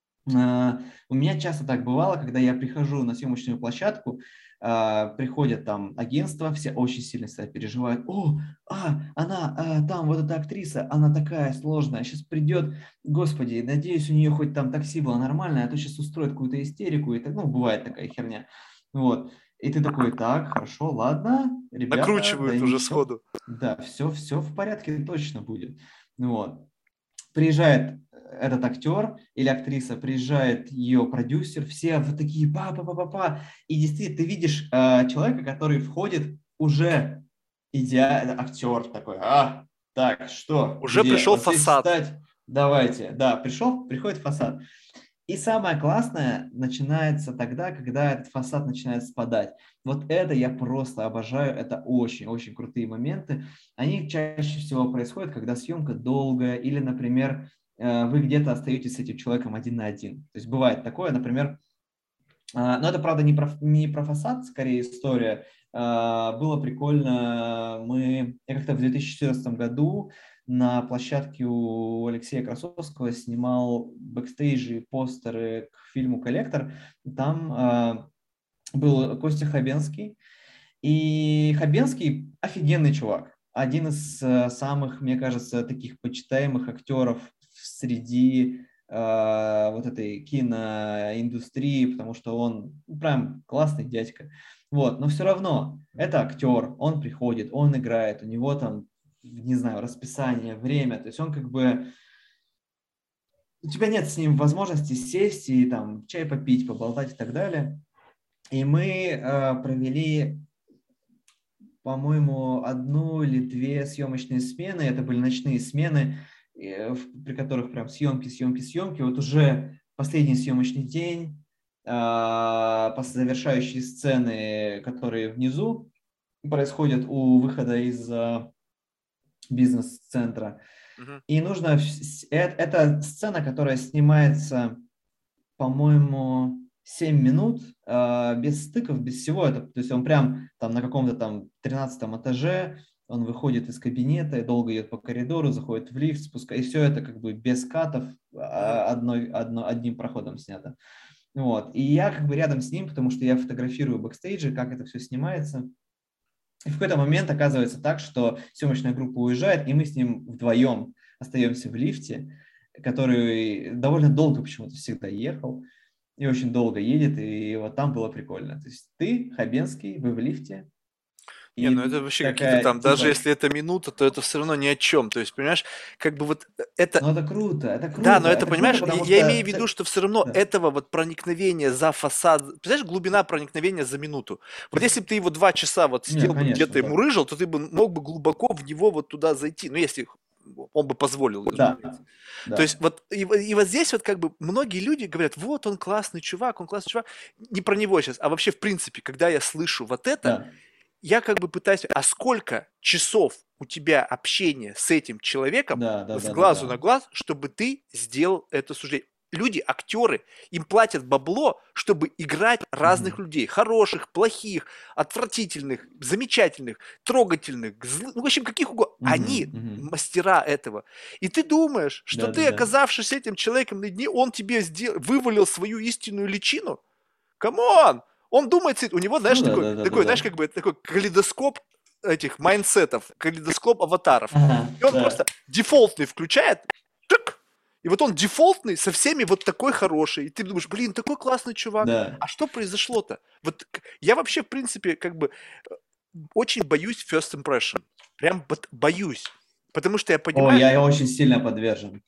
э, у меня часто так бывало, когда я прихожу на съемочную площадку, э, приходят там агентства, все очень сильно себя переживают. О, а, она, а, там вот эта актриса, она такая сложная, сейчас придет, господи, надеюсь, у нее хоть там такси было нормальное, а то сейчас устроит какую-то истерику, и так, ну, бывает такая херня. Вот. И ты такой, так, хорошо, ладно, ребята, да Накручивают не уже все, сходу. да, все, все в порядке точно будет. Вот. Приезжает этот актер или актриса, приезжает ее продюсер, все вот такие па-па-па-па-па, и действительно ты видишь э, человека, который входит уже идеально, актер такой, а, так, что, Уже где, пришел вот здесь фасад. встать, давайте, да, пришел, приходит фасад. И самое классное начинается тогда, когда этот фасад начинает спадать. Вот это я просто обожаю, это очень-очень крутые моменты. Они чаще всего происходят, когда съемка долгая или, например, э, вы где-то остаетесь с этим человеком один на один. То есть бывает такое, например, э, но это, правда, не про, не про фасад, скорее история. Э, Было прикольно, мы, я как-то в две тысячи четырнадцатом году на площадке у Алексея Красовского снимал бэкстейджи и постеры к фильму «Коллектор». Там э, был Костя Хабенский. И Хабенский офигенный чувак. Один из э, самых, мне кажется, таких почитаемых актеров среди э, вот этой киноиндустрии, потому что он ну, прям классный дядька. Вот, но все равно это актер, он приходит, он играет, у него там, не знаю, расписание, время, то есть он как бы у тебя нет с ним возможности сесть и там чай попить, поболтать и так далее. И мы э, провели, по-моему, одну или две съемочные смены. Это были ночные смены, э, в- при которых прям съемки, съемки, съемки. Вот уже последний съемочный день, э, после завершающие сцены, которые внизу происходят у выхода из э, бизнес-центра. Мгм. И нужно... вс- э- Это сцена, которая снимается, по-моему, семь минут, э, без стыков, без всего. Это, то есть он прям там на каком-то там тринадцатом этаже, он выходит из кабинета и долго идет по коридору, заходит в лифт, спускает, и все это как бы без катов, Мгм. а, одной, одно, одним проходом снято. Вот. И я как бы рядом с ним, потому что я фотографирую бэкстейджи, как это все снимается. И в какой-то момент оказывается так, что съемочная группа уезжает, и мы с ним вдвоем остаемся в лифте, который довольно долго почему-то всегда ехал, и очень долго едет, и вот там было прикольно. То есть ты, Хабенский, вы в лифте, Не, ну и это вообще какие-то такая, там, даже типа, если это минута, то это все равно ни о чем. То есть, понимаешь, как бы вот э, это, ну это круто, это да, но круто, это, это круто, понимаешь, я потому я имею что... в виду, ты- что все равно Да, этого вот проникновения за фасад, представляешь, глубина проникновения за минуту. Вот если бы ты его два часа вот не, сидел бы конечно, где-то и да. мурыжил, то ты бы мог бы глубоко в него вот туда зайти, ну, если он бы позволил, Да, разумеется. То есть да, вот и, во- и вот здесь вот как бы многие люди говорят, вот он классный чувак, он классный чувак. Не про него сейчас, а вообще в принципе, когда я слышу вот это, да. я как бы пытаюсь, а сколько часов у тебя общения с этим человеком Да, да, с да, да, глазу на да. глаз, чтобы ты сделал это суждение? Люди, актеры, им платят бабло, чтобы играть разных Мгм. людей. Хороших, плохих, отвратительных, замечательных, трогательных, злых, ну, в общем, каких угодно. Мгм, Они мгм. мастера этого. И ты думаешь, что Да, да, ты, да. оказавшись с этим человеком на дне, он тебе сдел- вывалил свою истинную личину? Камон! Он думает, у него, знаешь, Ну да, такой, да, да, да, такой, знаешь, да. как бы такой калейдоскоп этих майндсетов, калейдоскоп аватаров. Ага, И он просто да, дефолтный включает, тык, и вот он дефолтный со всеми вот такой хороший. И ты думаешь, блин, такой классный чувак. да. А что произошло-то? Вот к- я вообще, в принципе, как бы э, очень боюсь first impression. Прям бот- боюсь. Потому что я О, понимаю, я очень сильно подвержен.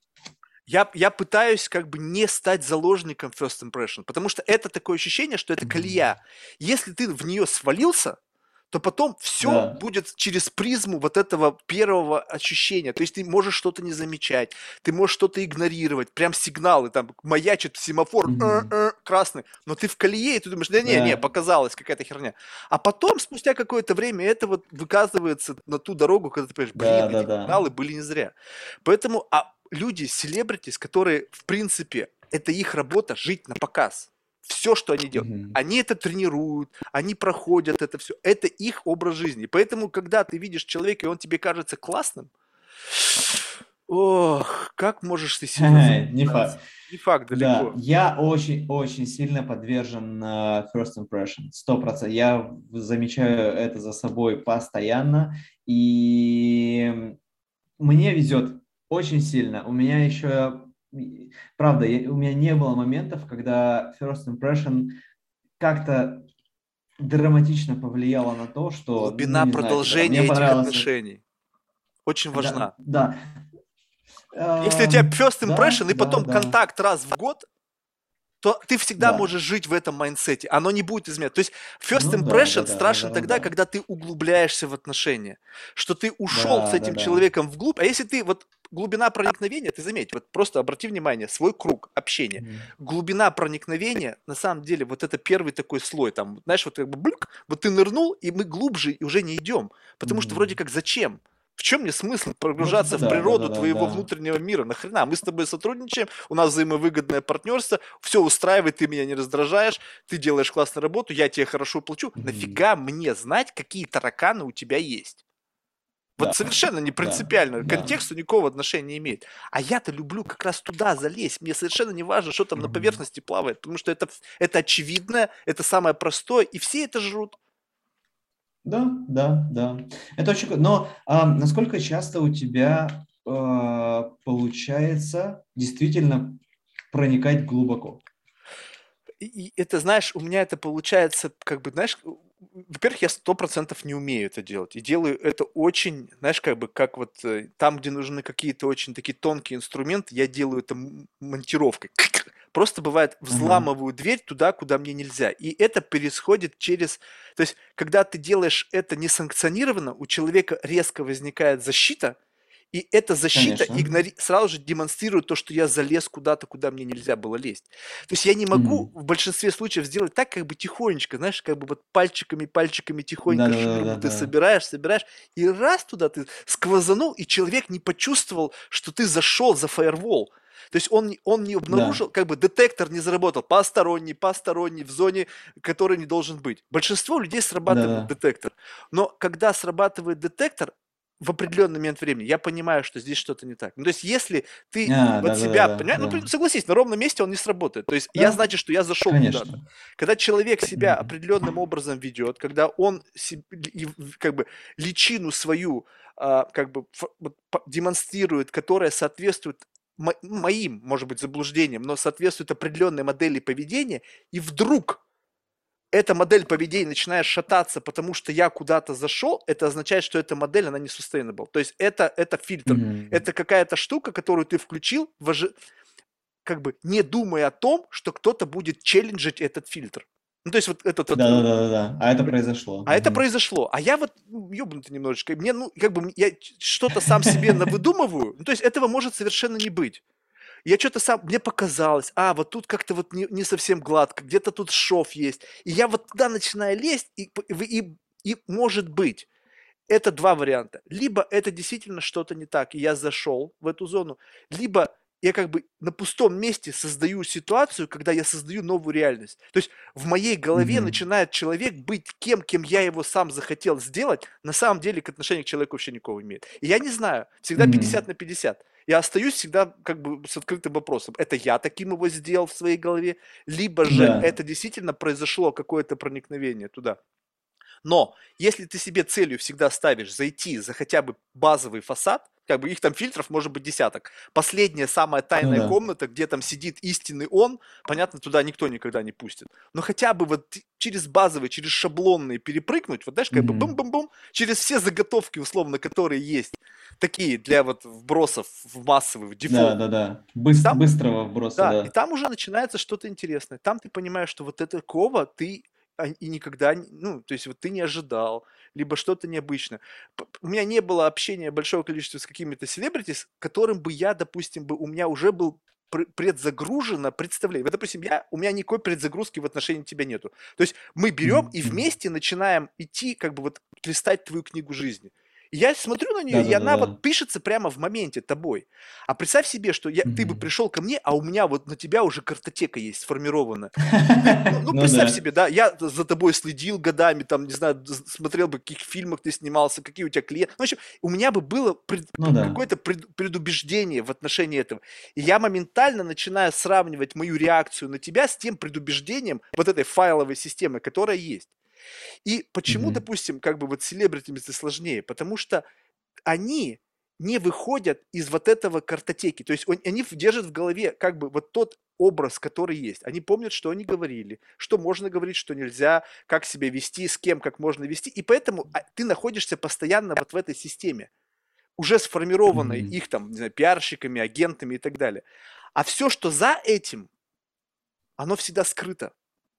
я, я пытаюсь как бы не стать заложником first impression, потому что это такое ощущение, что это Мгм. колея. Если ты в нее свалился, то потом все Да. будет через призму вот этого первого ощущения. То есть ты можешь что-то не замечать, ты можешь что-то игнорировать, прям сигналы, там маячит семафор э, Мгм. э, красный, но ты в колее, и ты думаешь, да не, не, Да, показалось какая-то херня. А потом, спустя какое-то время, это вот выказывается на ту дорогу, когда ты понимаешь, блин, да, да, эти да. сигналы были не зря. Поэтому, а люди, селебритис, которые, в принципе, это их работа жить на показ. Все, что они делают. Мгм. Они это тренируют, они проходят это все. Это их образ жизни. Поэтому, когда ты видишь человека, и он тебе кажется классным, ох, как можешь ты сильно Не заблуждаться. факт. Не факт Да, далеко. я очень-очень сильно подвержен э, first impression, сто процентов. Я замечаю это за собой постоянно, и мне везет очень сильно. У меня еще, и- правда, я- у меня не было моментов, когда first impression как-то драматично повлияло на то, что, ну, Глубина не знаю, типа, там, мне продолжения этих понравилось... вот- отношений очень Да, важна. да, Если у тебя эм, first да, impression и да, потом да, контакт раз в год, то ты всегда да. можешь жить в этом майндсете. Оно не будет изменяться. То есть first Ну да, да, impression да, страшен наверное, тогда, да. когда ты углубляешься в отношения. Что ты ушел с Да, да, этим да. человеком вглубь. А если ты, вот глубина проникновения, ты заметь, вот просто обрати внимание, свой круг общения. Мгм. Глубина проникновения, на самом деле, вот это первый такой слой. Там, знаешь, вот как бы блюк, вот ты нырнул, и мы глубже уже не идем. Потому что вроде Мгм. как зачем? В чем мне смысл Ну, типа, погружаться в да, да, да, природу да, твоего да. внутреннего мира? Нахрена? Мы с тобой сотрудничаем, у нас взаимовыгодное партнерство, все устраивает, ты меня не раздражаешь, ты делаешь классную работу, я тебе хорошо плачу. Мгм. Нафига мне знать, какие тараканы у тебя есть? Вот Да, совершенно не да, принципиально, к да. контексту никакого отношения не имеет. А я-то люблю как раз туда залезть. Мне совершенно не важно, что там на Мгм. поверхности плавает, потому что это, это очевидно, это самое простое, и все это жрут. Да, да, да. Это очень круто. Но а, насколько часто у тебя а, получается действительно проникать глубоко? И, и это, знаешь, у меня это получается, как бы, знаешь, у- во-первых, я сто процентов не умею это делать. И делаю это очень, знаешь, как бы, как вот э, там, где нужны какие-то очень такие тонкие инструменты, я делаю это м- монтировкой. Просто бывает, Ага, взламываю дверь туда, куда мне нельзя. И это происходит через... То есть, когда ты делаешь это несанкционированно, у человека резко возникает защита, и эта защита конечно. игнори... сразу же демонстрирует то, что я залез куда-то, куда мне нельзя было лезть. То есть я не могу Мгм. в большинстве случаев сделать так, как бы тихонечко, знаешь, как бы вот пальчиками, пальчиками Да, тихонько да, да, да, ширму ты да. собираешь, собираешь, и раз туда ты сквозанул, и человек не почувствовал, что ты зашел за фаервол. То есть он, не- он не Да, обнаружил, как бы детектор не заработал, посторонний, посторонний, в зоне, который не должен быть. Большинство людей да, срабатывает да. детектор. Но когда срабатывает детектор, в определенный момент времени я понимаю, что здесь что-то не так. Ну, то есть, если ты А, вот себя, да-да-да, понимаешь, ну, да. согласись, на ровном месте он не сработает. То есть, я, Да, значит, что я зашел куда-то. конечно. Когда человек себя Мгм. определенным образом ведет, когда он себ- и в- как бы личину свою а, как бы ф- вот по- демонстрирует, которая соответствует мо- моим, может быть, заблуждениям, но соответствует определенной модели поведения, и вдруг эта модель поведения начинает шататься, потому что я куда-то зашел, это означает, что эта модель, она не sustainable. То есть это, это фильтр, Мгм. это какая-то штука, которую ты включил, в ожи- как бы не думая о том, что кто-то будет челленджить этот фильтр. Ну, то есть вот этот вот, э, Да-да-да-да-да. А это произошло. а это Мгм. произошло. А я вот ну, ёбнутый немножечко. Мне, ну, как бы, я ч- что-то сам себе навыдумываю. Ну, то есть этого может совершенно не быть. Я что-то сам, мне показалось, а, вот тут как-то вот не, не совсем гладко, где-то тут шов есть. И я вот туда начинаю лезть, и, и, и, и может быть, это два варианта. Либо это действительно что-то не так, и я зашел в эту зону, либо я как бы на пустом месте создаю ситуацию, когда я создаю новую реальность. То есть в моей голове Мгм. начинает человек быть кем, кем я его сам захотел сделать, на самом деле к отношению к человеку вообще никакого имеет. И я не знаю, всегда пятьдесят Мгм. на пятьдесят. Я остаюсь всегда как бы с открытым вопросом. Это я таким его сделал в своей голове, либо же Да. это действительно произошло какое-то проникновение туда. Но если ты себе целью всегда ставишь зайти за хотя бы базовый фасад, как бы их там фильтров может быть десяток. Последняя самая Ну тайная да. комната, где там сидит истинный он, понятно, туда никто никогда не пустит. Но хотя бы вот через базовые, через шаблонные перепрыгнуть, вот знаешь, как бы Мгм. бум-бум-бум, через все заготовки, условно, которые есть, такие для вот вбросов в массовый, в дефолт. Да-да-да. И Быс- там быстрого вброса, да, и да. там уже начинается что-то интересное. Там ты понимаешь, что вот это кова ты а, и никогда, не- ну, то есть вот ты не ожидал, либо что-то необычное. П- У меня не было общения большого количества с какими-то селебритис, которым бы я, допустим, бы у меня уже был пр- предзагружено представление. Вот, допустим, я, у меня никакой предзагрузки в отношении тебя нету. То есть мы берем и Мгм. вместе начинаем идти, как бы вот листать твою книгу жизни. И я смотрю на нее, и она Да-да-да-да. вот пишется прямо в моменте тобой. А представь себе, что я, ты бы Мгм. пришел ко мне, а у меня вот на тебя уже картотека есть сформирована. И ты, ну, ну, Ну представь да. себе, да, я за тобой следил годами, там, не знаю, з- смотрел бы, в каких фильмах ты снимался, какие у тебя клиенты. Ну, в общем, у меня бы было пред- Ну да. какое-то пред- предубеждение в отношении этого. И я моментально начинаю сравнивать мою реакцию на тебя с тем предубеждением вот этой файловой системы, которая есть. И почему, Мгм. допустим, как бы вот с селебритами это сложнее? Потому что они не выходят из вот этого картотеки. То есть он- они держат в голове как бы вот тот образ, который есть. Они помнят, что они говорили, что можно говорить, что нельзя, как себя вести, с кем как можно вести. И поэтому а, ты находишься постоянно вот в этой системе, уже сформированной Мгм. их там, не знаю, пиарщиками, агентами и так далее. А все, что за этим, оно всегда скрыто.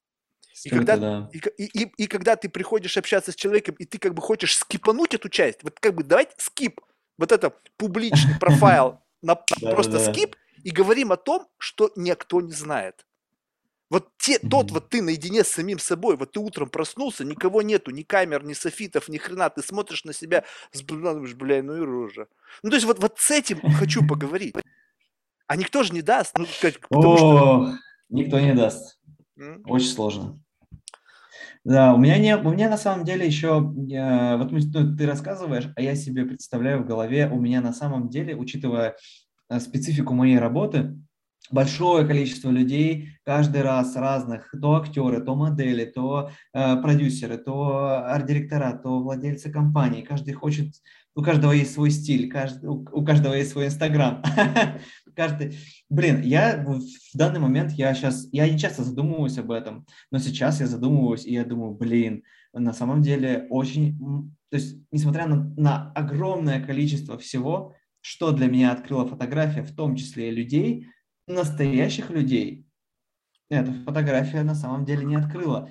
И Скрыто, когда, да. и, и, и, и когда ты приходишь общаться с человеком, и ты как бы хочешь скипануть эту часть, вот как бы давайте скип, вот это публичный профайл, на просто Да-да-да. скип, и говорим о том, что никто не знает. Вот те, тот Мгм. вот ты наедине с самим собой, вот ты утром проснулся, никого нету, ни камер, ни софитов, ни хрена, ты смотришь на себя, с- думаешь, бля, ну и рожа. Ну то есть вот, вот с этим хочу поговорить. А никто же не даст, ну, как- потому что... О, никто не даст. м, Очень сложно. Да, у меня не, у меня на самом деле еще, э, вот мы- ну, ты рассказываешь, а я себе представляю в голове, у меня на самом деле, учитывая э, специфику моей работы, большое количество людей каждый раз разных, то актеры, то модели, то э, продюсеры, то арт-директора, то владельцы компаний. Каждый хочет, у каждого есть свой стиль, каждый, у, у каждого есть свой Инстаграм. Каждый, блин, я в в данный момент, я сейчас, я не часто задумываюсь об этом, но сейчас я задумываюсь, и я думаю, блин, на самом деле очень, м, то есть, несмотря на, на огромное количество всего, что для меня открыла фотография, в том числе и людей, настоящих людей, эта фотография на самом деле не открыла.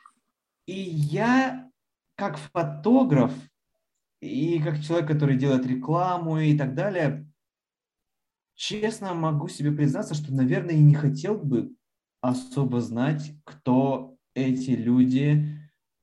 И я, как фотограф, и как человек, который делает рекламу и так далее, честно могу себе признаться, что, наверное, и не хотел бы особо знать, кто эти люди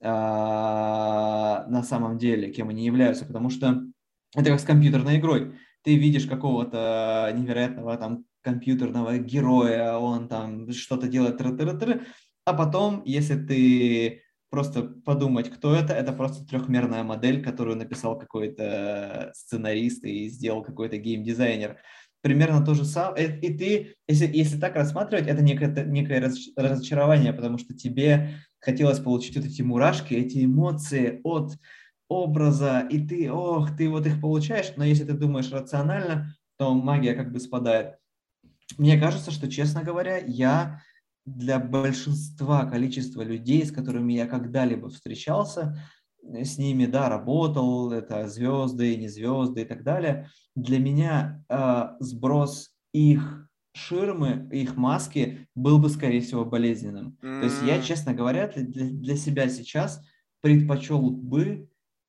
а, на самом деле, кем они являются, потому что это как с компьютерной игрой. Ты видишь какого-то невероятного там компьютерного героя, он там что-то делает, тры-тры-тры, а потом, если ты просто подумать, кто это. Это просто трехмерная модель, которую написал какой-то сценарист и сделал какой-то геймдизайнер. Примерно то же самое. И ты, если, если так рассматривать, это некое, некое раз- разочарование, потому что тебе хотелось получить вот эти мурашки, эти эмоции от образа, и ты, ох, ты вот их получаешь, но если ты думаешь рационально, то магия как бы спадает. Мне кажется, что, честно говоря, я для большинства количества людей, с которыми я когда-либо встречался, э, с ними, да, работал, это звезды, не звезды и так далее, для меня э, сброс их ширмы, их маски был бы, скорее всего, болезненным. То есть я, М, честно говоря, для, для для себя сейчас предпочел бы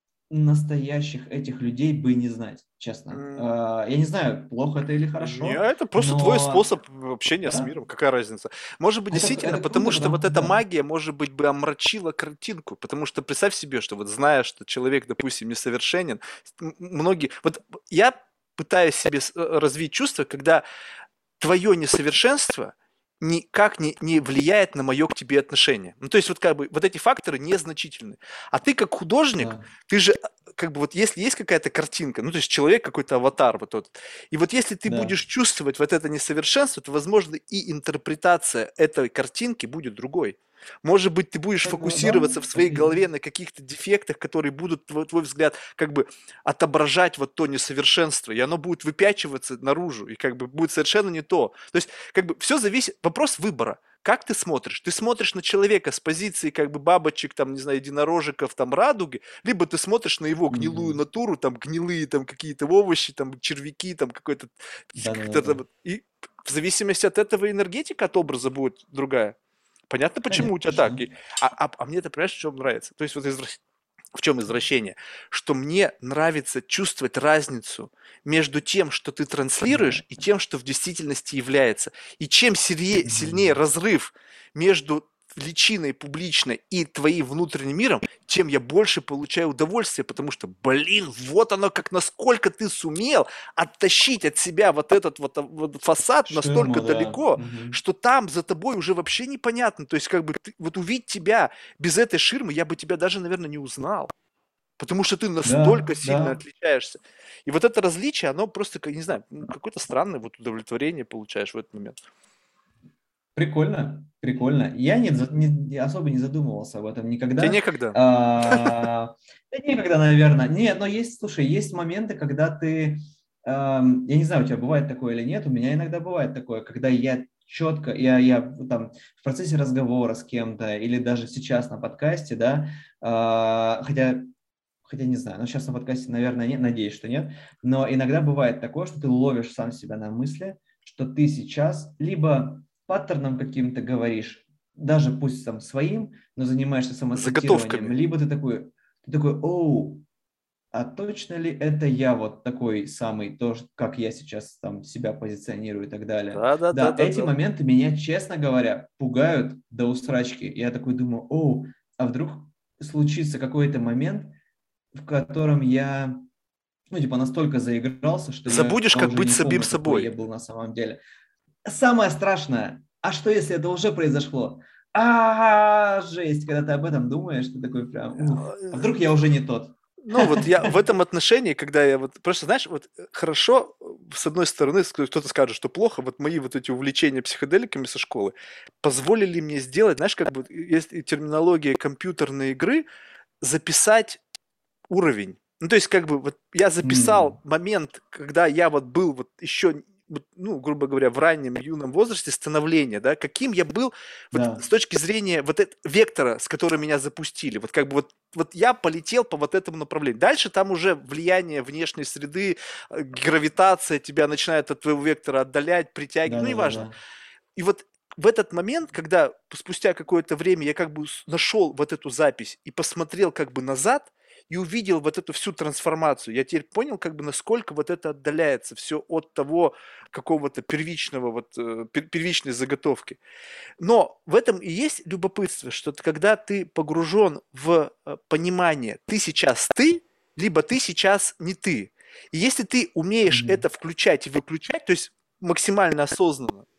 настоящих этих людей бы не знать, честно. м. Э, Я не знаю, плохо это или Не, хорошо, это просто твой но способ общения с да, миром. Какая разница? Может быть, это, действительно, это потому круто, что вот потому эта да, магия, может быть, бы омрачила картинку. Потому что представь себе, что вот зная, что человек, допустим, несовершенен, м- многие... Вот я пытаюсь себе с- э, развить чувство, когда твое несовершенство никак не, не влияет на мое к тебе отношение. Ну, то есть вот как бы вот эти факторы незначительны. А ты как художник, да, ты же а, как бы вот если есть какая-то картинка, ну, то есть человек какой-то аватар вот тот, и вот если ты да. будешь чувствовать вот это несовершенство, то, возможно, и интерпретация этой картинки будет другой. Может быть, ты будешь Так, э, да, фокусироваться в своей так и голове есть. на каких-то дефектах, которые будут, твой, твой взгляд, как бы отображать вот то несовершенство, и оно будет выпячиваться наружу, и как бы будет совершенно не то. То есть, как бы все зависит, вопрос выбора. Как ты смотришь? Ты смотришь на человека с позиции как бы бабочек, там, не знаю, единорожиков, там, радуги, либо ты смотришь на его гнилую Мгм. натуру, там, гнилые там какие-то овощи, там, червяки, там, какой-то... как-то Да-да-да. вот. И в зависимости от этого энергетика от образа будет другая. Понятно, почему у тебя так. Конечно. И, а, а, а мне это, понимаешь, в чем нравится? То есть вот извра- в чем извращение? Что мне нравится чувствовать разницу между тем, что ты транслируешь, Да. и тем, что в действительности является. И чем сильнее, сильнее Мгм. разрыв между личиной публичной и твоим внутренним миром, тем я больше получаю удовольствие, потому что, блин, вот оно как, насколько ты сумел оттащить от себя вот этот вот, а, вот фасад настолько Ширма, да. далеко, Мгм. что там за тобой уже вообще непонятно. То есть, как бы, ты- вот увидеть тебя без этой ширмы, я бы тебя даже, наверное, не узнал. Потому что ты Да, настолько сильно да. отличаешься. И вот это различие, оно просто, как, не знаю, ну, какое-то странное вот удовлетворение получаешь в этот момент. Прикольно, прикольно. Я не, за- не- не- особо не задумывался об этом Тебе никогда. некогда. А, да никогда, наверное. Нет, но есть, слушай, есть моменты, когда ты, эм, я не знаю, у тебя бывает такое или нет, у меня иногда бывает такое, когда я четко, я, я там в процессе разговора с кем-то или даже сейчас на подкасте, да, а, хотя, хотя не знаю, но сейчас на подкасте, наверное, нет, надеюсь, что нет, но иногда бывает такое, что ты ловишь сам себя на мысли, что ты сейчас либо паттерном каким-то говоришь, даже пусть там своим, но занимаешься С самоцитированием, заготовками. либо ты такой, ты такой, оу, а точно ли это я вот такой самый, то, ш- как я сейчас там себя позиционирую и так далее. Да, да, да, Да, да, эти да. моменты меня, честно говоря, пугают до усрачки. Я такой думаю, оу, а вдруг случится какой-то момент, в котором я, ну, типа, настолько заигрался, что я Забудешь, как уже быть не самим помню, какой собой. я был на самом деле. Самое страшное, а что если это уже произошло? А, жесть, когда ты об этом думаешь, ты такой прям, уф, а вдруг я уже не тот? Ну, вот я в этом отношении, когда я вот просто, знаешь, вот э, хорошо, э, с одной стороны, ск- кто-то скажет, что плохо, вот мои вот эти увлечения психоделиками со школы позволили мне сделать, знаешь, как бы, есть и терминология компьютерной игры, записать уровень. Ну, то есть, как бы, вот я записал М, момент, когда я вот был вот еще, вот, ну, грубо говоря, в раннем юном возрасте становления, да, каким я был вот Да, с точки зрения вот этого вектора, с которым меня запустили. Вот как бы вот, вот я полетел по вот этому направлению. Дальше там уже влияние внешней среды, э, гравитация тебя начинает от твоего вектора отдалять, притягивать, да, ну, да, да, неважно. да. И вот в этот момент, когда спустя какое-то время я как бы нашел вот эту запись и посмотрел как бы назад, и увидел вот эту всю трансформацию, я теперь понял, как бы насколько вот это отдаляется все от того какого-то первичного, вот, э, пер- первичной заготовки. Но в этом и есть любопытство, что т- когда ты погружен в э, понимание, ты сейчас ты, либо ты сейчас не ты. И если ты умеешь Мгм. это включать и выключать, то есть максимально осознанно,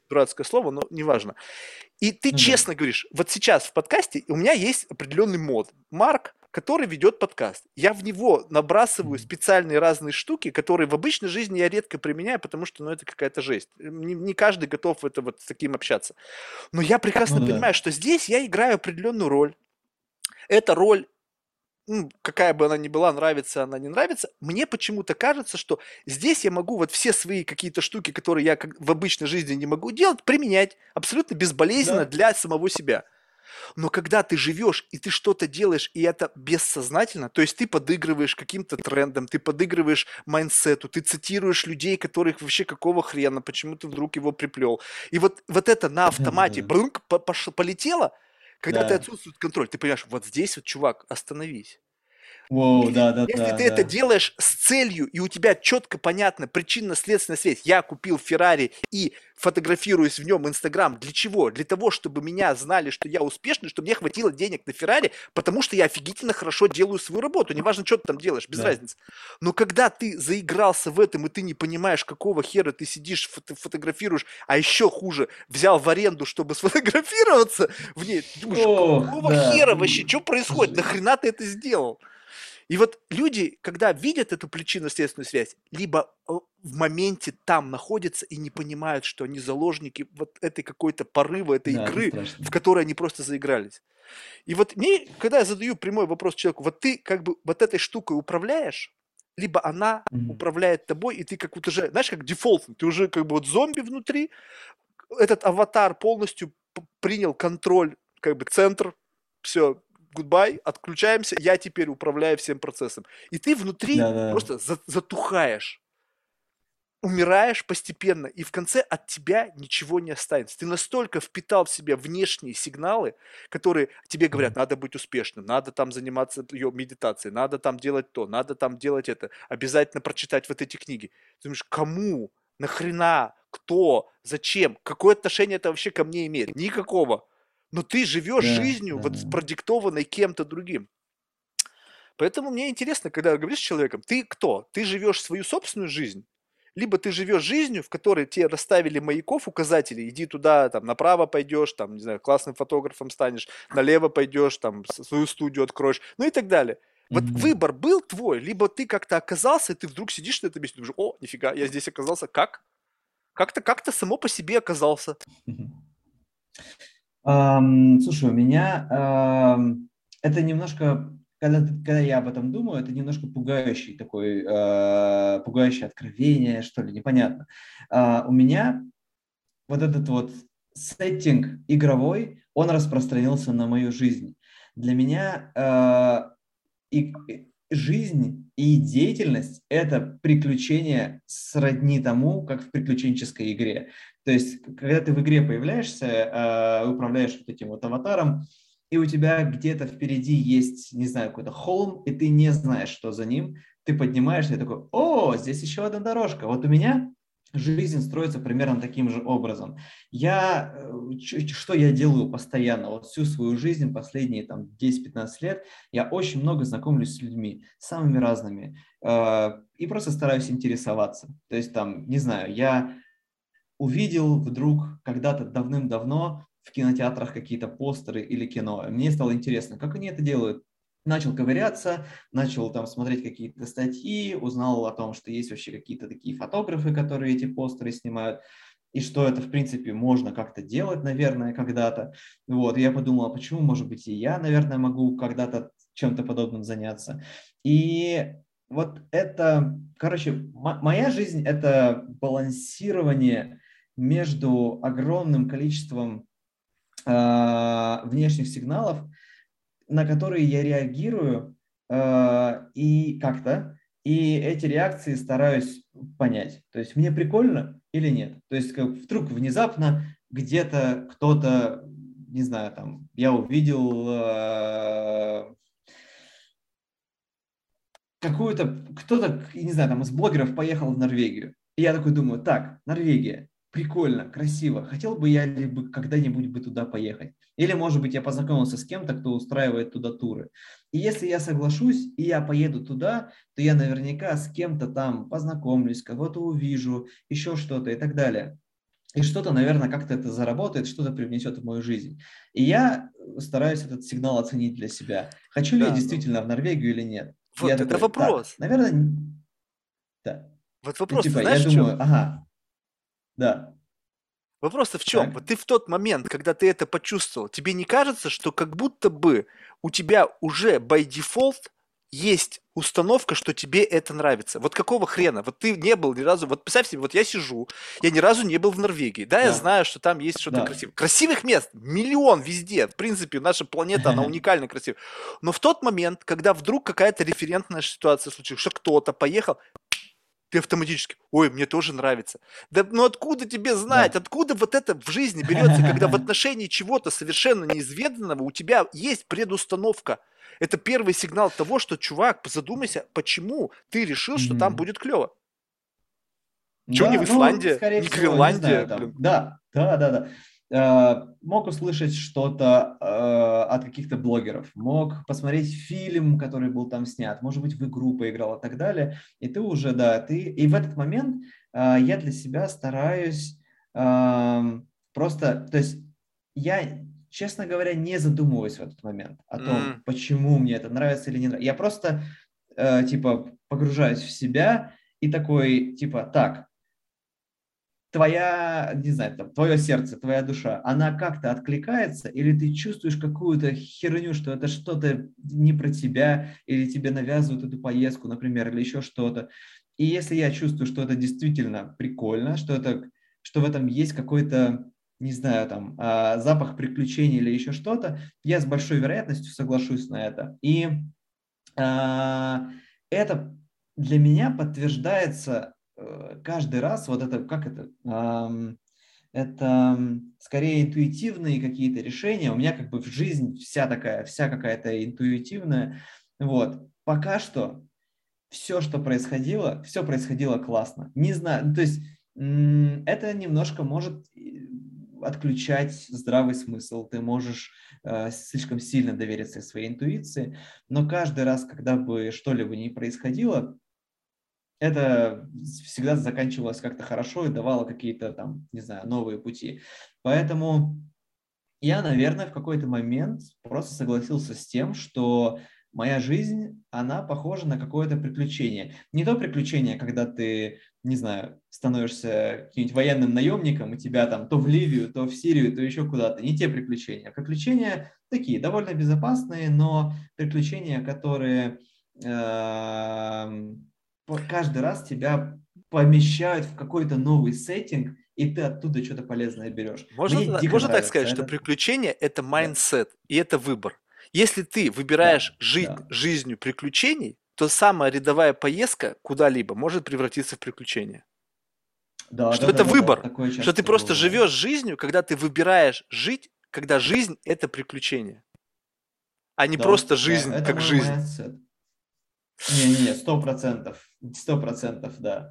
дурацкое слово, но неважно. И ты Ну да. честно говоришь, вот сейчас в подкасте у меня есть определенный мод. Марк, который ведет подкаст. Я в него набрасываю Мгм. специальные разные штуки, которые в обычной жизни я редко применяю, потому что, ну, это какая-то жесть. Не, не каждый готов это вот с таким общаться. Но я прекрасно Ну да. понимаю, что здесь я играю определенную роль. Эта роль, ну, какая бы она ни была, нравится она, не нравится, мне почему-то кажется, что здесь я могу вот все свои какие-то штуки, которые я как в обычной жизни не могу делать, применять абсолютно безболезненно Да. для самого себя. Но когда ты живешь и ты что-то делаешь, и это бессознательно, то есть ты подыгрываешь каким-то трендам, ты подыгрываешь майндсету, ты цитируешь людей, которых вообще какого хрена, почему ты вдруг его приплел. И вот, вот это на автомате Да. брынк, по- пош- полетело, когда ты Да. отсутствует контроль, ты понимаешь, вот здесь вот, чувак, остановись. Воу, Если, да, да, если да, ты это да. делаешь с целью, и у тебя четко понятна причинно-следственная связь, я купил Феррари и фотографируюсь в нем Инстаграм, для чего? Для того, чтобы меня знали, что я успешный, чтобы мне хватило денег на Феррари, потому что я офигительно хорошо делаю свою работу, неважно, что ты там делаешь, без Да. разницы. Но когда ты заигрался в этом, и ты не понимаешь, какого хера ты сидишь, фото- фотографируешь, а еще хуже, взял в аренду, чтобы сфотографироваться в ней, ты думаешь, Ох, какого да. хера вообще, что происходит, Жесть. нахрена ты это сделал? И вот люди, когда видят эту причинно-следственную связь, либо э, в моменте там находятся и не понимают, что они заложники вот этой какой-то порыва, этой Да, это игры, страшно. в которой они просто заигрались. И вот мне, когда я задаю прямой вопрос человеку, вот ты как бы вот этой штукой управляешь, либо она Мгм. управляет тобой, и ты как вот уже, знаешь, как дефолтно, ты уже как бы вот зомби внутри, этот аватар полностью п- принял контроль, как бы центр, все, goodbye, отключаемся, я теперь управляю всем процессом. И ты внутри Да, да. просто за- затухаешь, умираешь постепенно, и в конце от тебя ничего не останется. Ты настолько впитал в себя внешние сигналы, которые тебе говорят, Мгм. надо быть успешным, надо там заниматься ее медитацией, надо там делать то, надо там делать это, обязательно прочитать вот эти книги. Ты думаешь, кому, нахрена, кто, зачем, какое отношение это вообще ко мне имеет? Никакого. Но ты живешь Да, жизнью, да, вот да. продиктованной кем-то другим. Поэтому мне интересно, когда говоришь с человеком, ты кто? Ты живешь свою собственную жизнь? Либо ты живешь жизнью, в которой тебе расставили маяков, указателей, иди туда, там, направо пойдешь, там, не знаю, классным фотографом станешь, налево пойдешь, там, свою студию откроешь, ну и так далее. Вот Мгм. выбор был твой, либо ты как-то оказался, и ты вдруг сидишь на этом месте, думаешь, о, нифига, я здесь оказался, как? Как-то как-то само по себе оказался. Мгм. Ам, слушай, у меня ам, это немножко, когда, ты- когда я об этом думаю, это немножко пугающий такой, э, пугающее откровение, что ли, непонятно. А, у меня вот этот вот сеттинг игровой, он распространился на мою жизнь. Для меня э, и, и жизнь и деятельность – это приключение сродни тому, как в приключенческой игре. То есть, когда ты в игре появляешься, э, управляешь вот этим вот аватаром, и у тебя где-то впереди есть, не знаю, какой-то холм, и ты не знаешь, что за ним, ты поднимаешься и такой, о, здесь еще одна дорожка. Вот у меня жизнь строится примерно таким же образом. Я, э, ч- что я делаю постоянно, вот всю свою жизнь, последние там десять-пятнадцать лет, я очень много знакомлюсь с людьми, самыми разными, э, и просто стараюсь интересоваться. То есть там, не знаю, я увидел вдруг когда-то давным-давно в кинотеатрах какие-то постеры или кино. Мне стало интересно, как они это делают. Начал ковыряться, начал там смотреть какие-то статьи, узнал о том, что есть вообще какие-то такие фотографы, которые эти постеры снимают, и что это, в принципе, можно как-то делать, наверное, когда-то. Вот, и я подумал, а почему, может быть, и я, наверное, могу когда-то чем-то подобным заняться. И вот это, короче, м- моя жизнь – это балансирование между огромным количеством э, внешних сигналов, на которые я реагирую э, и как-то, и эти реакции стараюсь понять. То есть мне прикольно или нет. То есть как вдруг внезапно где-то кто-то, не знаю, там, я увидел э, какую-то, кто-то, не знаю, там из блогеров поехал в Норвегию. И я такой думаю, так, Норвегия, прикольно, красиво. Хотел бы я ли бы когда-нибудь бы туда поехать. Или, может быть, я познакомился с кем-то, кто устраивает туда туры. И если я соглашусь, и я поеду туда, то я наверняка с кем-то там познакомлюсь, кого-то увижу, еще что-то и так далее. и что-то, наверное, как-то это заработает, что-то привнесет в мою жизнь. И я стараюсь этот сигнал оценить для себя. Хочу ли я Да, ну действительно в Норвегию или нет? И я вот это такой, так, вопрос. наверное, н- да. Вот Ну, вопрос, ты типа, я знаешь в чем? думаю, ага, да, Вопрос-то в чем? так. Вот ты в тот момент, когда ты это почувствовал, тебе не кажется, что как будто бы у тебя уже by default есть установка, что тебе это нравится? Вот какого хрена? Вот ты не был ни разу... Вот представь себе, вот я сижу, я ни разу не был в Норвегии. Да, я Да, знаю, что там есть что-то да. красивое. Красивых мест миллион везде. В принципе, наша планета, она уникально красивая. Но в тот момент, когда вдруг какая-то референтная ситуация случилась, что кто-то поехал, ты автоматически, ой, мне тоже нравится. Да ну откуда тебе знать, Да. откуда вот это в жизни берется, когда в отношении чего-то совершенно неизведанного у тебя есть предустановка. Это первый сигнал того, что, чувак, задумайся, почему ты решил, что там Мгм. будет клево. Чего не Да, в ну, Исландия, скорее не всего, не Гренландия, знаю, там, блин. да, да, да, да. Э, мог услышать что-то э, от каких-то блогеров, мог посмотреть фильм, который был там снят, может быть, в игру поиграл и так далее, и ты уже, да, ты, и в этот момент э, я для себя стараюсь эм, просто, то есть я, честно говоря, не задумываюсь в этот момент о том, М, почему мне это нравится или не нравится. Я просто, э, типа, погружаюсь в себя и такой, типа, так, твоя, не знаю, там, твое сердце, твоя душа, она как-то откликается, или ты чувствуешь какую-то херню, что это что-то не про тебя, или тебе навязывают эту поездку, например, или еще что-то. И если я чувствую, что это действительно прикольно, что, это, что в этом есть какой-то, не знаю, там, а, запах приключений или еще что-то, я с большой вероятностью соглашусь на это. И а, это для меня подтверждается э, каждый раз, вот это, как это, ам, это м, скорее интуитивные какие-то решения. У меня как бы в жизнь вся такая, вся какая-то интуитивная. Вот. Пока что все, что происходило, все происходило классно. Не знаю, то есть м, это немножко может э, отключать здравый смысл. Ты можешь э, слишком сильно довериться своей интуиции, но каждый раз, когда бы что-либо не происходило, это всегда заканчивалось как-то хорошо и давало какие-то там, не знаю, новые пути. Поэтому я, наверное, в какой-то момент просто согласился с тем, что моя жизнь, она похожа на какое-то приключение. Не то приключение, когда ты, не знаю, становишься каким-нибудь военным наемником, и тебя там то в Ливию, то в Сирию, то еще куда-то. Не те приключения. Приключения такие, довольно безопасные, но приключения, которые эм, каждый раз тебя помещают в какой-то новый сеттинг, и ты оттуда что-то полезное берешь. Можно, Мне туда- дико можно так нравится сказать, что это. приключение – это Да, майндсет, и это выбор. Если ты да, выбираешь жить да, жизнью приключений, то самая рядовая поездка куда-либо может превратиться в приключение. да, Что да, да, это да, да. выбор, Такое что ты часто просто бывает. живешь жизнью, когда ты выбираешь жить, когда жизнь – это приключение, а не Да, просто да, жизнь это как мой жизнь. майндсет. Не-не-не, сто процентов, сто процентов, да.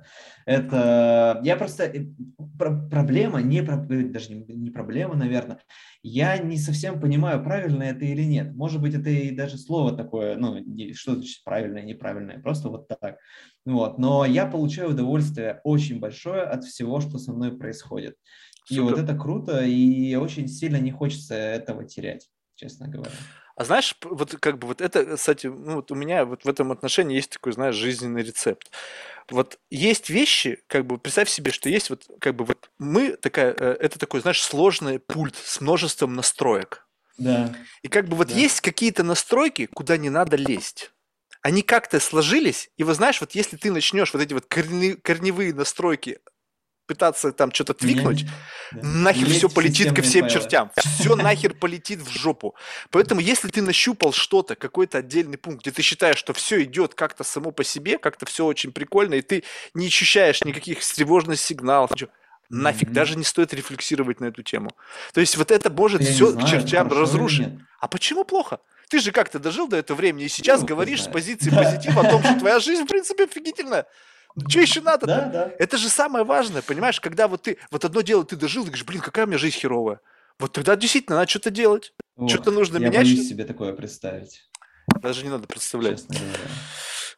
Это я просто э, про- проблема не про- э, даже не, не проблема, наверное. Я не совсем понимаю, правильно это или нет. Может быть, это и даже слово такое, ну, не- что значит правильное, неправильное, просто вот так. Вот. Но я получаю удовольствие очень большое от всего, что со мной происходит. И вот Супер. это круто, и очень сильно не хочется этого терять, честно говоря. А знаешь, п- вот как бы вот это, кстати, ну вот у меня вот в этом отношении есть такой, знаешь, жизненный рецепт. Вот есть вещи, как бы представь себе, что есть вот как бы вот мы такая, э, это такой, знаешь, сложный пульт с множеством настроек. Да, И как бы вот да. есть какие-то настройки, куда не надо лезть. Они как-то сложились, и вот знаешь, вот если ты начнешь вот эти вот корне- корневые настройки пытаться там что-то твикнуть, Менять, да. нахер все Лезть в полетит ко системные всем файлы. чертям. Все нахер полетит в жопу. Поэтому, если ты нащупал что-то, какой-то отдельный пункт, где ты считаешь, что все идет как-то само по себе, как-то все очень прикольно, и ты не ощущаешь никаких тревожных сигналов, ничего, нафиг, даже Мгм. не стоит рефлексировать на эту тему. То есть вот это может Я не все к знаю, это чертям хорошо или разрушить. нет. А почему плохо? Ты же как-то дожил до этого времени и сейчас Ну, кто говоришь с знает. позиции Да. позитива о том, что твоя жизнь, в принципе, офигительная. Ну, что еще надо-то? Да, да. Это же самое важное, понимаешь, когда вот ты, вот одно дело ты дожил, ты говоришь, блин, какая у меня жизнь херовая. Вот тогда действительно надо что-то делать. Ох, Что-то нужно я менять, боюсь что-то... себе такое представить, Даже не надо представлять. честно говоря.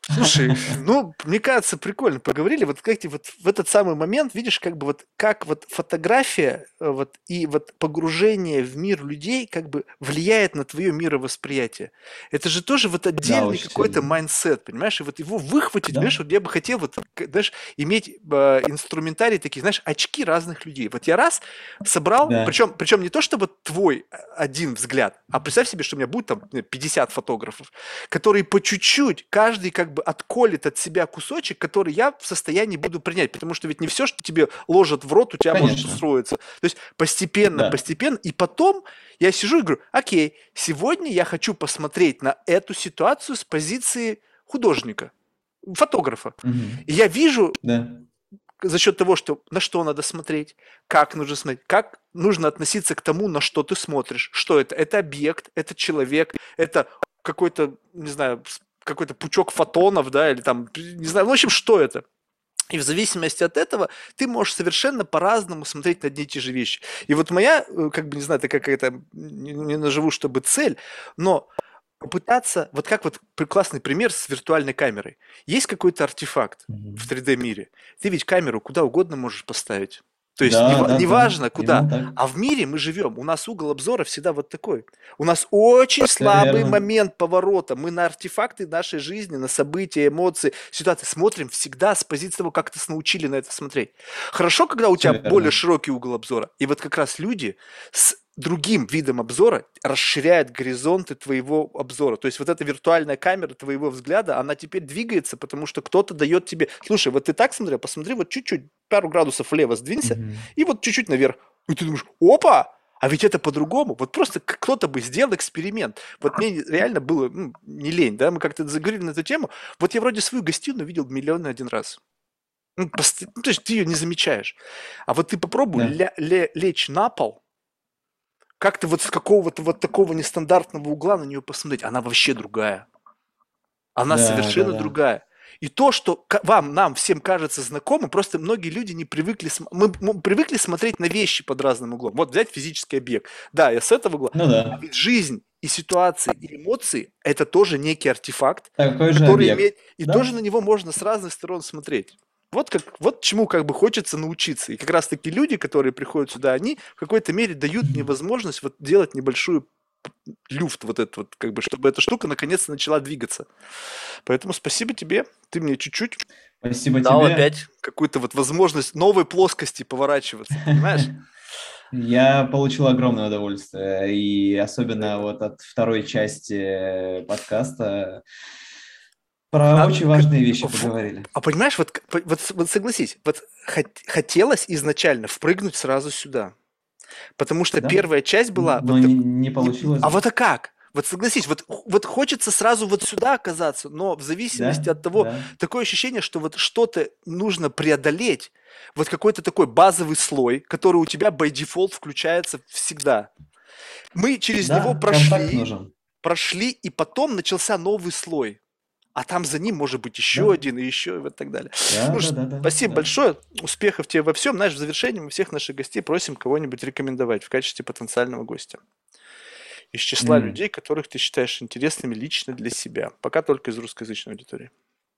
Слушай, ну, мне кажется, прикольно поговорили. Вот как ты вот в этот самый момент видишь, как бы вот как вот фотография э, вот и вот погружение в мир людей как бы влияет на твое мировосприятие. Это же тоже вот Да, отдельный очень какой-то сильно. майндсет, понимаешь? И вот его выхватить, Да, понимаешь, вот я бы хотел вот, к- знаешь, иметь э, инструментарий такие, знаешь, очки разных людей. Вот я раз собрал, да, причем, причем не то чтобы твой э, один взгляд, а представь себе, что у меня будет там э, пятьдесят фотографов, которые по чуть-чуть, каждый как бы отколет от себя кусочек, который я в состоянии буду принять, потому что ведь не все, что тебе ложат в рот, у тебя может конечно. устроиться. То есть постепенно, Да. постепенно, и потом я сижу и говорю, окей, сегодня я хочу посмотреть на эту ситуацию с позиции художника, фотографа. Мгм. И я вижу Да. за счет того, что на что надо смотреть, как нужно смотреть, как нужно относиться к тому, на что ты смотришь. Что это? Это объект, это человек, это какой-то, не знаю, какой-то пучок фотонов, да, или там, не знаю, ну, в общем, что это? И в зависимости от этого ты можешь совершенно по-разному смотреть на одни и те же вещи. И вот моя, э, как бы, не знаю, такая какая-то, не, не назову, чтобы цель, но попытаться, вот как вот при- классный пример с виртуальной камерой. Есть какой-то артефакт в Мгм. три дэ мире, ты ведь камеру куда угодно можешь поставить. То есть Да, нева- да, да. неважно куда. Именно так. А в мире мы живем, у нас угол обзора всегда вот такой. У нас очень Все слабый верно. момент поворота. Мы на артефакты нашей жизни, на события, эмоции, ситуации смотрим всегда с позиции того, как нас научили на это смотреть. Хорошо, когда у Все тебя более верно. широкий угол обзора. И вот как раз люди с другим видом обзора расширяет горизонты твоего обзора. То есть вот эта виртуальная камера твоего взгляда, она теперь двигается, потому что кто-то дает тебе, слушай, вот ты так смотрел, посмотри вот чуть-чуть, пару градусов влево сдвинься, Мгм. и вот чуть-чуть наверх. И ты думаешь, опа, а ведь это по-другому. Вот просто к- кто-то бы сделал эксперимент. Вот мне реально было ну, не лень, да, мы как-то заговорили на эту тему. Вот я вроде свою гостиную видел миллион и один раз. Ну, пост- ну, то есть ты ее не замечаешь. А вот ты попробуй Да. ля- ле- лечь на пол, как-то вот с какого-то вот такого нестандартного угла на нее посмотреть. Она вообще другая. Она Да, да, совершенно да. другая. И то, что ка- вам, нам всем кажется знакомым, просто многие люди не привыкли, см- мы, мы привыкли смотреть на вещи под разным углом. Вот взять физический объект. Да, я с этого угла. Ну А да. ведь жизнь и ситуации, и эмоции– это тоже некий артефакт, Такой же который объект. имеет... И тоже Да. на него можно с разных сторон смотреть. Вот, как, вот чему как бы хочется научиться. И как раз таки люди, которые приходят сюда, они в какой-то мере дают мне возможность вот делать небольшую люфт вот этот вот, как бы, чтобы эта штука наконец-то начала двигаться. Поэтому спасибо тебе. Ты мне чуть-чуть Спасибо дал тебе. опять какую-то вот возможность новой плоскости поворачиваться, понимаешь? Я получил огромное удовольствие, и особенно Взаимно. вот от второй части подкаста про На- очень к- важные вещи в- поговорили. А понимаешь, вот, к- вот, с- вот согласись, вот хот- хотелось изначально впрыгнуть сразу сюда, потому что Да? первая часть была Но вот так, не, не не- получилось а же. вот а как? Вот согласись, вот, вот хочется сразу вот сюда оказаться, но в зависимости Да, от того, да, такое ощущение, что вот что-то нужно преодолеть, вот какой-то такой базовый слой, который у тебя by default включается всегда. Мы через него да, контакт прошли, нужен. прошли, и потом начался новый слой. А там за ним может быть еще Да, один, и еще, и вот так далее. да, да, Слушай, да, да, спасибо да. большое. Успехов тебе во всем. Знаешь, в завершении мы всех наших гостей просим кого-нибудь рекомендовать в качестве потенциального гостя. Из числа М. людей, которых ты считаешь интересными лично для себя. Пока только из русскоязычной аудитории.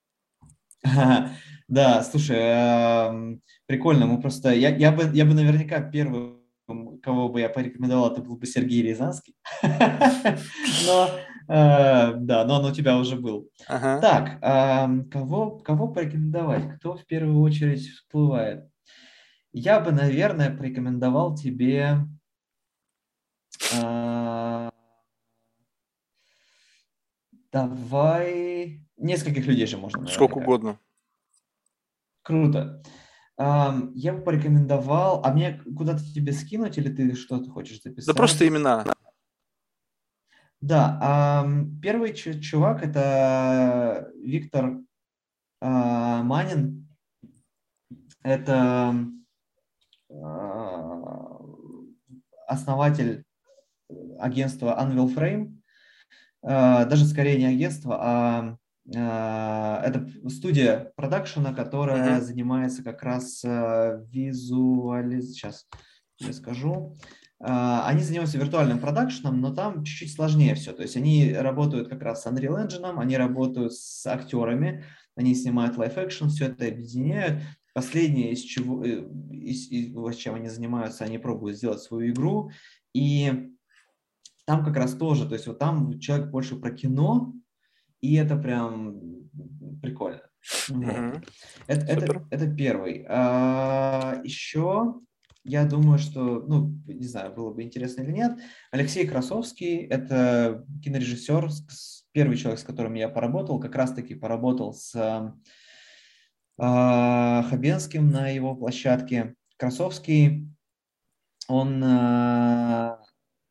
Да, слушай, эм, прикольно. Мы просто я, я бы я бы наверняка первым, кого бы я порекомендовал, это был бы Сергей Рязанский. Но э, да, но он у тебя уже был. Ага. Так, ам, кого кого порекомендовать? Кто в первую очередь всплывает? Я бы, наверное, порекомендовал тебе. а, Давай нескольких людей же можно Сколько наверняка. угодно. Круто. Ам, Я бы порекомендовал, а мне куда-то тебе скинуть или ты что-то хочешь Да просто записать? имена. Да, ам, первый чу- чувак это Виктор а, Манин. Это а, основатель агентства Unreal Frame. А, даже скорее не агентство, а а, это студия продакшена, которая Мгм. занимается как раз визуализацией. Сейчас я скажу. Они занимаются виртуальным продакшеном, но там чуть-чуть сложнее все. То есть они работают как раз с Unreal Engine, они работают с актерами, они снимают лайв-экшн, все это объединяют. Последнее, из чего, из, из, чем они занимаются, они пробуют сделать свою игру. И там как раз тоже, то есть вот там человек больше про кино, и это прям прикольно. Вот. Мгм. Это, это, Супер. это первый. А, еще я думаю, что, ну, не знаю, было бы интересно или нет, Алексей Красовский – это кинорежиссер, первый человек, с которым я поработал, как раз-таки поработал с а, Хабенским на его площадке. Красовский, он а,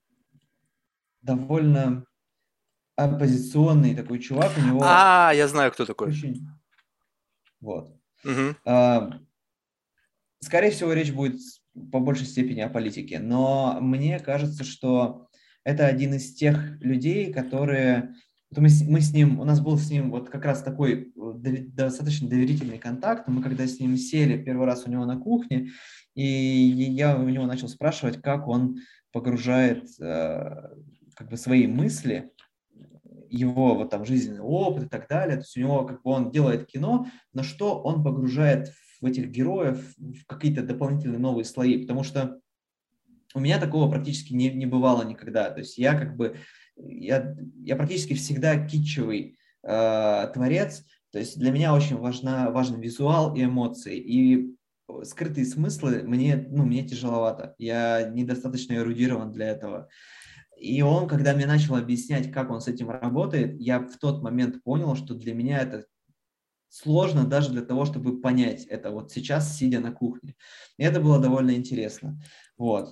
довольно оппозиционный такой чувак, у него А, я знаю, кто такой. очень... Вот. Мгм. А, скорее всего, речь будет по большей степени о политике, но мне кажется, что это один из тех людей, которые... Мы с, мы с ним, у нас был с ним вот как раз такой достаточно доверительный контакт. Мы когда с ним сели первый раз у него на кухне, и я у него начал спрашивать, как он погружает как бы свои мысли, его вот там жизненный опыт и так далее. То есть у него как бы он делает кино, но что он погружает в этих героев в какие-то дополнительные новые слои, потому что у меня такого практически не, не бывало никогда. То есть я как бы, я, я практически всегда китчевый э, творец, то есть для меня очень важна, важен визуал и эмоции, и скрытые смыслы мне, ну, мне тяжеловато, я недостаточно эрудирован для этого. И он, когда мне начал объяснять, как он с этим работает, я в тот момент понял, что для меня это сложно даже для того, чтобы понять это вот сейчас, сидя на кухне. И это было довольно интересно. Вот.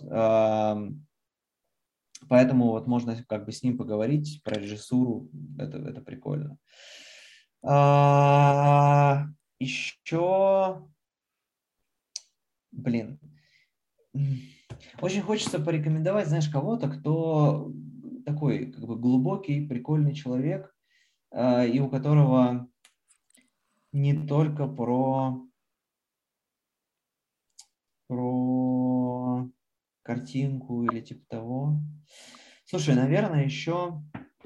Поэтому вот можно как бы с ним поговорить про режиссуру. Это, это прикольно. А, еще... Блин. Очень хочется порекомендовать, знаешь, кого-то, кто такой как бы глубокий, прикольный человек, и у которого не только про, про картинку или типа того. Слушай, наверное, еще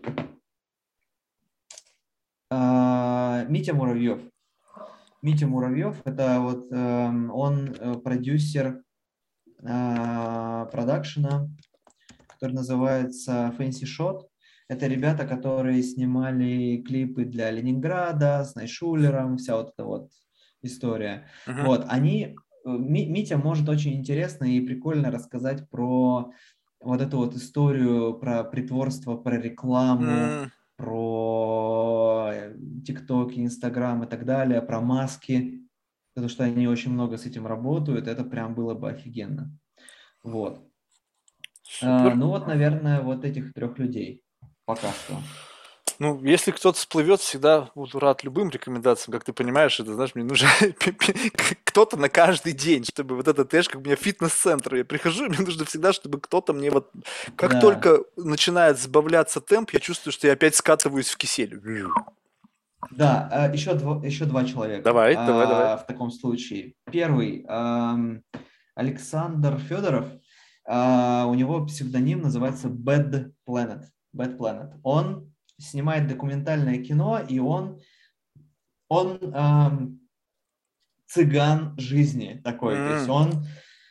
э, Митя Муравьев. Митя Муравьев – это вот э, он э, продюсер э, продакшена, который называется Fancy Shot. Это ребята, которые снимали клипы для Ленинграда с Найшулером, вся вот эта вот история. Мгм. Вот, они, Митя может очень интересно и прикольно рассказать про вот эту вот историю, про притворство, про рекламу, М, про ТикТоки, Инстаграм и так далее, про маски, потому что они очень много с этим работают, это прям было бы офигенно. Вот. А, Супер. ну вот, наверное, вот этих трех людей пока что. Ну, если кто-то всплывет, всегда буду рад любым рекомендациям. Как ты понимаешь, это, знаешь, мне нужен кто-то на каждый день, чтобы вот это, знаешь, как у меня фитнес-центр. Я прихожу, и мне нужно всегда, чтобы кто-то мне вот... Как Да, только начинает сбавляться темп, я чувствую, что я опять скатываюсь в кисель. да, а, еще, два, еще два человека Давай, давай, давай. а, в таком случае. Первый, ам, Александр Федоров, а, у него псевдоним называется Bad Planet. Bad Planet. Он снимает документальное кино, и он, он ам, цыган жизни такой. То есть М, он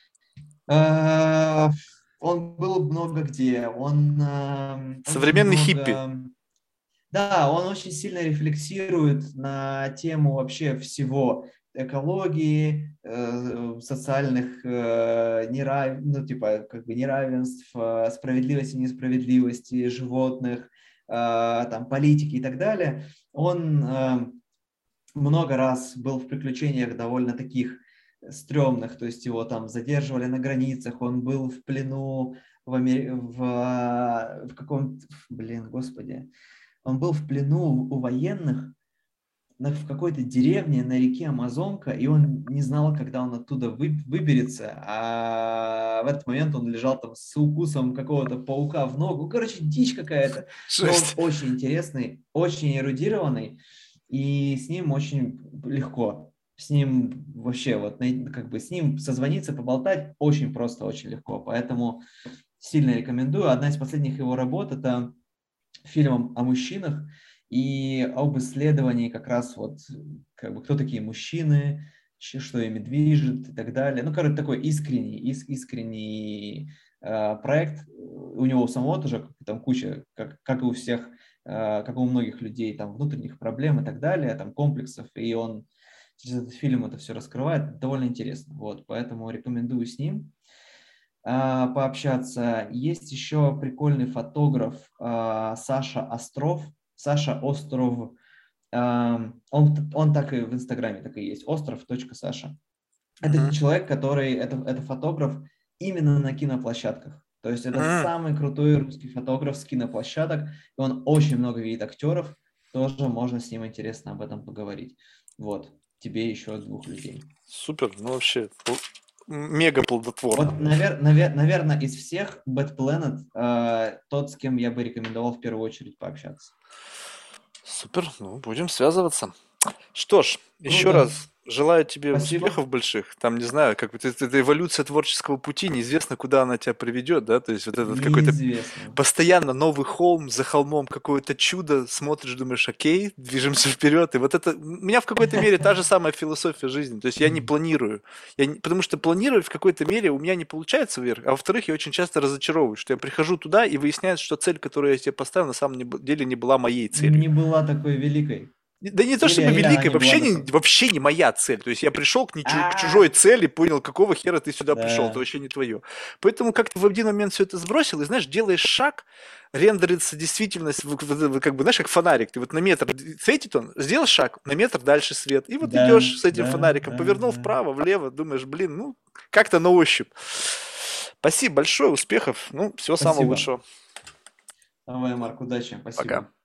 Э, он был много где, он э, очень Современный хиппи. много... Да, он очень сильно рефлексирует на тему вообще всего экологии, э, социальных э, нерав... ну, типа, как бы неравенств, э, справедливости, несправедливости животных, э, там, политики и так далее. Он э, много раз был в приключениях довольно таких стрёмных, то есть его там задерживали на границах, он был в плену в, Амер... в, в каком-то, блин, господи, он был в плену у военных в какой-то деревне на реке Амазонка, и он не знал, когда он оттуда вы, выберется, а в этот момент он лежал там с укусом какого-то паука в ногу. Короче, дичь какая-то, но он Жесть. очень интересный, очень эрудированный, и с ним очень легко. С ним вообще, вот, как бы с ним созвониться, поболтать очень просто, очень легко. Поэтому сильно рекомендую. Одна из последних его работ – это фильм о мужчинах и об исследовании как раз вот как бы кто такие мужчины, ч- что ими движет и так далее. Ну, короче, такой искренний, ис- искренний э, проект. У него у самого тоже там куча, как, как и у всех, э, как и у многих людей, там внутренних проблем и так далее, там комплексов, и он через этот фильм это все раскрывает. Довольно интересно. Вот, поэтому рекомендую с ним а, пообщаться. Есть еще прикольный фотограф а, Саша Остров. Саша Остров. а, Он, он так и в Инстаграме так и есть. Остров.Саша. Это Мгм. человек, который, это, это фотограф именно на киноплощадках. То есть это М, самый крутой русский фотограф с киноплощадок. И он очень много видит актеров. Тоже можно с ним интересно об этом поговорить. Вот. Тебе еще двух людей. Супер, ну вообще пл- мега плодотворно. Вот, навер, навер, наверное, из всех Bad Planet э, тот, с кем я бы рекомендовал в первую очередь пообщаться. Супер, ну будем связываться. Что ж, еще Круто. раз желаю тебе Спасибо. успехов больших. Там, не знаю, как бы это, это эволюция творческого пути, неизвестно, куда она тебя приведет, да, то есть вот этот какой-то Неизвестно. постоянно новый холм, за холмом какое-то чудо, смотришь, думаешь, окей, движемся вперед. И вот это, у меня в какой-то мере та же самая философия жизни. То есть я не планирую. Я не- потому что планировать в какой-то мере у меня не получается вверх, а во-вторых, я очень часто разочаровываюсь, что я прихожу туда и выясняется, что цель, которую я себе поставил, на самом не б- деле не была моей целью. Не была такой великой. Да не то Или, чтобы или она великая, не была вообще не, достаточно. вообще не моя цель. То есть я пришел к, не чу- к чужой А, цели, понял, какого хера ты сюда пришел, это да, вообще не твое. Поэтому как-то в один момент все это сбросил, и знаешь, делаешь шаг, рендерится действительность, в- в- в- как бы, знаешь, как фонарик. Ты вот на метр д- светит он, сделал шаг, на метр дальше свет. И вот да, идешь с этим да, фонариком, да, повернул да. вправо, влево, думаешь, блин, ну, как-то на ощупь. Спасибо большое, успехов, ну, всего самого Спасибо. лучшего. Давай, Марк, удачи. Пока. Спасибо.